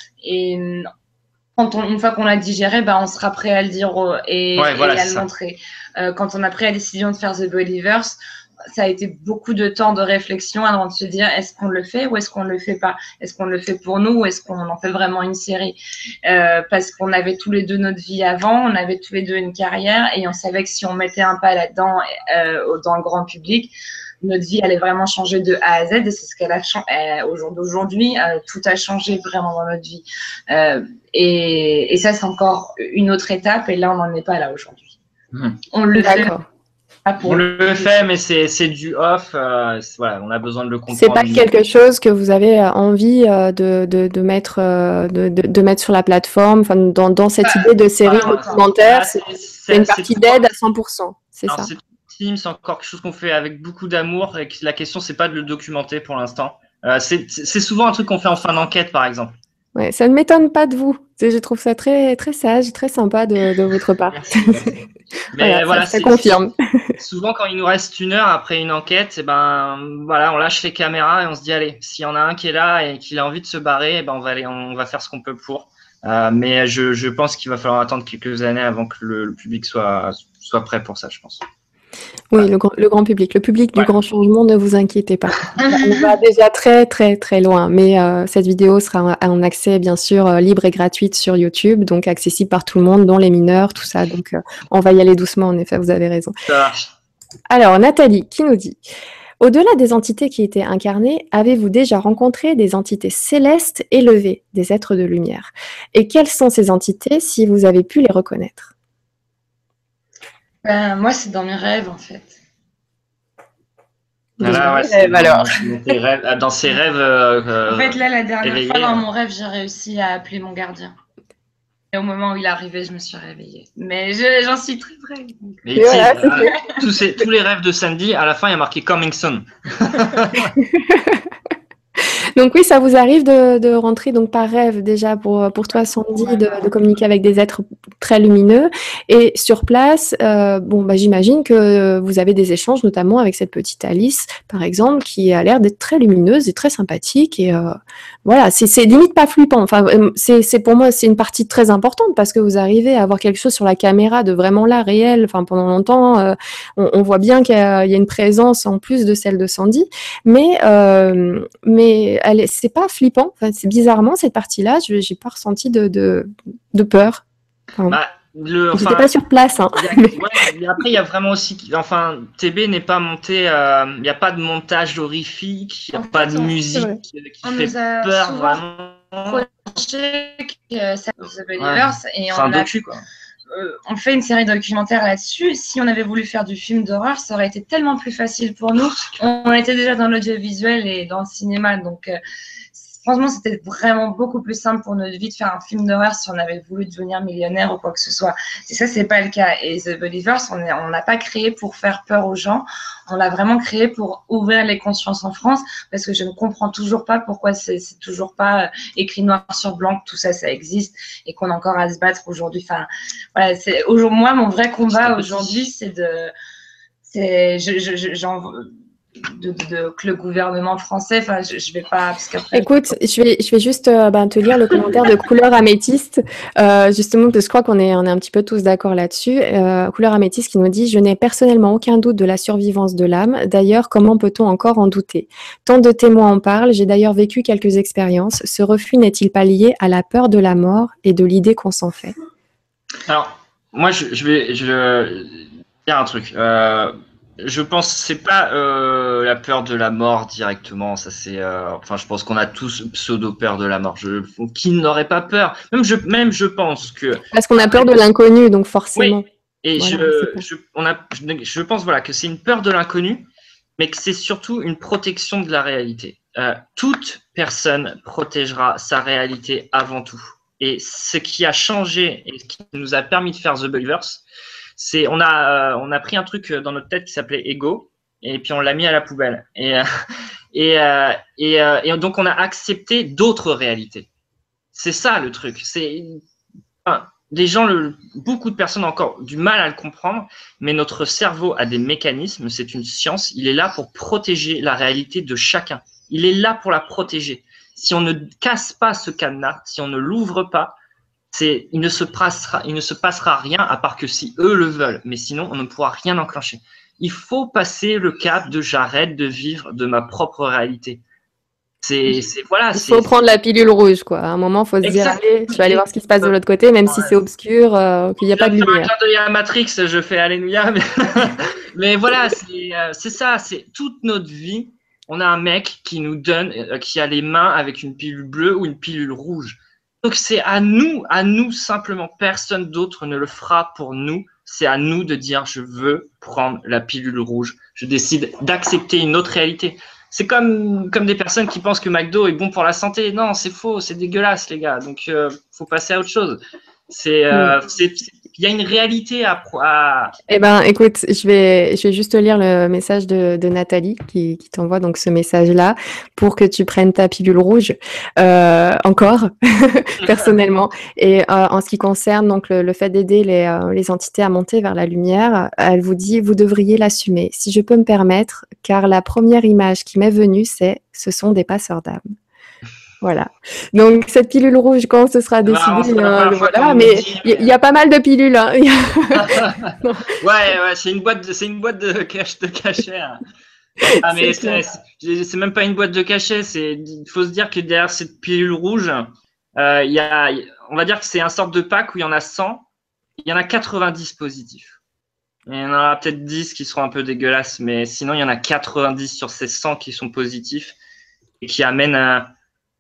et quand on, une fois qu'on l'a digéré, bah, on sera prêt à le dire au, et, ouais, voilà, et à le ça. montrer. Euh, quand on a pris la décision de faire The Believers, ça a été beaucoup de temps de réflexion avant de se dire est-ce qu'on le fait ou est-ce qu'on ne le fait pas? Est-ce qu'on le fait pour nous ou est-ce qu'on en fait vraiment une série? euh, Parce qu'on avait tous les deux notre vie avant, on avait tous les deux une carrière et on savait que si on mettait un pas là-dedans euh, dans le grand public, notre vie allait vraiment changer de A à Z et c'est ce qu'elle a changé. Au jour d'aujourd'hui, euh, tout a changé vraiment dans notre vie. Euh, et, et ça, c'est encore une autre étape et là, on n'en est pas là aujourd'hui.
Mmh.
On le fait.
On le fait, mais c'est, c'est du off. Euh, voilà, on a besoin de le comprendre.
C'est pas quelque chose que vous avez envie de, de, de, mettre, de, de, de mettre sur la plateforme. Enfin, dans, dans cette bah, idée de série voilà, documentaire, c'est, c'est, c'est une partie c'est d'aide à cent pour cent. C'est
Alors,
ça.
C'est c'est encore quelque chose qu'on fait avec beaucoup d'amour et que la question, c'est pas de le documenter pour l'instant. Euh, c'est, c'est souvent un truc qu'on fait en fin d'enquête, par exemple.
Ouais, ça ne m'étonne pas de vous. Je trouve ça très, très sage, très sympa de, de votre part.
Merci. Mais
voilà,
voilà,
ça, ça confirme.
Souvent, quand il nous reste une heure après une enquête, eh ben, voilà, on lâche les caméras et on se dit, allez, s'il y en a un qui est là et qu'il a envie de se barrer, eh ben, on va aller, on va faire ce qu'on peut pour. Euh, mais je, je pense qu'il va falloir attendre quelques années avant que le, le public soit, soit prêt pour ça, je pense.
Oui, le, le grand public. Le public du
Ouais.
grand changement, ne vous inquiétez pas. On va déjà très, très, très loin. Mais euh, cette vidéo sera en accès, bien sûr, euh, libre et gratuite sur YouTube, donc accessible par tout le monde, dont les mineurs, tout ça. Donc, euh, on va y aller doucement, en effet, vous avez raison.
Ça marche.
Alors, Nathalie, qui nous dit « Au-delà des entités qui étaient incarnées, avez-vous déjà rencontré des entités célestes élevées, des êtres de lumière? Et quelles sont ces entités, si vous avez pu les reconnaître ?»
Ben, moi, c'est dans mes rêves, en fait.
Voilà, ouais,
rêves,
dans,
alors.
dans tes rêves, dans ses rêves. Euh,
En fait, là, la dernière
éveillé,
fois, dans
hein.
mon rêve, j'ai réussi à appeler mon gardien. Et au moment où il est arrivé, je me suis réveillée. Mais je- j'en suis très près.
Mais
Et
tu sais,
voilà, c'est
euh, tous, ces, tous les rêves de Sandy, à la fin, il y a marqué Coming Soon.
Donc oui, ça vous arrive de, de rentrer donc par rêve déjà pour, pour toi, Sandy, de, de communiquer avec des êtres très lumineux. Et sur place, euh, bon, bah, j'imagine que vous avez des échanges, notamment avec cette petite Alice, par exemple, qui a l'air d'être très lumineuse et très sympathique. Et euh, voilà, c'est c'est limite pas flippant. Enfin, c'est c'est pour moi, c'est une partie très importante parce que vous arrivez à avoir quelque chose sur la caméra de vraiment là, réel. Enfin, pendant longtemps, euh, on, on voit bien qu'il y, y a une présence en plus de celle de Sandy. Mais, euh, mais elle est- c'est pas flippant. Enfin, c'est bizarrement cette partie-là, je j'ai pas ressenti de, de, de peur. Enfin,
Bah, le,
j'étais
enfin,
pas sur place. Hein.
il y a- ouais, mais après, il y a vraiment aussi. Enfin, T B n'est pas monté. euh, Il n'y a pas de montage horrifique, il n'y a
En
pas
fait,
de
on-
musique
vrai.
qui, qui
On
fait
nous a
peur
souvent
vraiment.
reproché que ça The
Ouais.
Believers et
C'est un
on a
docu, quoi.
euh, on fait une série documentaire là-dessus. Si on avait voulu faire du film d'horreur, ça aurait été tellement plus facile pour nous. On était déjà dans l'audiovisuel et dans le cinéma, donc euh, franchement, c'était vraiment beaucoup plus simple pour notre vie de faire un film d'horreur si on avait voulu devenir millionnaire ou quoi que ce soit. Et ça, c'est pas le cas. Et The Believers, on est, on l'a pas créé pour faire peur aux gens. On l'a vraiment créé pour ouvrir les consciences en France, parce que je ne comprends toujours pas pourquoi c'est c'est toujours pas euh, écrit noir sur blanc que tout ça, ça existe et qu'on a encore à se battre aujourd'hui. Enfin, voilà, c'est aujourd'hui, moi, mon vrai combat aujourd'hui, c'est de, c'est, je, je, je- j'en, de, de, de- que le gouvernement français, enfin, je, je vais pas, parce qu'après.
Écoute, je vais, je vais juste euh, ben, te lire le commentaire de Couleur Améthyste, euh, justement, parce que je crois qu'on est, on est un petit peu tous d'accord là-dessus. Euh, Couleur Améthyste qui nous dit « Je n'ai personnellement aucun doute de la survivance de l'âme. D'ailleurs, comment peut-on encore en douter? Tant de témoins en parlent. J'ai d'ailleurs vécu quelques expériences. Ce refus n'est-il pas lié à la peur de la mort et de l'idée qu'on s'en fait ?»
Alors, moi, je, je vais. Je... Il y a un truc. Euh, je pense que c'est pas euh, la peur de la mort directement. Ça, c'est. Euh, enfin, je pense qu'on a tous pseudo-peur de la mort. Je, qui n'aurait pas peur? Même je, même je pense que.
Parce qu'on a peur de l'inconnu, donc forcément.
Oui. Et
Voilà,
je, je, on a, je, je pense voilà que c'est une peur de l'inconnu, mais que c'est surtout une protection de la réalité. Euh, toute personne protégera sa réalité avant tout. Et ce qui a changé et ce qui nous a permis de faire The Believers, c'est on a euh, on a pris un truc dans notre tête qui s'appelait ego et puis on l'a mis à la poubelle. Et euh, et, euh, et, euh, et donc on a accepté d'autres réalités. C'est ça le truc. C'est enfin, les gens, le, beaucoup de personnes ont encore du mal à le comprendre, mais notre cerveau a des mécanismes, c'est une science, il est là pour protéger la réalité de chacun. Il est là pour la protéger. Si on ne casse pas ce cadenas, si on ne l'ouvre pas, c'est, il ne se passera, il ne se passera rien à part que si eux le veulent, mais sinon on ne pourra rien enclencher. Il faut passer le cap de j'arrête de vivre de ma propre réalité. C'est, c'est voilà.
Il faut prendre la pilule rouge, quoi. À un moment, il faut se dire, allez, je vais aller voir ce qui se passe de l'autre côté, même ouais. si c'est obscur, euh, qu'il n'y a pas de lumière.
Quand il y a Matrix, je fais Alléluia. Mais, mais voilà, c'est, euh, c'est ça. C'est toute notre vie. On a un mec qui nous donne, euh, qui a les mains avec une pilule bleue ou une pilule rouge. Donc c'est à nous, à nous simplement. Personne d'autre ne le fera pour nous. C'est à nous de dire, je veux prendre la pilule rouge. Je décide d'accepter une autre réalité. C'est comme, comme des personnes qui pensent que McDo est bon pour la santé. Non, c'est faux, c'est dégueulasse, les gars. Donc, il euh, faut passer à autre chose. C'est, euh, mmh. c'est, il y a une réalité à, à...
Eh ben, écoute, je vais, je vais juste te lire le message de, de Nathalie qui, qui t'envoie donc ce message-là pour que tu prennes ta pilule rouge euh, encore personnellement. Et euh, en ce qui concerne donc le, le fait d'aider les, euh, les entités à monter vers la lumière, elle vous dit vous devriez l'assumer, si je peux me permettre, car la première image qui m'est venue, c'est ce sont des passeurs d'âme. Voilà. Donc cette pilule rouge, quand ce sera décidé, euh, voilà. Mais il y, y a pas mal de pilules. Hein.
ouais, ouais, c'est une boîte, de, c'est une boîte de cache, de cachet. Hein. Ah mais c'est, c'est, c'est même pas une boîte de cachet. C'est, il faut se dire que derrière cette pilule rouge, euh, il y a, on va dire que c'est un sorte de pack où il y en a cent, il y en a quatre-vingt-dix positifs. Il y en aura peut-être dix qui seront un peu dégueulasses, mais sinon il y en a quatre-vingt-dix sur ces cent qui sont positifs et qui amènent à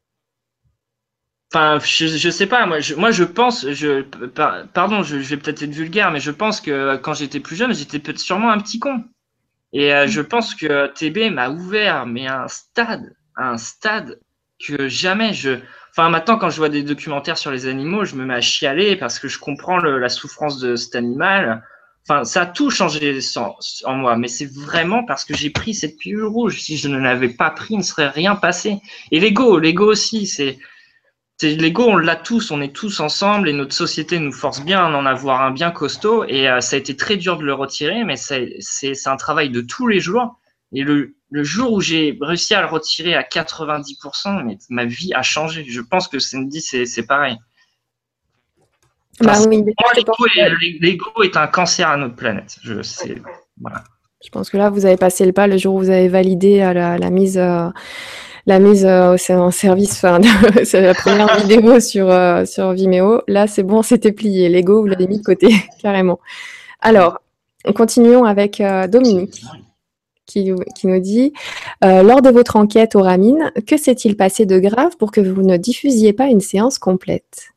Enfin, je, je sais pas, moi je, moi je pense, je, pardon, je, je vais peut-être être vulgaire, mais je pense que quand j'étais plus jeune, j'étais peut-être sûrement un petit con. Et euh, je pense que T B m'a ouvert, mais à un stade, à un stade que jamais je. Enfin, maintenant, quand je vois des documentaires sur les animaux, je me mets à chialer parce que je comprends le, la souffrance de cet animal. Enfin, ça a tout changé en, en moi, mais c'est vraiment parce que j'ai pris cette pilule rouge. Si je ne l'avais pas pris, il ne serait rien passé. Et l'ego, l'ego aussi, c'est. C'est l'ego, on l'a tous, on est tous ensemble et notre société nous force bien à en avoir un bien costaud et euh, ça a été très dur de le retirer, mais c'est, c'est, c'est un travail de tous les jours. Et le, le jour où j'ai réussi à le retirer à quatre-vingt-dix pour cent, mais ma vie a changé. Je pense que Sandy, c'est, c'est pareil. Enfin, bah oui, moi, l'ego, est, l'ego est un cancer à notre planète. Je sais. Voilà.
Je pense que là, vous avez passé le pas le jour où vous avez validé la, la mise. Euh... La mise euh, en service, enfin, c'est la première vidéo sur, euh, sur Vimeo. Là, c'est bon, c'était plié. L'ego, vous l'avez mis de côté, carrément. Alors, continuons avec euh, Dominique, qui, qui nous dit euh, lors de votre enquête au Ramine, que s'est-il passé de grave pour que vous ne diffusiez pas une séance complète?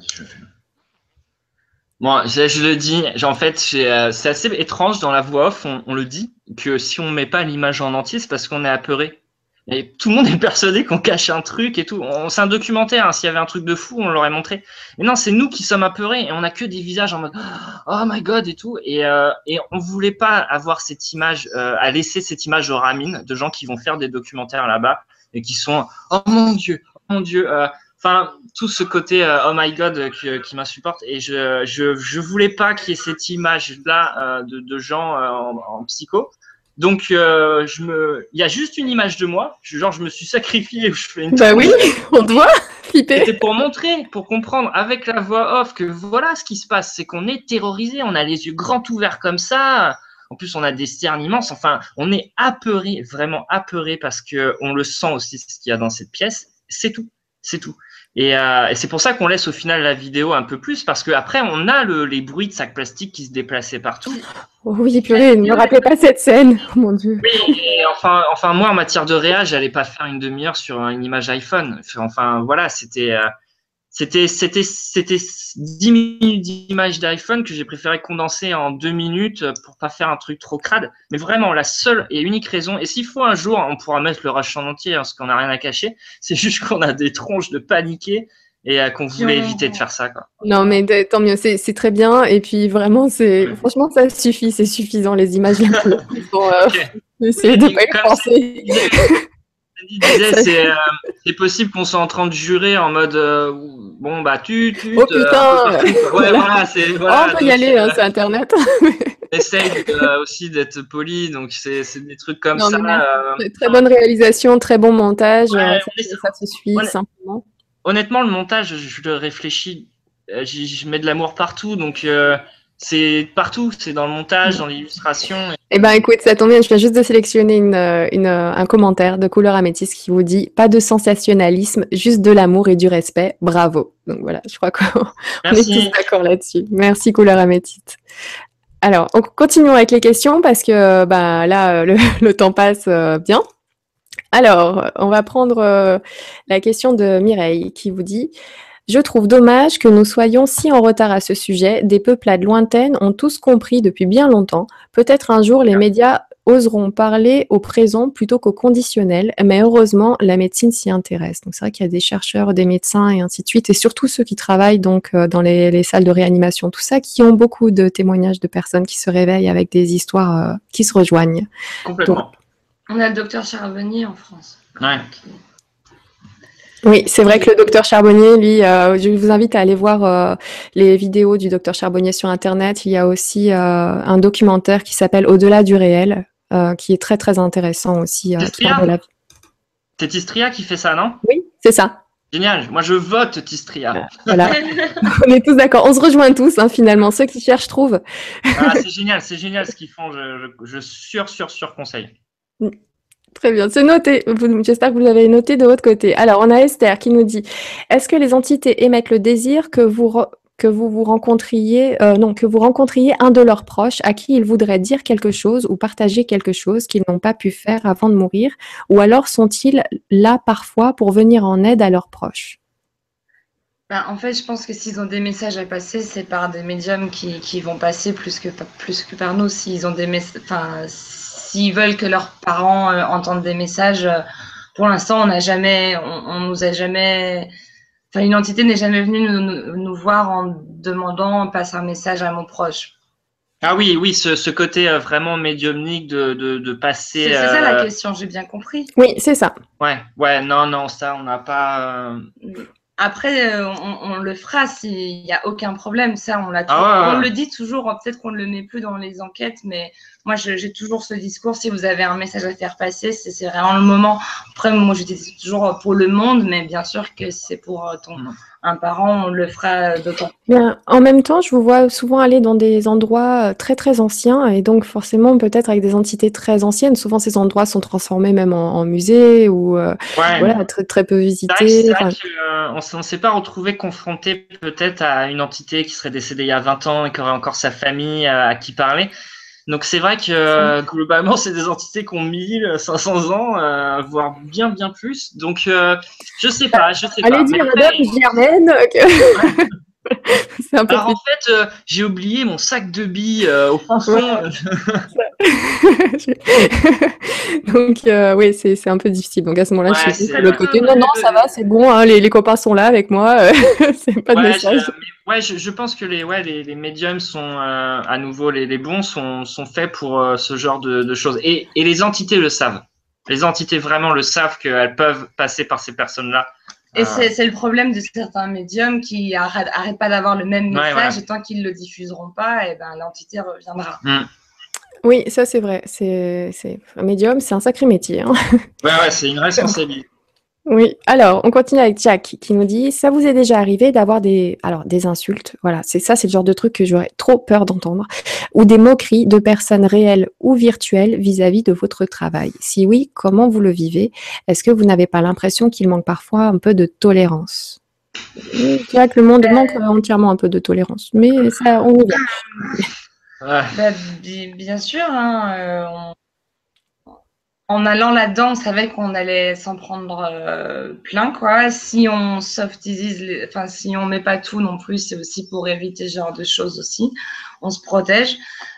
Bon, je, je le dis, en fait, c'est, c'est assez étrange dans la voix off, on, on le dit, que si on ne met pas l'image en entier, c'est parce qu'on est apeuré. Et tout le monde est persuadé qu'on cache un truc et tout. On, c'est un documentaire, hein. S'il y avait un truc de fou, on l'aurait montré. Mais non, c'est nous qui sommes apeurés et on a que des visages en mode oh my god et tout. Et, euh, et on voulait pas avoir cette image, euh, à laisser cette image au Ramine de gens qui vont faire des documentaires là-bas et qui sont oh mon dieu, oh mon dieu. Enfin, euh, tout ce côté euh, oh my god euh, qui, qui m'insupporte. Et je, je, je voulais pas qu'il y ait cette image-là euh, de, de gens euh, en, en psycho. Donc, euh, je me, il y a juste une image de moi. Je, genre, je me suis sacrifié. Je fais une.
Bah oui, on te voit flipper.
C'était pour montrer, pour comprendre avec la voix off que voilà ce qui se passe, c'est qu'on est terrorisé, on a les yeux grands ouverts comme ça. En plus, on a des cernes immenses. Enfin, on est apeuré, vraiment apeuré parce que on le sent aussi ce qu'il y a dans cette pièce. C'est tout, c'est tout. Et, euh, et c'est pour ça qu'on laisse au final la vidéo un peu plus parce qu'après, on a le, les bruits de sacs plastiques qui se déplaçaient partout.
Oh oui, purée, ne me rappelez pas cette scène, oh mon Dieu.
Oui, et enfin, enfin, moi, en matière de réa, j'allais pas faire une demi-heure sur une image iPhone. Enfin, voilà, c'était, euh, c'était, c'était, c'était dix minutes d'image d'iPhone que j'ai préféré condenser en deux minutes pour pas faire un truc trop crade. Mais vraiment, la seule et unique raison, et s'il faut un jour, on pourra mettre le rush en entier, hein, parce qu'on n'a rien à cacher, c'est juste qu'on a des tronches de paniquer. Et euh, qu'on voulait éviter de faire ça, quoi.
Non, mais de, tant mieux, c'est, c'est très bien. Et puis vraiment, c'est franchement, ça suffit, c'est suffisant. Les images là, sont, euh, okay. Essayez de pas y penser.
Il disait, c'est, euh, c'est possible qu'on soit en train de jurer en mode euh, bon bah tu tu.
Oh putain.
Euh, ouais, voilà. voilà, c'est. Voilà,
oh, on peut y aller, euh, hein, c'est Internet.
Essaye euh, aussi d'être poli, donc c'est, c'est des trucs comme
non,
ça.
Euh, très bonne réalisation, très bon montage. Ouais, euh, ça, ça se suit ouais. simplement.
Honnêtement, le montage, je le réfléchis, je, je mets de l'amour partout, donc euh, c'est partout, c'est dans le montage, dans l'illustration. Et...
Eh ben, écoute, ça tombe bien, je viens juste de sélectionner une, une, un commentaire de Couleur Améthyste qui vous dit « Pas de sensationnalisme, juste de l'amour et du respect, bravo ». Donc voilà, je crois qu'on est tous d'accord là-dessus. Merci Couleur Améthyste. Alors, on continuons avec les questions parce que bah, là, le, le temps passe euh, bien. Alors, on va prendre euh, la question de Mireille qui vous dit « Je trouve dommage que nous soyons si en retard à ce sujet. Des peuplades lointaines ont tous compris depuis bien longtemps. Peut-être un jour les médias oseront parler au présent plutôt qu'au conditionnel, mais heureusement, la médecine s'y intéresse. Donc c'est vrai qu'il y a des chercheurs, des médecins et ainsi de suite, et surtout ceux qui travaillent donc euh, dans les, les salles de réanimation, tout ça, qui ont beaucoup de témoignages de personnes qui se réveillent avec des histoires euh, qui se rejoignent.
Complètement.
Donc,
on a le docteur Charbonnier en France.
Ouais.
Oui, c'est vrai que le docteur Charbonnier, lui, euh, je vous invite à aller voir euh, les vidéos du docteur Charbonnier sur Internet. Il y a aussi euh, un documentaire qui s'appelle Au-delà du réel, euh, qui est très très intéressant aussi. Euh, qui parle de la...
C'est Tistria qui fait ça, non?
Oui, c'est ça.
Génial, moi je vote Tistria.
Voilà, on est tous d'accord, on se rejoint tous hein, finalement, ceux qui cherchent trouvent.
Ah, c'est génial, c'est génial ce qu'ils font, je, je, je sur sur sur conseille.
Très bien, c'est noté. J'espère que vous l'avez noté de votre côté. Alors, on a Esther qui nous dit « Est-ce que les entités émettent le désir que vous, re- que vous vous rencontriez, euh, non, que vous rencontriez un de leurs proches à qui ils voudraient dire quelque chose ou partager quelque chose qu'ils n'ont pas pu faire avant de mourir, ou alors sont-ils là parfois pour venir en aide à leurs proches ?»
Ben, en fait, je pense que s'ils ont des messages à passer, c'est par des médiums qui, qui vont passer plus que, plus que par nous. S'ils ont des messages, enfin, s'ils veulent que leurs parents euh, entendent des messages, euh, pour l'instant, on n'a jamais, on, on nous a jamais, enfin, une entité n'est jamais venue nous, nous, nous voir en demandant passe un message à mon proche.
Ah oui, oui, ce, ce côté euh, vraiment médiumnique de, de, de passer.
C'est
euh...
ça la question, j'ai bien compris.
Oui, c'est ça.
Ouais, ouais, non, non, ça, on n'a pas. Euh...
Après, euh, on, on le fera s'il n'y a aucun problème. Ça, on l'a.
Ah ouais,
on
ouais.
le dit toujours. Peut-être qu'on ne le met plus dans les enquêtes, mais moi, j'ai toujours ce discours. Si vous avez un message à faire passer, c'est vraiment le moment. Après, moi, je dis toujours pour le monde, mais bien sûr que c'est pour ton un parent, on le fera d'autant.
Bien, en même temps, je vous vois souvent aller dans des endroits très très anciens et donc forcément peut-être avec des entités très anciennes. Souvent, ces endroits sont transformés même en, en musée ou euh,
ouais.
voilà très très peu visités.
C'est vrai,
enfin...
qu'on euh, ne s'est pas retrouvé confronté peut-être à une entité qui serait décédée il y a vingt ans et qui aurait encore sa famille à, à qui parler. Donc c'est vrai que euh, globalement, c'est des entités qui ont mille cinq cents ans, euh, voire bien bien plus. Donc euh, je sais pas, je sais
Allez
pas.
dire
après,
Madame Germaine que... c'est un peu.
Alors en fait, euh, j'ai oublié mon sac de billes euh, au fin fond.
Ouais. Donc euh, oui, c'est un peu difficile. Donc à ce moment-là,
ouais,
je suis de l'autre côté. Non, non, ça va, c'est bon. Hein, les, les copains sont là avec moi. C'est pas de
ouais,
message.
Je, mais, ouais, je, je pense que les, ouais, les, les médiums sont euh, à nouveau les, les bons sont, sont faits pour euh, ce genre de, de choses. Et, et les entités le savent. Les entités vraiment le savent qu'elles peuvent passer par ces personnes-là.
Et euh... c'est le problème de certains médiums qui arrêtent, arrêtent pas d'avoir le même message, ouais, voilà. Et tant qu'ils le diffuseront pas, et ben l'entité reviendra.
Mm.
Oui, ça c'est vrai. C'est un médium, c'est un sacré métier. Hein.
Ouais, ouais, c'est une responsabilité.
Oui, alors on continue avec Jack qui nous dit « Ça vous est déjà arrivé d'avoir des, alors, des insultes, voilà, c'est ça, c'est le genre de truc que j'aurais trop peur d'entendre, ou des moqueries de personnes réelles ou virtuelles vis-à-vis -vis de votre travail. Si oui, comment vous le vivez? Est-ce que vous n'avez pas l'impression qu'il manque parfois un peu de tolérance ?» Jack, le monde manque entièrement un peu de tolérance, mais ça, on y vient.
Ouais. Bah, bien sûr, hein, euh, on... En allant là-dedans, on savait qu'on allait s'en prendre euh, plein, quoi. Si on softise, les... enfin, si on met pas tout non plus, c'est aussi pour éviter ce genre de choses aussi. On se protège.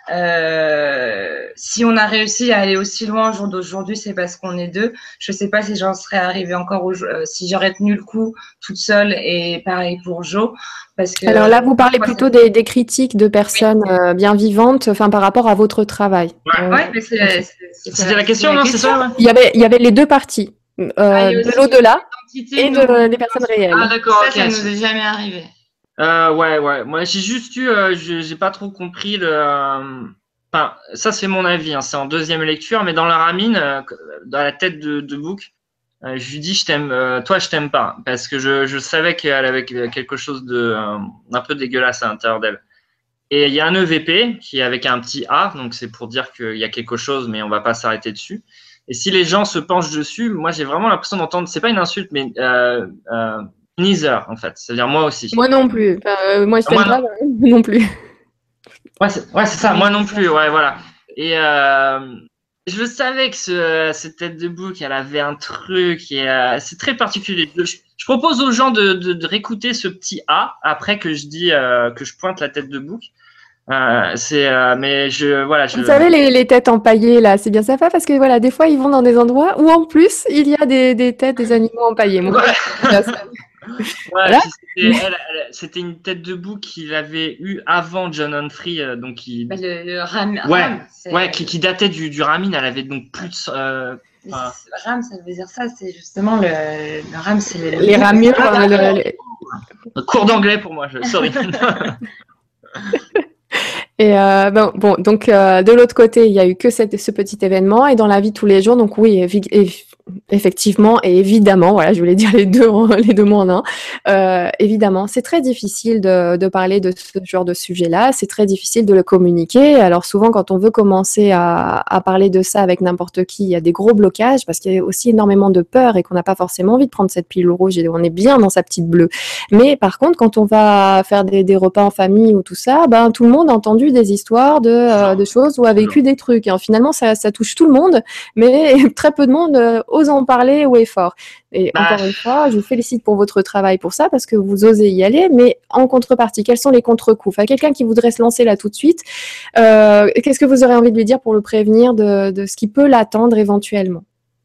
Euh... Si on a réussi à aller aussi loin au jour d'aujourd'hui, c'est parce qu'on est deux. Je sais pas si j'en serais arrivée encore, au... euh, si j'aurais tenu le coup toute seule, et pareil pour Jo. Parce que,
alors là, vous parlez plutôt des, des critiques de personnes oui. euh, bien vivantes, enfin par rapport à votre travail.
Ouais,
euh,
ouais mais c'est
c'était la question, non? C'est ça, ouais.
Il y avait, il y avait les deux parties, euh, ah, de l'au-delà et
nous,
de, des personnes réelles.
Ah d'accord, ça, okay. Ça nous est jamais arrivé.
Euh, ouais, ouais. Moi, j'ai juste eu, euh, j'ai pas trop compris le. Euh... Enfin, ça c'est mon avis. Hein. C'est en deuxième lecture, mais dans la ramine, euh, dans la tête de, de Book. Euh, je lui dis je t'aime, euh, toi je t'aime pas, parce que je, je savais qu'elle avait quelque chose de euh, un peu dégueulasse à l'intérieur d'elle. Et il y a un E V P qui est avec un petit A, donc c'est pour dire qu'il y a quelque chose, mais on va pas s'arrêter dessus. Et si les gens se penchent dessus, moi j'ai vraiment l'impression d'entendre, c'est pas une insulte, mais euh, euh, neither en fait, c'est-à-dire moi aussi.
Moi non plus. Enfin, euh, moi je t'aime pas,
non.
non plus.
Ouais, c'est ouais, ça, moi non plus, ouais, voilà. Et euh, je savais que ce, cette tête de Book, elle avait un truc et euh, c'est très particulier. Je, je propose aux gens de, de, de réécouter ce petit A après que je dis euh, que je pointe la tête de Book, Euh, c'est, euh, mais je, voilà, je.
Vous savez, les, les têtes empaillées, là, c'est bien sympa parce que voilà, des fois, ils vont dans des endroits où en plus, il y a des, des têtes des animaux empaillés. Mon
Ouais.
père, ça.
Ouais,
Voilà.
puis c'était, elle, elle- c'était une tête de bouc qu'il avait eue avant John Humphrey, euh, donc il.
Bah, le, le ram,
Ouais,
ram, c'est-
ouais, qui, qui datait du, du Ramin. Elle avait donc plus de. euh,
mais
enfin,
c'est- ram, ça veut dire ça, c'est justement le, le ram, c'est le, le
Les
bouc.
ramures, euh, le- le-
cours d'anglais pour moi, je, sorry.
Et euh, bon, bon, donc euh, de l'autre côté, il y a eu que cette, ce petit événement et dans la vie de tous les jours, donc oui, évi- évi- effectivement et évidemment, voilà, je voulais dire les deux, en- les deux mots en un. Euh, évidemment, c'est très difficile de, de parler de ce genre de sujet-là. C'est très difficile de le communiquer. Alors souvent, quand on veut commencer à, à parler de ça avec n'importe qui, il y a des gros blocages parce qu'il y a aussi énormément de peur et qu'on n'a pas forcément envie de prendre cette pilule rouge et on est bien dans sa petite bleue. Mais par contre, quand on va faire des, des repas en famille ou tout ça, ben tout le monde a entendu des histoires de, euh, de choses ou a vécu des trucs. Et finalement, ça, ça touche tout le monde, mais très peu de monde euh, ose en parler ou est fort. Et
Bah,
encore une fois, je vous félicite pour votre travail pour ça, parce que vous osez y aller, mais en contrepartie, quels sont les contre-coups? Enfin, quelqu'un qui voudrait se lancer là tout de suite, euh, qu'est-ce que vous aurez envie de lui dire pour le prévenir de, de ce qui peut l'attendre éventuellement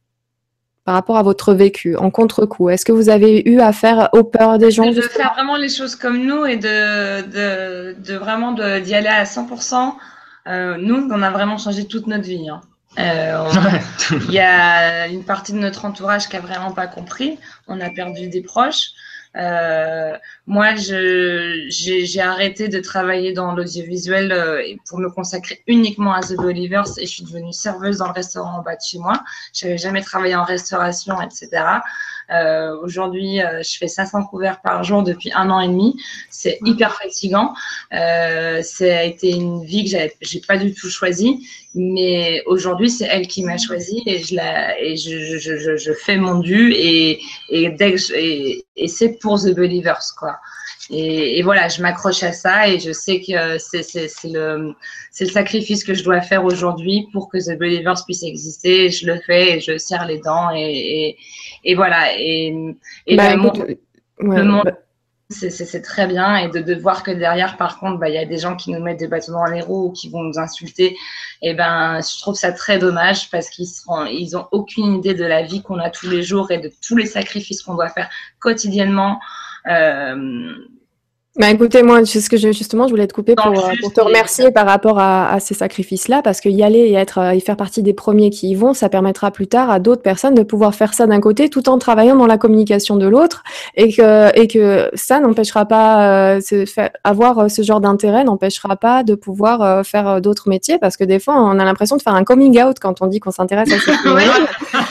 par rapport à votre vécu, en contre-coup? Est-ce que vous avez eu affaire aux peurs des gens?
De
Justement
faire vraiment les choses comme nous et de, de, de vraiment de- d'y aller à cent pour cent. Euh, nous, on a vraiment changé toute notre vie. Hein. Euh, on- Il y a une partie de notre entourage qui a vraiment pas compris. On a perdu des proches. Euh, moi, je, j'ai, j'ai arrêté de travailler dans l'audiovisuel euh, pour me consacrer uniquement à The Believers et je suis devenue serveuse dans le restaurant en bas de chez moi. Je n'avais jamais travaillé en restauration, et cetera. Euh, aujourd'hui, euh, je fais cinq cents couverts par jour depuis un an et demi. C'est hyper fatigant. Euh, ça a été une vie que j'avais, j'ai pas du tout choisie, mais aujourd'hui, c'est elle qui m'a choisie et je la, et je, je, je, je fais mon dû et, et dès que je, et, et c'est pour The Believers, quoi. Et, et voilà, je m'accroche à ça et je sais que c'est, c'est, c'est, le, c'est le sacrifice que je dois faire aujourd'hui pour que The Believers puisse exister. Et je le fais et je serre les dents et, et, et voilà. Et, et
bah,
l'amour,
écoute,
le
ouais,
monde,
bah,
c'est, c'est, c'est très bien. Et de, de voir que derrière, par contre, bah, il y a des gens qui nous mettent des bâtons dans les roues ou qui vont nous insulter. Et ben, je trouve ça très dommage parce qu'ils seront, ils ont aucune idée de la vie qu'on a tous les jours et de tous les sacrifices qu'on doit faire quotidiennement. Euh,
bah écoutez, moi, c'est ce que je, justement, je voulais te couper
dans
pour,
le
euh, pour
juste
te
et-
remercier par rapport à, à ces sacrifices-là, parce que y aller et être, euh, y faire partie des premiers qui y vont, ça permettra plus tard à d'autres personnes de pouvoir faire ça d'un côté, tout en travaillant dans la communication de l'autre, et que, et que ça n'empêchera pas, euh, se faire- avoir euh, ce genre d'intérêt n'empêchera pas de pouvoir euh, faire euh, d'autres métiers, parce que des fois, on a l'impression de faire un coming out quand on dit qu'on s'intéresse à ce phénomène.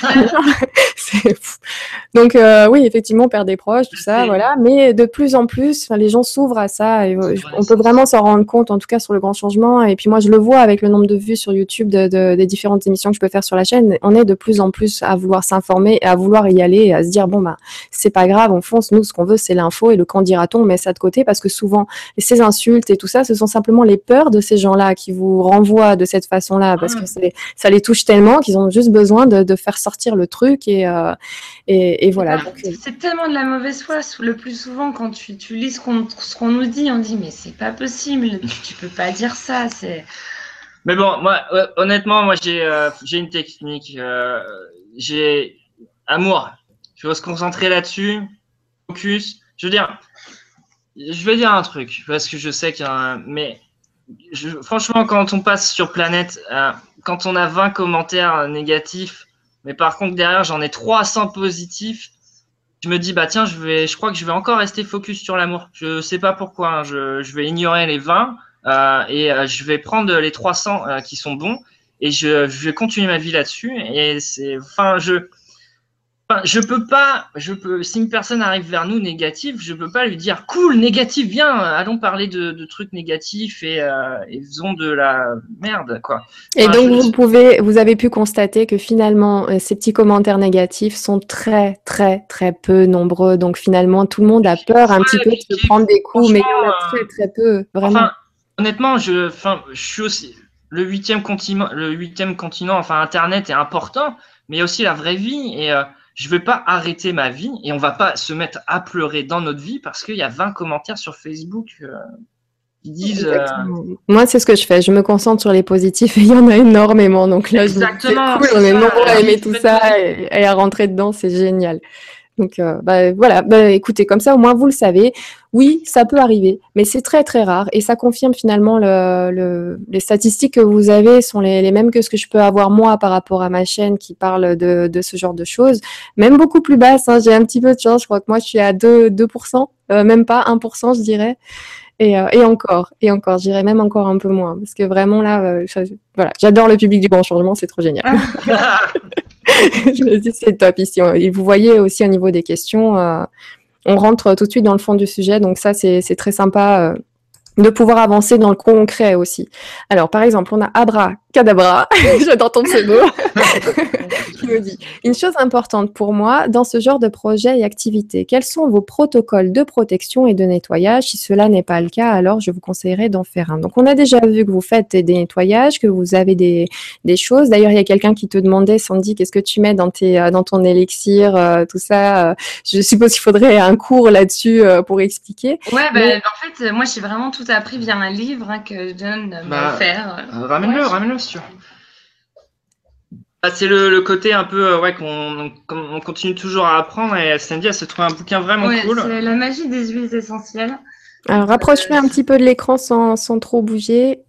C'est fou. Donc euh, oui, effectivement, perdre des proches, tout ça,
C'est-
voilà. Mais de plus en plus, enfin, les gens s'ouvrent à ça et euh, on peut vraiment s'en rendre compte, en tout cas sur le grand changement. Et puis moi, je le vois avec le nombre de vues sur YouTube de, de- des différentes émissions que je peux faire sur la chaîne. On est de plus en plus à vouloir s'informer, et à vouloir y aller, et à se dire bon bah c'est pas grave, on fonce. Nous, ce qu'on veut, c'est l'info et le quand dira-t-on. On met ça de côté parce que souvent, ces insultes et tout ça, ce sont simplement les peurs de ces gens-là qui vous renvoient de cette façon-là parce que c'est, ça les touche tellement qu'ils ont juste besoin de, de faire sortir le truc et euh, et, et voilà. Donc, euh,
C'est tellement de la mauvaise foi. Le plus souvent, quand tu, tu lis ce qu'on, ce qu'on nous dit, on dit mais c'est pas possible, tu, tu peux pas dire ça. C'est
Mais bon, moi, ouais, honnêtement, moi, j'ai euh, j'ai une technique. Euh, j'ai amour. Il faut se concentrer là-dessus. Focus. Je veux dire, je vais dire un truc parce que je sais qu'il y a un. Mais je, franchement, quand on passe sur Planète, euh, quand on a vingt commentaires négatifs, mais par contre derrière j'en ai trois cents positifs, je me dis bah tiens, je vais, je crois que je vais encore rester focus sur l'amour. Je sais pas pourquoi. Hein, je, je vais ignorer les vingt euh, et euh, je vais prendre les trois cents euh, qui sont bons et je, je vais continuer ma vie là-dessus. Et c'est, enfin, je. Enfin, je peux pas, je peux, si une personne arrive vers nous négative, je peux pas lui dire cool, négatif, viens, allons parler de, de trucs négatifs et, euh, et faisons de la merde, quoi.
Et
Enfin,
donc,
je-
vous pouvez, vous avez pu constater que finalement, euh, ces petits commentaires négatifs sont très, très, très peu nombreux. Donc, finalement, tout le monde a peur un
Ouais,
petit peu de
puis-
se
puis,
prendre des coups, mais il y en a
franchement,
très, très peu, vraiment.
enfin, honnêtement, je, enfin, je suis aussi le huitième continent, le huitième continent, enfin, Internet est important, mais il y a aussi la vraie vie et euh, je vais pas arrêter ma vie et on va pas se mettre à pleurer dans notre vie parce qu'il y a vingt commentaires sur Facebook. euh, qui disent. Euh...
Exactement. Moi, c'est ce que je fais. Je me concentre sur les positifs et il y en a énormément. Donc là,
Exactement,
je me dis, c'est cool, on est nombreux à aimer tout ça et, et à rentrer dedans, c'est génial. Donc euh, bah, voilà, bah, écoutez, comme ça au moins vous le savez. Oui, ça peut arriver, mais c'est très très rare et ça confirme finalement le, le, les statistiques que vous avez sont les, les mêmes que ce que je peux avoir moi par rapport à ma chaîne qui parle de, de ce genre de choses, même beaucoup plus basse. Hein, j'ai un petit peu de chance, je crois que moi je suis à deux pour cent, euh, même pas un pour cent je dirais. Et, euh, et encore, et encore, je dirais même encore un peu moins, parce que vraiment là, euh, ça, voilà, j'adore le public du Grand Changement, c'est trop génial. Je me dis c'est top ici. Et vous voyez aussi au niveau des questions, euh, on rentre tout de suite dans le fond du sujet, donc ça c'est très sympa. Euh, de pouvoir avancer dans le concret aussi. Alors, par exemple, on a Abra Cadabra, j'adore ton pseudo, qui me dit « Une chose importante pour moi dans ce genre de projet et activité, quels sont vos protocoles de protection et de nettoyage? Si cela n'est pas le cas, alors je vous conseillerais d'en faire un. » Donc, on a déjà vu que vous faites des nettoyages, que vous avez des, des choses. D'ailleurs, il y a quelqu'un qui te demandait, Sandy, qu'est-ce que tu mets dans, tes, dans ton élixir, euh, tout ça. Euh, je suppose qu'il faudrait un cours là-dessus euh, pour expliquer.
Ouais, bah, Mais... en fait, moi, j'ai vraiment tout appris via un livre hein, que John m'a bah, offert.
Euh, ramène-le, ouais. ramène-le, si tu veux. Ah, c'est le, le côté un peu, ouais, qu'on on continue toujours à apprendre et Sandy, elle s'est trouvé un bouquin vraiment
ouais,
cool.
C'est la magie des huiles essentielles.
Alors, rapproche-le euh, un petit peu de l'écran sans, sans trop bouger.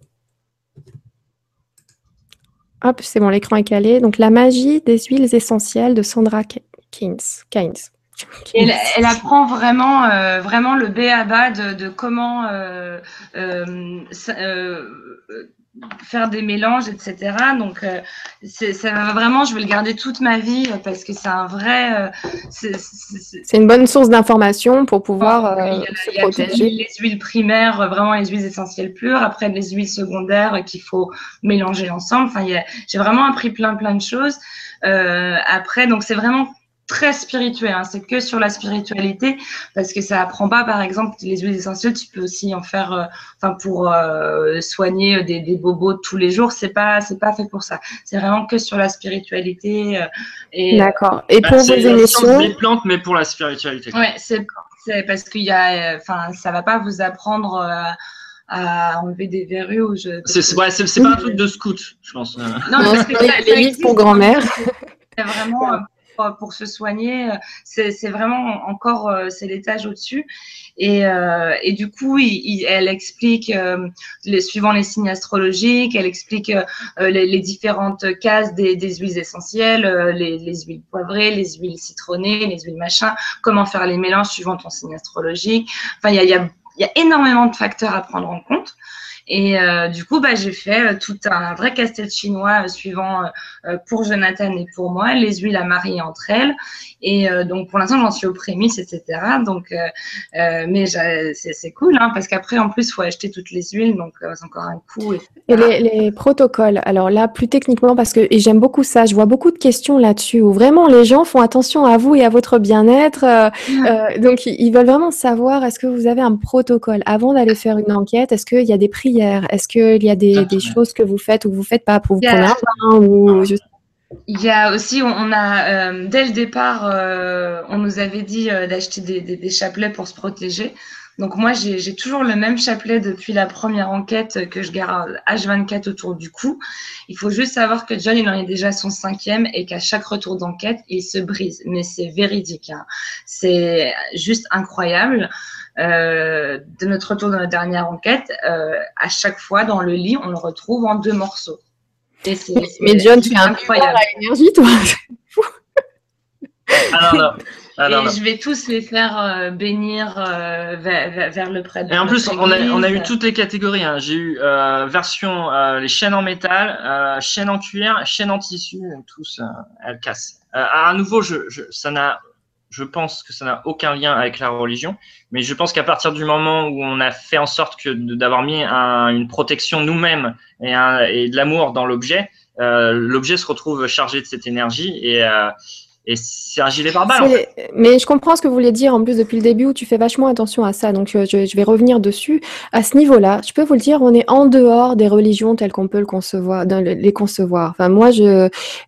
Hop, c'est bon, l'écran est calé. Donc, la magie des huiles essentielles de Sandra Keynes. Keynes.
Elle, elle apprend vraiment, euh, vraiment le b a ba de, de comment euh, euh, euh, faire des mélanges, et cetera. Donc, euh, ça va vraiment, je vais le garder toute ma vie parce que c'est un vrai. Euh,
c'est une bonne source d'information pour pouvoir euh,
il y a,
se
il y a
protéger.
Les, les huiles primaires, vraiment les huiles essentielles pures. Après, les huiles secondaires qu'il faut mélanger ensemble. Enfin, j'ai vraiment appris plein, plein de choses. Euh, après, donc c'est vraiment très spirituel, hein. C'est que sur la spiritualité parce que ça apprend pas, par exemple, les huiles essentielles, tu peux aussi en faire, euh, enfin pour euh, soigner des, des bobos tous les jours, c'est pas, c'est pas fait pour ça. C'est vraiment que sur la spiritualité. Euh, et
d'accord. Et pour
bah,
vos émissions,
des plantes, mais pour la spiritualité.
Ouais, c'est parce qu'il y a, enfin, ça va pas vous apprendre. Euh, à enlever des verrues ou je.
C'est ouais, c'est pas un truc de scout, je pense.
Non, parce que ça,
les livres pour grand-mère.
C'est vraiment. Pour, pour se soigner, c'est vraiment encore, c'est l'étage au-dessus. Et, euh, et du coup, il, il, elle explique, euh, les, suivant les signes astrologiques, elle explique euh, les, les différentes cases des, des huiles essentielles, euh, les, les huiles poivrées, les huiles citronnées, les huiles machin, comment faire les mélanges suivant ton signe astrologique. Enfin, il y a, y a, y a énormément de facteurs à prendre en compte. Et euh, du coup, bah, j'ai fait euh, tout un vrai casse-tête chinois euh, suivant euh, pour Jonathan et pour moi, les huiles à marier entre elles. Et euh, donc, pour l'instant, j'en suis aux prémices, et cetera. Donc, euh, euh, mais c'est cool, hein, parce qu'après, en plus, il faut acheter toutes les huiles, donc euh, c'est encore un coût. Et,
et les, les protocoles, alors là, plus techniquement, parce que j'aime beaucoup ça, je vois beaucoup de questions là-dessus, où vraiment les gens font attention à vous et à votre bien-être. Euh, mmh. euh, donc, ils veulent vraiment savoir, est-ce que vous avez un protocole avant d'aller faire une enquête? Est-ce qu'il y a des prières? Est-ce qu'il y a des, des choses que vous faites ou que vous ne faites pas? Pour vous prendre un bain ou juste...
Il y a aussi, on a, euh, dès le départ, euh, on nous avait dit euh, d'acheter des, des, des chapelets pour se protéger. Donc moi, j'ai toujours le même chapelet depuis la première enquête que je garde H vingt-quatre autour du cou. Il faut juste savoir que John, il en est déjà son cinquième et qu'à chaque retour d'enquête, il se brise. Mais c'est véridique, hein. C'est juste incroyable. Euh, de notre retour de notre dernière enquête, euh, à chaque fois, dans le lit, on le retrouve en deux morceaux.
Et c est, c est, mais John, tu es incroyable à l'énergie, toi.
Ah non, non. Ah, non,
et
non.
je vais tous les faire euh, bénir euh, vers, vers le prêtre.
Et en plus, on a, on a eu toutes les catégories. Hein. J'ai eu euh, version euh, les chaînes en métal, euh, chaînes en cuir, chaînes en tissu, tous euh, elles cassent. Euh, à nouveau, je, je, ça n'a, je pense que ça n'a aucun lien avec la religion, mais je pense qu'à partir du moment où on a fait en sorte que d'avoir mis un, une protection nous-mêmes et, un, et de l'amour dans l'objet, euh, l'objet se retrouve chargé de cette énergie et euh, Et c'est un gilet pare-balles. En fait.
Mais je comprends ce que vous voulez dire en plus depuis le début où tu fais vachement attention à ça. Donc je, je vais revenir dessus. À ce niveau-là, je peux vous le dire, on est en dehors des religions telles qu'on peut le concevoir, les concevoir. Enfin, moi, je.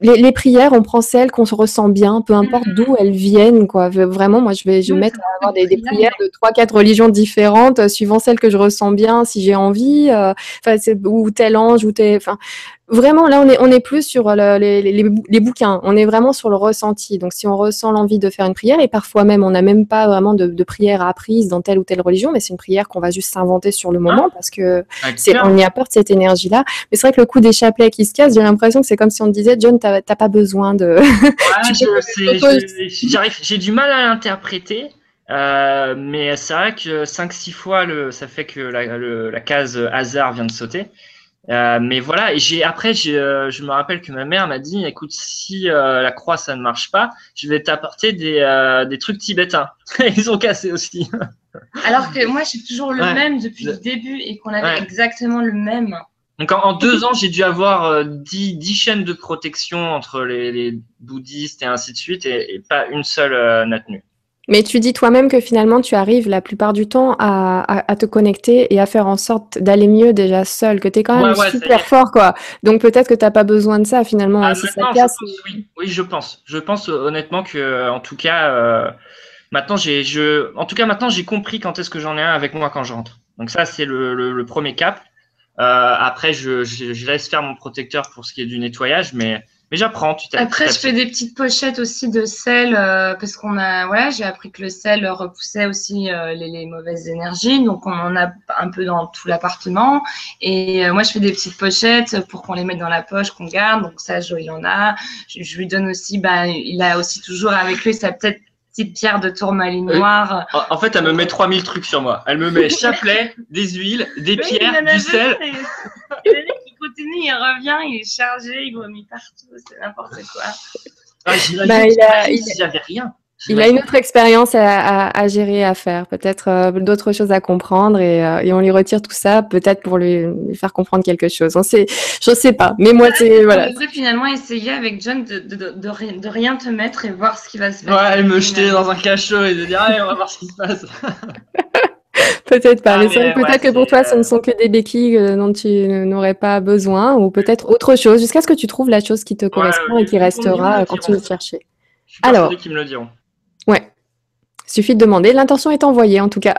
les, les prières, on prend celles qu'on se ressent bien, peu importe d'où elles viennent, quoi. Vraiment, moi, je vais, je vais mettre à avoir des, des prières de trois, quatre religions différentes, euh, suivant celles que je ressens bien, si j'ai envie, euh, enfin, c'est, ou tel ange, ou tel, enfin, vraiment, là, on est, on est plus sur le- les, les, les bou- les bouquins. On est vraiment sur le ressenti. Donc, si on ressent l'envie de faire une prière, et parfois même, on n'a même pas vraiment de, de prière apprise dans telle ou telle religion, mais c'est une prière qu'on va juste s'inventer sur le moment, parce que
Avec
c'est,
cœur.
on y apporte cette énergie-là. Mais c'est vrai que le coup des chapelets qui se cassent, j'ai l'impression que c'est comme si on te disait, John, t'as t'as pas besoin de.
Ouais,
Tu fais
je,
des
c'est-
photos.
je- j'arrive, j'ai du mal à l'interpréter, euh, mais c'est vrai que cinq six fois, le, ça fait que la, le- la case hasard vient de sauter. Euh, mais voilà, et j'ai après, j'ai, euh, je me rappelle que ma mère m'a dit, écoute, si euh, la croix ça ne marche pas, je vais t'apporter des, euh, des trucs tibétains. Ils ont cassé aussi.
Alors que moi, j'ai toujours le
Ouais.
même depuis
Le-
le début et qu'on avait
Ouais.
exactement le même.
Donc en, en deux ans, j'ai dû avoir euh, dix, dix chaînes de protection entre les, les bouddhistes et ainsi de suite, et, et pas une seule euh, n'a tenu.
Mais tu dis toi-même que finalement, tu arrives la plupart du temps à, à, à te connecter et à faire en sorte d'aller mieux déjà seul, que tu es quand
Ouais,
même
ouais, ça y
super
est.
fort, quoi. Donc peut-être que tu n'as pas besoin de ça finalement,
Ah,
hein, si ça
maintenant, je
casse.
pense, oui. Oui, je pense. Je pense euh, honnêtement que, en tout cas, euh, maintenant, j'ai, je, en tout cas, maintenant, j'ai compris quand est-ce que j'en ai un avec moi quand je rentre. Donc ça, c'est le, le, le premier cap. Euh, après, je, je, je laisse faire mon protecteur pour ce qui est du nettoyage, mais, mais j'apprends. Tu t'as-
Après,
petit à
je fais
petit.
des petites pochettes aussi de sel euh, parce qu'on a, voilà, j'ai appris que le sel repoussait aussi euh, les, les mauvaises énergies, donc on en a un peu dans tout l'appartement. Et euh, moi, je fais des petites pochettes pour qu'on les mette dans la poche, qu'on garde. Donc ça, Jo, il en a. Je, je lui donne aussi, bah, il a aussi toujours avec lui sa peut-être petite pierre de tourmaline
Oui.
noire.
En, en fait, elle me met trois mille trucs sur moi. Elle me met chapelet, des huiles, des
Oui, il
pierres,
en a
du
besoin,
sel.
et- et le mec, il continue, il revient, il est chargé, il vomit partout, c'est n'importe quoi.
Ah, j'imagine,
Bah, il a,
j'imagine
il,
si j'avais rien.
il a une
J'imagine.
autre expérience à, à, à gérer, à faire, peut-être euh, d'autres choses à comprendre et, euh, et on lui retire tout ça, peut-être pour lui, lui faire comprendre quelque chose. On sait, je sais pas, mais moi c'est
On
voilà.
devrait finalement essayer avec John de, de, de, de, ri- de rien te mettre et voir ce qui va se passer.
Ouais, elle me jeter
finalement.
dans un cachot et de dire, allez, on va voir ce qui se passe.
Peut-être pas,
Ah,
mais c'est vrai
mais
que
ouais,
peut-être que pour
c'est.
toi, ce ne
euh,
sont que des béquilles euh, dont tu n'aurais pas besoin, ou peut-être autre chose, jusqu'à ce que tu trouves la chose qui te
Ouais,
correspond et
ils,
qui
ils, ils me
restera,
le
euh,
diront.
continue de chercher.
Je suis persuadé
Alors,
qu'ils me le diront.
ouais, suffit de demander, l'intention est envoyée en tout cas.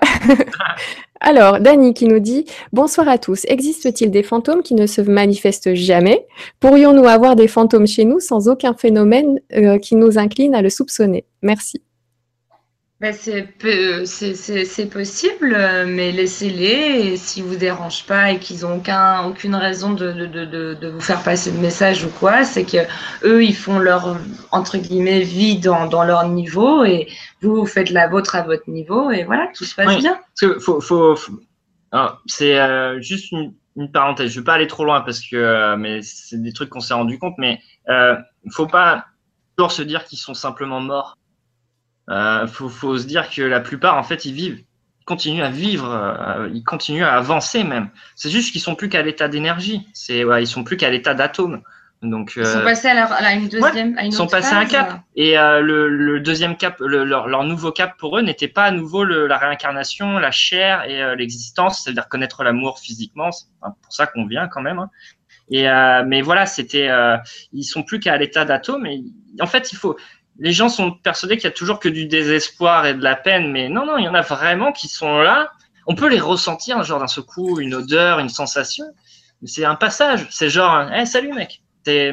Alors, Dani qui nous dit « Bonsoir à tous, existe-t-il des fantômes qui ne se manifestent jamais? Pourrions-nous avoir des fantômes chez nous sans aucun phénomène euh, qui nous incline à le soupçonner? Merci. »
Ben, c'est peu- c'est- c'est- c'est possible, euh, mais laissez-les. Et s'ils vous dérangent pas et qu'ils ont aucun, aucune raison de, de, de, de, de vous faire passer le message ou quoi, c'est que eux, ils font leur entre guillemets vie dans, dans leur niveau et vous, vous faites la vôtre à votre niveau et voilà, tout se passe
Oui,
bien.
parce que faut, faut, faut- alors, c'est euh, juste une, une parenthèse. Je vais pas aller trop loin parce que, euh, mais c'est des trucs qu'on s'est rendu compte. Mais euh, faut pas toujours se dire qu'ils sont simplement morts. Euh, faut, faut se dire que la plupart, en fait, ils vivent, ils continuent à vivre, euh, ils continuent à avancer même. C'est juste qu'ils sont plus qu'à l'état d'énergie. C'est, ouais, ils sont plus qu'à l'état d'atome. Donc,
Ils sont
euh,
passés à, leur, à une deuxième, à une
ils sont
autre
passés à un
phase.
cap. Et euh, le, le deuxième cap, le- leur, leur nouveau cap pour eux n'était pas à nouveau le- la réincarnation, la chair et euh, l'existence, c'est-à-dire connaître l'amour physiquement. C'est pour ça qu'on vient quand même. Hein. Et euh, mais voilà, c'était, euh, ils sont plus qu'à l'état d'atome. Et en fait, il faut. Les gens sont persuadés qu'il y a toujours que du désespoir et de la peine, mais non, non, il y en a vraiment qui sont là. On peut les ressentir, genre d'un seul coup, une odeur, une sensation. Mais c'est un passage. C'est genre, hey, salut mec. T'es,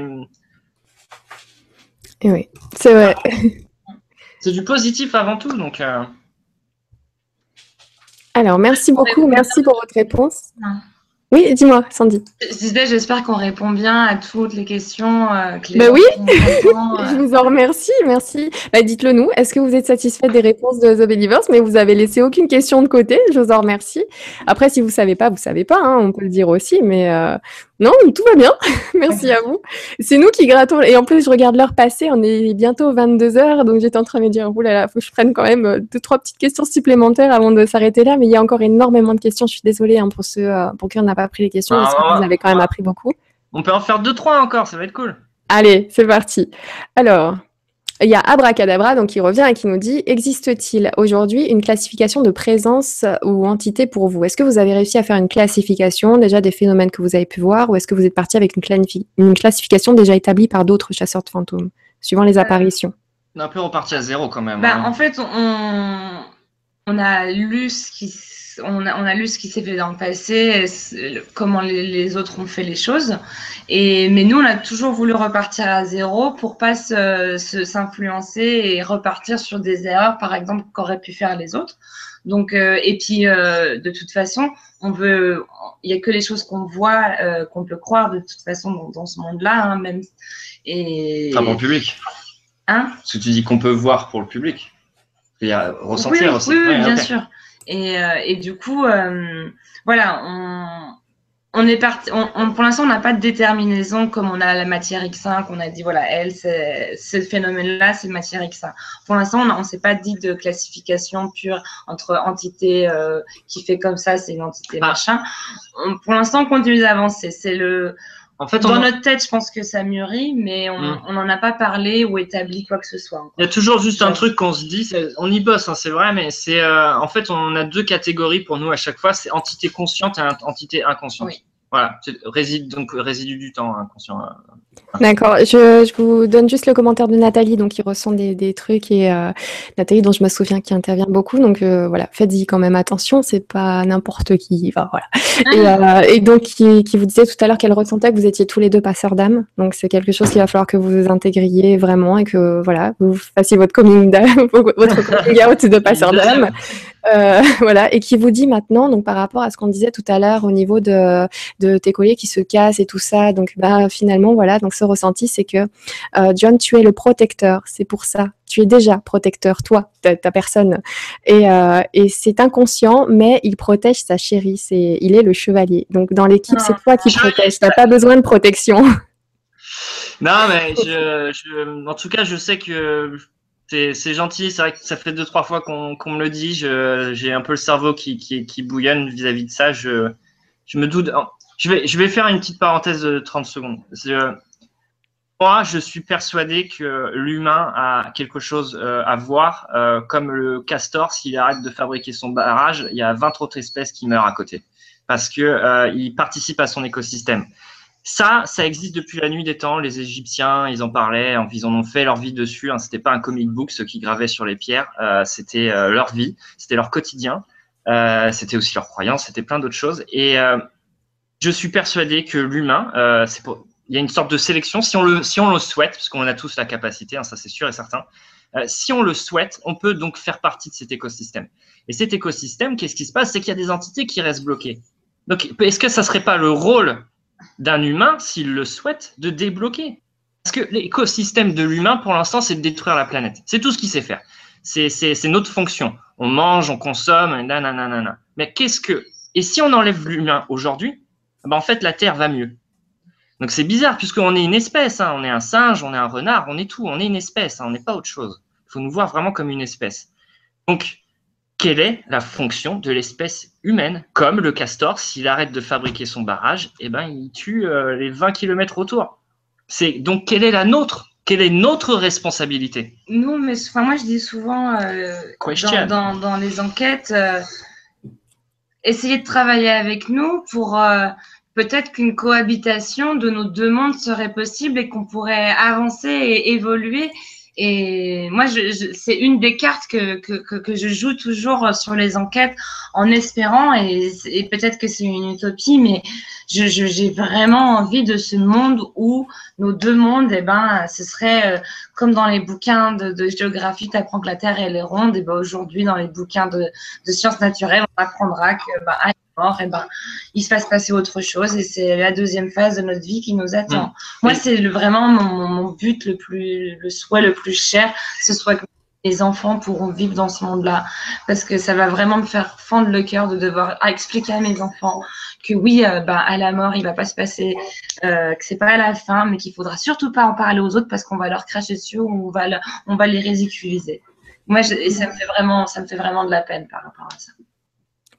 Et oui, c'est vrai.
c'est du positif avant tout, donc. Euh...
Alors, merci beaucoup, merci pour votre réponse. Oui, dis-moi, Sandy.
Je disais, j'espère qu'on répond bien à toutes les questions. Euh, que les
Bah
gens
oui,
sont contents, euh.
je vous en remercie, merci. Bah, dites-le nous, est-ce que vous êtes satisfait des réponses de The Believers? Mais vous avez laissé aucune question de côté, je vous en remercie. Après, si vous savez pas, vous savez pas, hein, on peut le dire aussi, mais euh, non, tout va bien, merci à vous. C'est nous qui grattons, et en plus, je regarde l'heure passer, on est bientôt vingt-deux heures, donc j'étais en train de me dire, oulala, faut que je prenne quand même deux, trois petites questions supplémentaires avant de s'arrêter là, mais il y a encore énormément de questions, je suis désolée hein, pour ceux euh, pour qui on n'a pas pris les questions,
Ah,
j'espère que vous avez quand même appris beaucoup.
On peut en faire deux, trois encore, ça va être cool.
Allez, c'est parti. Alors, il y a Abracadabra donc, qui revient et qui nous dit « Existe-t-il aujourd'hui une classification de présence ou entité pour vous? Est-ce que vous avez réussi à faire une classification déjà des phénomènes que vous avez pu voir ou est-ce que vous êtes parti avec une, une classification déjà établie par d'autres chasseurs de fantômes, suivant les apparitions ?»
On est un peu reparti à zéro quand même.
Bah,
hein.
En fait, on, on a lu ce qui On a, on a lu ce qui s'est fait dans le passé, comment les, les autres ont fait les choses. Et, mais nous, on a toujours voulu repartir à zéro pour pas se, se, s'influencer et repartir sur des erreurs, par exemple, qu'auraient pu faire les autres. Donc, euh, et puis, euh, de toute façon, on veut, il y a que les choses qu'on voit, euh, qu'on peut croire de toute façon dans, dans ce monde-là, hein, même. Et...
Enfin, pour le public.
Hein?
Parce que tu dis qu'on peut voir pour le public. Il y a ressentir
oui,
aussi.
Oui, oui,
ouais,
bien
okay.
sûr. Et, euh, et du coup, euh, voilà, on, on est parti. On, on, pour l'instant, on n'a pas de déterminaison comme on a la matière X un, qu'on a dit, voilà, elle, c'est ce phénomène-là, c'est matière X un. Pour l'instant, on ne s'est pas dit de classification pure entre entités euh, qui fait comme ça, c'est une entité ah. machin. On, pour l'instant, on continue d'avancer. C'est le. En fait, dans on... notre tête, je pense que ça mûrit, mais on n'en mmh. a pas parlé ou établi quoi que ce soit.
Il y a toujours juste un truc qu'on se dit, on y bosse, hein, c'est vrai, mais c'est euh, en fait, on a deux catégories pour nous à chaque fois, c'est entité consciente et entité inconsciente. Oui. Voilà, réside, donc résidu du temps inconscient.
D'accord, je, je vous donne juste le commentaire de Nathalie, donc qui ressent des, des trucs, et euh, Nathalie, dont je me souviens, qui intervient beaucoup, donc euh, voilà, faites-y quand même attention, c'est pas n'importe qui, enfin, voilà. Et, euh, et donc, qui, qui vous disait tout à l'heure qu'elle ressentait que vous étiez tous les deux passeurs d'âme, donc c'est quelque chose qu'il va falloir que vous intégriez vraiment, et que, voilà, vous fassiez votre coming, votre coming out de passeur d'âme. Euh, voilà, et qui vous dit maintenant, donc par rapport à ce qu'on disait tout à l'heure au niveau de, de tes colliers qui se cassent et tout ça, donc bah, finalement, voilà, donc ce ressenti, c'est que euh, John, tu es le protecteur, c'est pour ça, tu es déjà protecteur, toi, ta, ta personne, et, euh, et c'est inconscient, mais il protège sa chérie, c'est, il est le chevalier, donc dans l'équipe, c'est toi qui protèges, t'as pas besoin de protection.
Non, mais je, je, en tout cas, je sais que c'est gentil, c'est vrai que ça fait deux, trois fois qu'on qu'on me le dit. J'ai un peu le cerveau qui, qui, qui bouillonne vis-à-vis -vis de ça. Je, je me doute. Je vais, je vais faire une petite parenthèse de trente secondes. Je, moi, je suis persuadé que l'humain a quelque chose à voir. Euh, comme le castor, s'il arrête de fabriquer son barrage, il y a vingt autres espèces qui meurent à côté parce qu'il euh, participe à son écosystème. Ça, ça existe depuis la nuit des temps. Les Égyptiens, ils en parlaient, ils en ont fait leur vie dessus. Hein. C'était pas un comic book, ceux qui gravaient sur les pierres. Euh, c'était euh, leur vie, c'était leur quotidien. Euh, c'était aussi leur croyance, c'était plein d'autres choses. Et euh, je suis persuadé que l'humain, euh, c'est pour, il y a une sorte de sélection. Si on le, si on le souhaite, parce qu'on a tous la capacité, hein, ça c'est sûr et certain. Euh, si on le souhaite, on peut donc faire partie de cet écosystème. Et cet écosystème, qu'est-ce qui se passe? C'est qu'il y a des entités qui restent bloquées. Donc, est-ce que ça serait pas le rôle d'un humain, s'il le souhaite, de débloquer? Parce que l'écosystème de l'humain, pour l'instant, c'est de détruire la planète. C'est tout ce qu'il sait faire. C'est notre fonction. On mange, on consomme, nanana. Mais qu'est-ce que... Et si on enlève l'humain aujourd'hui, ben en fait, la Terre va mieux. Donc c'est bizarre, puisqu'on est une espèce. Hein. On est un singe, on est un renard, on est tout. On est une espèce, hein. On n'est pas autre chose. Il faut nous voir vraiment comme une espèce. Donc, quelle est la fonction de l'espèce humaine? Comme le castor, s'il arrête de fabriquer son barrage, eh ben, il tue euh, les vingt kilomètres autour. Donc, quelle est la nôtre? Quelle est notre responsabilité?
Nous, mais enfin, moi, je dis souvent euh, dans, dans, dans les enquêtes, euh, essayez de travailler avec nous pour euh, peut-être qu'une cohabitation de nos deux mondes serait possible et qu'on pourrait avancer et évoluer. Et moi, je, je, c'est une des cartes que, que, que, que je joue toujours sur les enquêtes en espérant, et, et peut-être que c'est une utopie, mais je, je, j'ai vraiment envie de ce monde où nos deux mondes, eh ben, ce serait euh, comme dans les bouquins de, de géographie, tu apprends que la Terre elle est ronde, et ben aujourd'hui, dans les bouquins de, de sciences naturelles, on apprendra que ben, mort, et ben, il se passe passer autre chose, et c'est la deuxième phase de notre vie qui nous attend. Mmh. Moi, c'est vraiment mon, mon but le plus, le souhait le plus cher, ce soit que les enfants pourront vivre dans ce monde-là, parce que ça va vraiment me faire fendre le cœur de devoir expliquer à mes enfants que oui, euh, ben, à la mort, il va pas se passer, euh, que c'est pas à la fin, mais qu'il faudra surtout pas en parler aux autres parce qu'on va leur cracher dessus ou on va, le, on va les ridiculiser. Moi, je, et ça me fait vraiment, ça me fait vraiment de la peine par rapport à ça.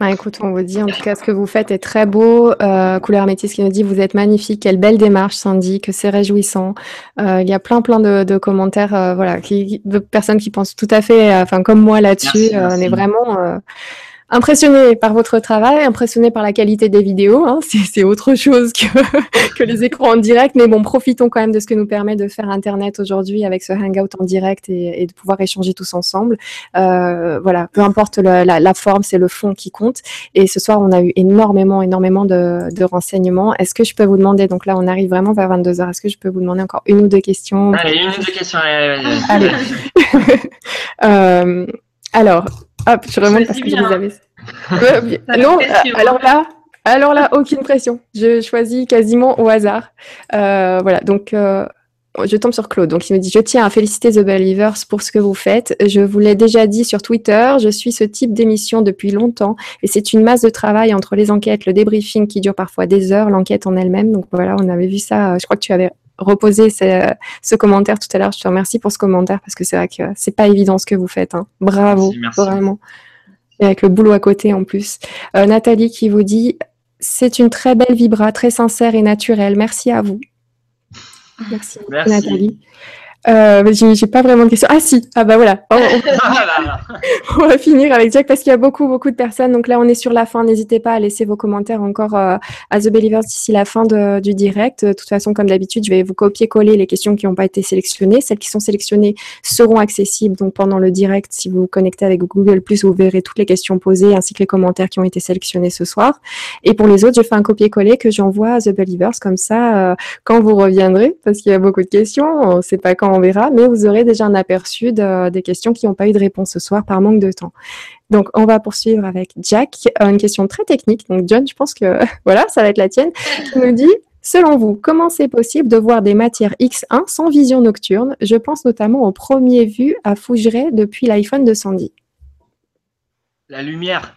Ah, écoute, on vous dit en tout cas ce que vous faites est très beau. Euh, Couleur Métis qui nous dit vous êtes magnifique, quelle belle démarche, Sandy, que c'est réjouissant. Euh, il y a plein plein de, de commentaires, euh, voilà, qui, de personnes qui pensent tout à fait, euh, enfin comme moi là-dessus.
Merci,
Euh, on est
merci.
vraiment euh, impressionné par votre travail, impressionné par la qualité des vidéos. Hein. C'est, c'est autre chose que, que les écrans en direct, mais bon, profitons quand même de ce que nous permet de faire Internet aujourd'hui avec ce hangout en direct et, et de pouvoir échanger tous ensemble. Euh, voilà, peu importe le, la, la forme, c'est le fond qui compte. Et ce soir, on a eu énormément, énormément de, de renseignements. Est-ce que je peux vous demander, donc là, on arrive vraiment vers vingt-deux heures, est-ce que je peux vous demander encore une ou deux questions?
Allez, une ou deux questions. Allez, allez,
allez. euh, alors, hop, je remonte parce que je les avais. Euh, non, euh, alors là, alors là, aucune pression. Je choisis quasiment au hasard. Euh, voilà, donc euh, je tombe sur Claude. Donc il me dit: je tiens à féliciter The Believers pour ce que vous faites. Je vous l'ai déjà dit sur Twitter. Je suis ce type d'émission depuis longtemps et c'est une masse de travail entre les enquêtes, le débriefing qui dure parfois des heures, l'enquête en elle-même. Donc voilà, on avait vu ça. Je crois que tu avais reposé ce, ce commentaire tout à l'heure. Je te remercie pour ce commentaire parce que c'est vrai que c'est pas évident ce que vous faites. Hein. Bravo,
merci, merci.
Vraiment. Et avec le boulot à côté en plus. Euh, Nathalie qui vous dit: c'est une très belle vibra, très sincère et naturelle. Merci à vous. Merci,
Merci.
Nathalie. Euh, j'ai, j'ai pas vraiment de questions. Ah si, ah bah voilà. On, on, on va finir avec Jack parce qu'il y a beaucoup, beaucoup de personnes. Donc là, on est sur la fin. N'hésitez pas à laisser vos commentaires encore euh, à The Believers d'ici la fin de, du direct. De toute façon, comme d'habitude, je vais vous copier-coller les questions qui n'ont pas été sélectionnées. Celles qui sont sélectionnées seront accessibles donc pendant le direct. Si vous vous connectez avec Google plus, vous verrez toutes les questions posées ainsi que les commentaires qui ont été sélectionnés ce soir. Et pour les autres, je fais un copier-coller que j'envoie à The Believers. Comme ça, euh, quand vous reviendrez, parce qu'il y a beaucoup de questions, on ne sait pas quand on verra, mais vous aurez déjà un aperçu de, des questions qui n'ont pas eu de réponse ce soir par manque de temps. Donc, on va poursuivre avec Jack, une question très technique. Donc, John, je pense que voilà, ça va être la tienne, qui nous dit: selon vous, comment c'est possible de voir des matières X un sans vision nocturne? Je pense notamment au premier vu à Fougeray depuis l'iPhone de Sandy.
La lumière.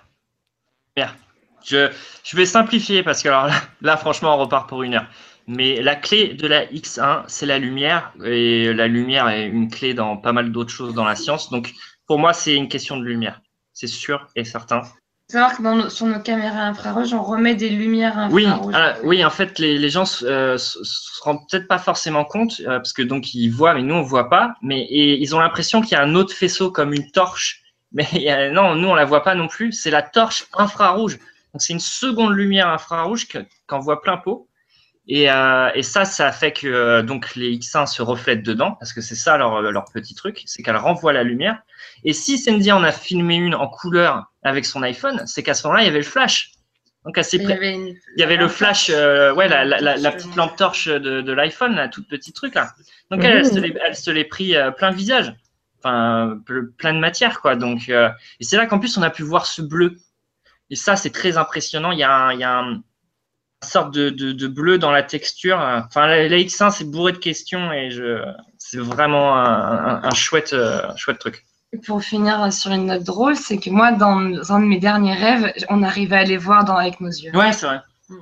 Je, je vais simplifier parce que alors là, là, franchement, on repart pour une heure. Mais la clé de la X un, c'est la lumière. Et la lumière est une clé dans pas mal d'autres choses dans la science. Donc, pour moi, c'est une question de lumière. C'est sûr et certain.
Il faut savoir que dans nos, sur nos caméras infrarouges, on remet des lumières infrarouges.
Oui, euh, oui en fait, les, les gens euh, se, se rendent peut-être pas forcément compte euh, parce que donc ils voient, mais nous, on voit pas. Mais et, ils ont l'impression qu'il y a un autre faisceau comme une torche. Mais il y a, non, nous, on la voit pas non plus. C'est la torche infrarouge. Donc, c'est une seconde lumière infrarouge que, qu'on voit plein pot. Et, euh, et ça, ça fait que euh, donc les X un se reflètent dedans, parce que c'est ça leur, leur petit truc, c'est qu'elle renvoie la lumière. Et si Sandy en a filmé une en couleur avec son iPhone, c'est qu'à ce moment-là, il y avait le flash. Donc, assez près. Il y avait, une, il y avait le flash, euh, ouais, la, la, la, la petite lampe torche de, de l'iPhone, la toute petite truc là. Donc, mmh. elle, elle, se l'est, elle se l'est pris euh, plein visage, enfin, plein de matière, quoi. Donc, euh, et c'est là qu'en plus, on a pu voir ce bleu. Et ça, c'est très impressionnant. Il y a un, il y a un sorte de, de, de bleu dans la texture. Enfin, la, la X un, c'est bourré de questions et je, c'est vraiment un, un, un chouette, euh, chouette truc.
Pour finir sur une note drôle, c'est que moi, dans un de mes derniers rêves, on arrivait à les voir dans, avec nos yeux.
Ouais, c'est vrai.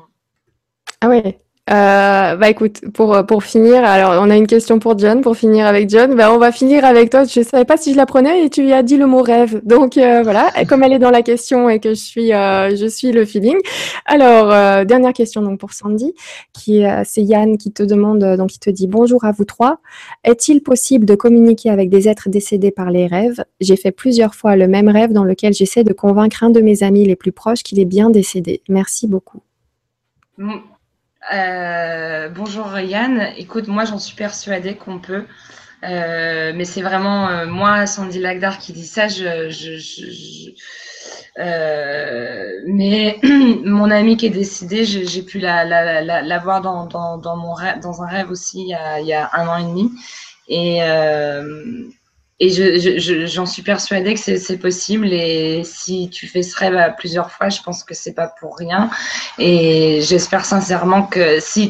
Ah ouais. Euh, bah écoute, pour pour finir, alors on a une question pour John. Pour finir avec John, bah on va finir avec toi. Je savais pas si je la prenais et tu lui as dit le mot rêve. Donc euh, voilà, comme elle est dans la question et que je suis euh, je suis le feeling. Alors euh, dernière question donc pour Sandy, qui est, c'est Yann qui te demande donc il te dit: bonjour à vous trois. Est-il possible de communiquer avec des êtres décédés par les rêves? J'ai fait plusieurs fois le même rêve dans lequel j'essaie de convaincre un de mes amis les plus proches qu'il est bien décédé. Merci beaucoup.
Mm. Euh, bonjour Yann, écoute, moi j'en suis persuadée qu'on peut, euh, mais c'est vraiment euh, moi, Sandy Lagdar, qui dit ça. Je, je, je, je euh, mais mon amie qui est décédée, j'ai, j'ai pu la, la, la, la voir dans, dans, dans mon rêve, dans un rêve aussi il y a, il y a un an et demi, et euh, Et je, je, je, j'en suis persuadée que c'est, c'est possible. Et si tu fais ce rêve à plusieurs fois, je pense que c'est pas pour rien. Et j'espère sincèrement que si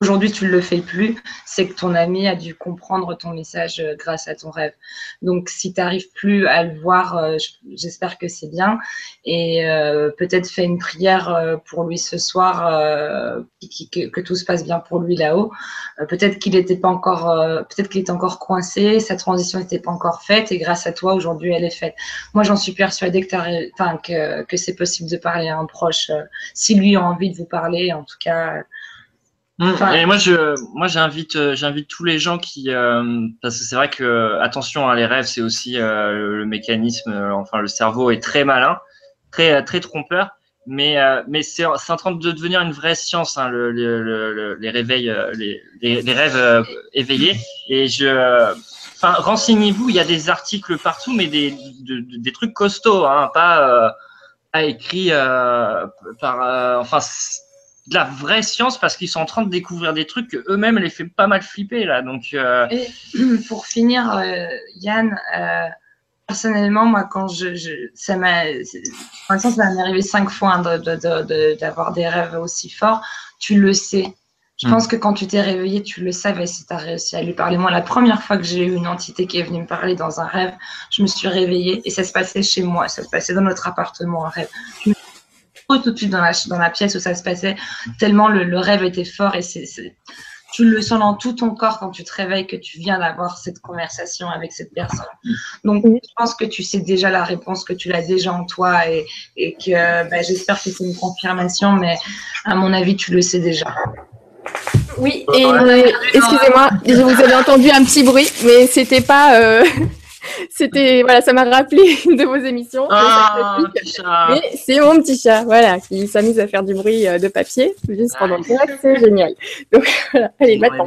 aujourd'hui tu ne le fais plus, c'est que ton ami a dû comprendre ton message grâce à ton rêve. Donc si tu n'arrives plus à le voir, euh, j'espère que c'est bien. Et euh, peut-être fais une prière pour lui ce soir, euh, que, que tout se passe bien pour lui là-haut. Euh, peut-être qu'il n'était pas encore, euh, peut-être qu'il était encore coincé, sa transition n'était pas encore faite, et grâce à toi aujourd'hui elle est faite. Moi j'en suis persuadée que, enfin, que, que c'est possible de parler à un proche, euh, si lui a envie de vous parler, en tout cas.
Enfin, et moi, je, moi, j'invite, j'invite tous les gens qui, euh, parce que c'est vrai que, attention, hein, les rêves, c'est aussi euh, le, le mécanisme, euh, enfin, le cerveau est très malin, très, très trompeur, mais, euh, mais c'est, c'est en train de devenir une vraie science, hein, le, le, le, les réveils, les, les, les rêves euh, éveillés. Et je, enfin, renseignez-vous, il y a des articles partout, mais des, de, de, des trucs costauds, hein, pas, euh, pas écrits euh, par, euh, enfin. De la vraie science parce qu'ils sont en train de découvrir des trucs que eux-mêmes les fait pas mal flipper là. Donc euh...
et pour finir, euh, Yann, euh, personnellement, moi quand je, je ça m'a, pour l'instant ça m'est arrivé cinq fois hein, de, de, de, de, d'avoir des rêves aussi forts. Tu le sais. Je mmh. pense que quand tu t'es réveillé, tu le savais si tu as réussi à lui parler. Moi, la première fois que j'ai eu une entité qui est venue me parler dans un rêve, je me suis réveillée et ça se passait chez moi, ça se passait dans notre appartement, un rêve. Je tout de suite dans la, dans la pièce où ça se passait, tellement le, le rêve était fort et c'est, c'est, tu le sens dans tout ton corps quand tu te réveilles que tu viens d'avoir cette conversation avec cette personne. Donc, je pense que tu sais déjà la réponse, que tu l'as déjà en toi et, et que bah, j'espère que c'est une confirmation, mais à mon avis, tu le sais déjà.
Oui, et euh, excusez-moi, je vous avais entendu un petit bruit, mais c'était pas... Euh... C'était, voilà, ça m'a rappelé une de vos émissions.
Ah,
mais c'est mon petit chat, voilà, qui s'amuse à faire du bruit de papier, juste pendant le direct, c'est génial. Donc, voilà, allez, maintenant.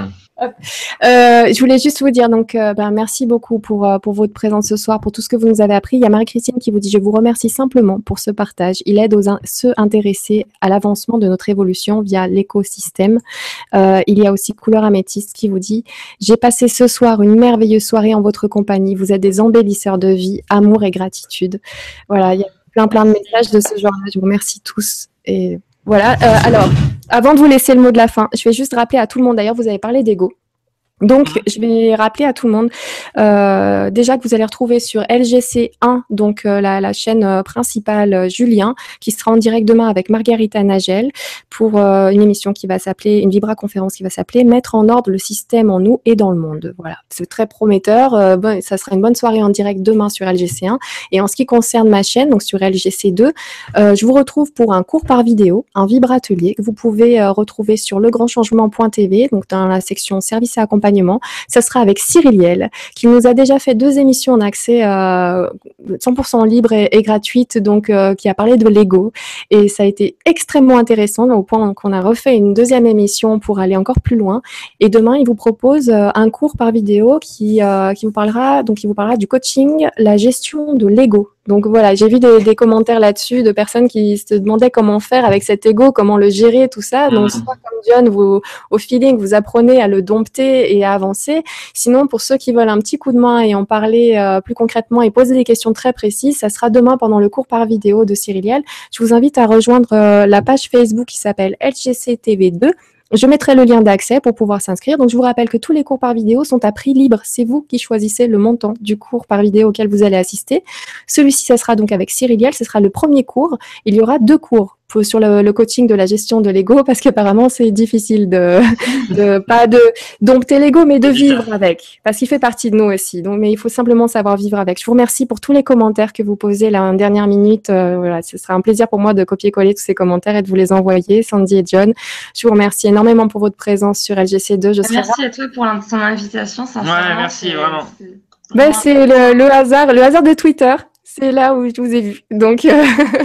Euh, je voulais juste vous dire, donc, euh, ben, merci beaucoup pour, euh, pour votre présence ce soir, pour tout ce que vous nous avez appris. Il y a Marie-Christine qui vous dit, je vous remercie simplement pour ce partage. Il aide aux in- ceux intéressés à l'avancement de notre évolution via l'écosystème. Euh, il y a aussi Couleur Améthyste qui vous dit, j'ai passé ce soir une merveilleuse soirée en votre compagnie. Vous êtes des embellisseurs de vie, amour et gratitude. Voilà, il y a plein, plein de messages de ce genre-là. Je vous remercie tous. Et voilà. Euh, alors, avant de vous laisser le mot de la fin, je vais juste rappeler à tout le monde, d'ailleurs, vous avez parlé d'ego. Donc, je vais rappeler à tout le monde euh, déjà que vous allez retrouver sur L G C un, donc euh, la, la chaîne euh, principale euh, Julien, qui sera en direct demain avec Margarita Nagel pour euh, une émission qui va s'appeler, une vibra-conférence qui va s'appeler « Mettre en ordre le système en nous et dans le monde ». Voilà, c'est très prometteur. Euh, bon, ça sera une bonne soirée en direct demain sur L G C un. Et en ce qui concerne ma chaîne, donc sur L G C deux, euh, je vous retrouve pour un cours par vidéo, un vibra-atelier que vous pouvez euh, retrouver sur legrandchangement point t v, donc dans la section service et accompagnement. Ça sera avec Cyriliel, qui nous a déjà fait deux émissions en accès euh, cent pour cent libre et, et gratuite, donc euh, qui a parlé de l'ego. Et ça a été extrêmement intéressant, au point qu'on a refait une deuxième émission pour aller encore plus loin. Et demain, il vous propose euh, un cours par vidéo qui, euh, qui vous parlera, donc, qui vous parlera du coaching, la gestion de l'ego. Donc voilà, j'ai vu des, des commentaires là-dessus de personnes qui se demandaient comment faire avec cet ego, comment le gérer, tout ça. Donc, soit comme John, vous, au feeling, vous apprenez à le dompter et à avancer. Sinon, pour ceux qui veulent un petit coup de main et en parler euh, plus concrètement et poser des questions très précises, ça sera demain pendant le cours par vidéo de Cyriliel. Je vous invite à rejoindre euh, la page Facebook qui s'appelle L G C T V deux. Je mettrai le lien d'accès pour pouvoir s'inscrire. Donc, je vous rappelle que tous les cours par vidéo sont à prix libre. C'est vous qui choisissez le montant du cours par vidéo auquel vous allez assister. Celui-ci, ça sera donc avec Cyriliel. Ce sera le premier cours. Il y aura deux cours sur le, le coaching de la gestion de l'ego, parce qu'apparemment, c'est difficile de, de pas de dompter l'ego, mais de vivre avec, parce qu'il fait partie de nous aussi. Donc, mais il faut simplement savoir vivre avec. Je vous remercie pour tous les commentaires que vous posez là en dernière minute. Euh, voilà, ce sera un plaisir pour moi de copier-coller tous ces commentaires et de vous les envoyer, Sandy et John. Je vous remercie énormément pour votre présence sur L G C deux. Je
merci
serai...
à toi pour ton invitation.
Ouais, merci,
c'est,
vraiment.
C'est,
ben, c'est le, le hasard, le hasard de Twitter. C'est là où je vous ai vu. Donc, euh,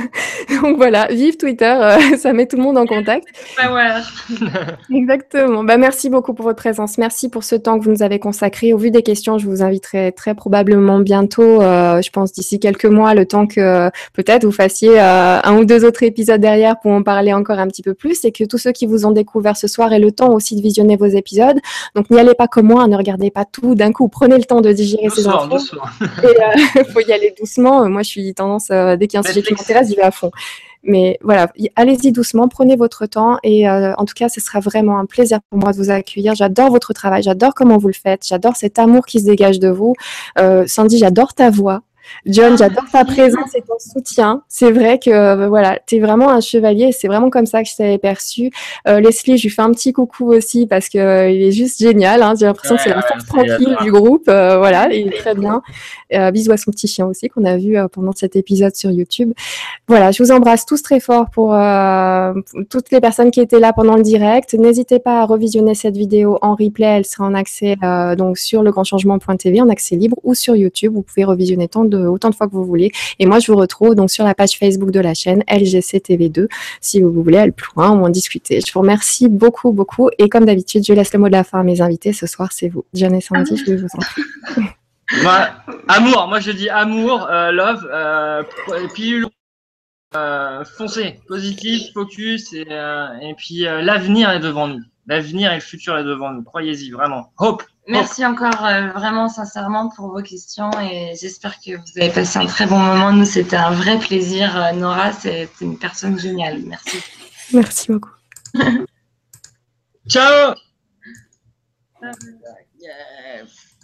donc voilà, vive Twitter, euh, ça met tout le monde en contact.
Ouais, ouais.
Exactement. Bah, merci beaucoup pour votre présence. Merci pour ce temps que vous nous avez consacré. Au vu des questions, je vous inviterai très probablement bientôt, euh, je pense d'ici quelques mois, le temps que euh, peut-être vous fassiez euh, un ou deux autres épisodes derrière pour en parler encore un petit peu plus, et que tous ceux qui vous ont découvert ce soir aient le temps aussi de visionner vos épisodes. Donc, n'y allez pas comme moi, ne regardez pas tout d'un coup. Prenez le temps de digérer ces infos.
Doucement.
Et il euh, faut y aller doucement. Moi, je suis tendance, euh, dès qu'il y a un sujet qui m'intéresse, j'y vais à fond. Mais voilà, allez-y doucement, prenez votre temps et euh, en tout cas, ce sera vraiment un plaisir pour moi de vous accueillir. J'adore votre travail, j'adore comment vous le faites, j'adore cet amour qui se dégage de vous. Euh, Sandy, j'adore ta voix. John, j'adore ta présence et ton soutien. C'est vrai que euh, voilà, tu es vraiment un chevalier. C'est vraiment comme ça que je t'avais perçu. Euh, Leslie, je lui fais un petit coucou aussi parce que euh, il est juste génial. Hein. J'ai l'impression
Ouais,
que c'est la
ouais,
force
c'est
tranquille
d'accord.
du groupe. Euh, voilà, il est très bien. Euh, bisous à son petit chien aussi qu'on a vu euh, pendant cet épisode sur YouTube. Voilà, je vous embrasse tous très fort pour, euh, pour toutes les personnes qui étaient là pendant le direct. N'hésitez pas à revisionner cette vidéo en replay. Elle sera en accès euh, donc sur legrandchangement point t v en accès libre ou sur YouTube. Vous pouvez revisionner tant de, autant de fois que vous voulez. Et moi, je vous retrouve donc sur la page Facebook de la chaîne L G C T V deux si vous voulez aller plus loin ou en discuter. Je vous remercie beaucoup, beaucoup. Et comme d'habitude, je laisse le mot de la fin à mes invités. Ce soir, c'est vous. John et Sandy, je vous en prie.
Moi, amour, moi je dis amour, euh, love, euh, pilule, euh, foncez, positif, focus, et, euh, et puis euh, l'avenir est devant nous. L'avenir et le futur est devant nous. Croyez-y, vraiment. Hope.
Merci hope. encore euh, vraiment sincèrement pour vos questions et j'espère que vous avez passé un très bon moment. Nous, c'était un vrai plaisir. Euh, Nora, c'est une personne géniale. Merci.
Merci beaucoup.
Ciao. Yes.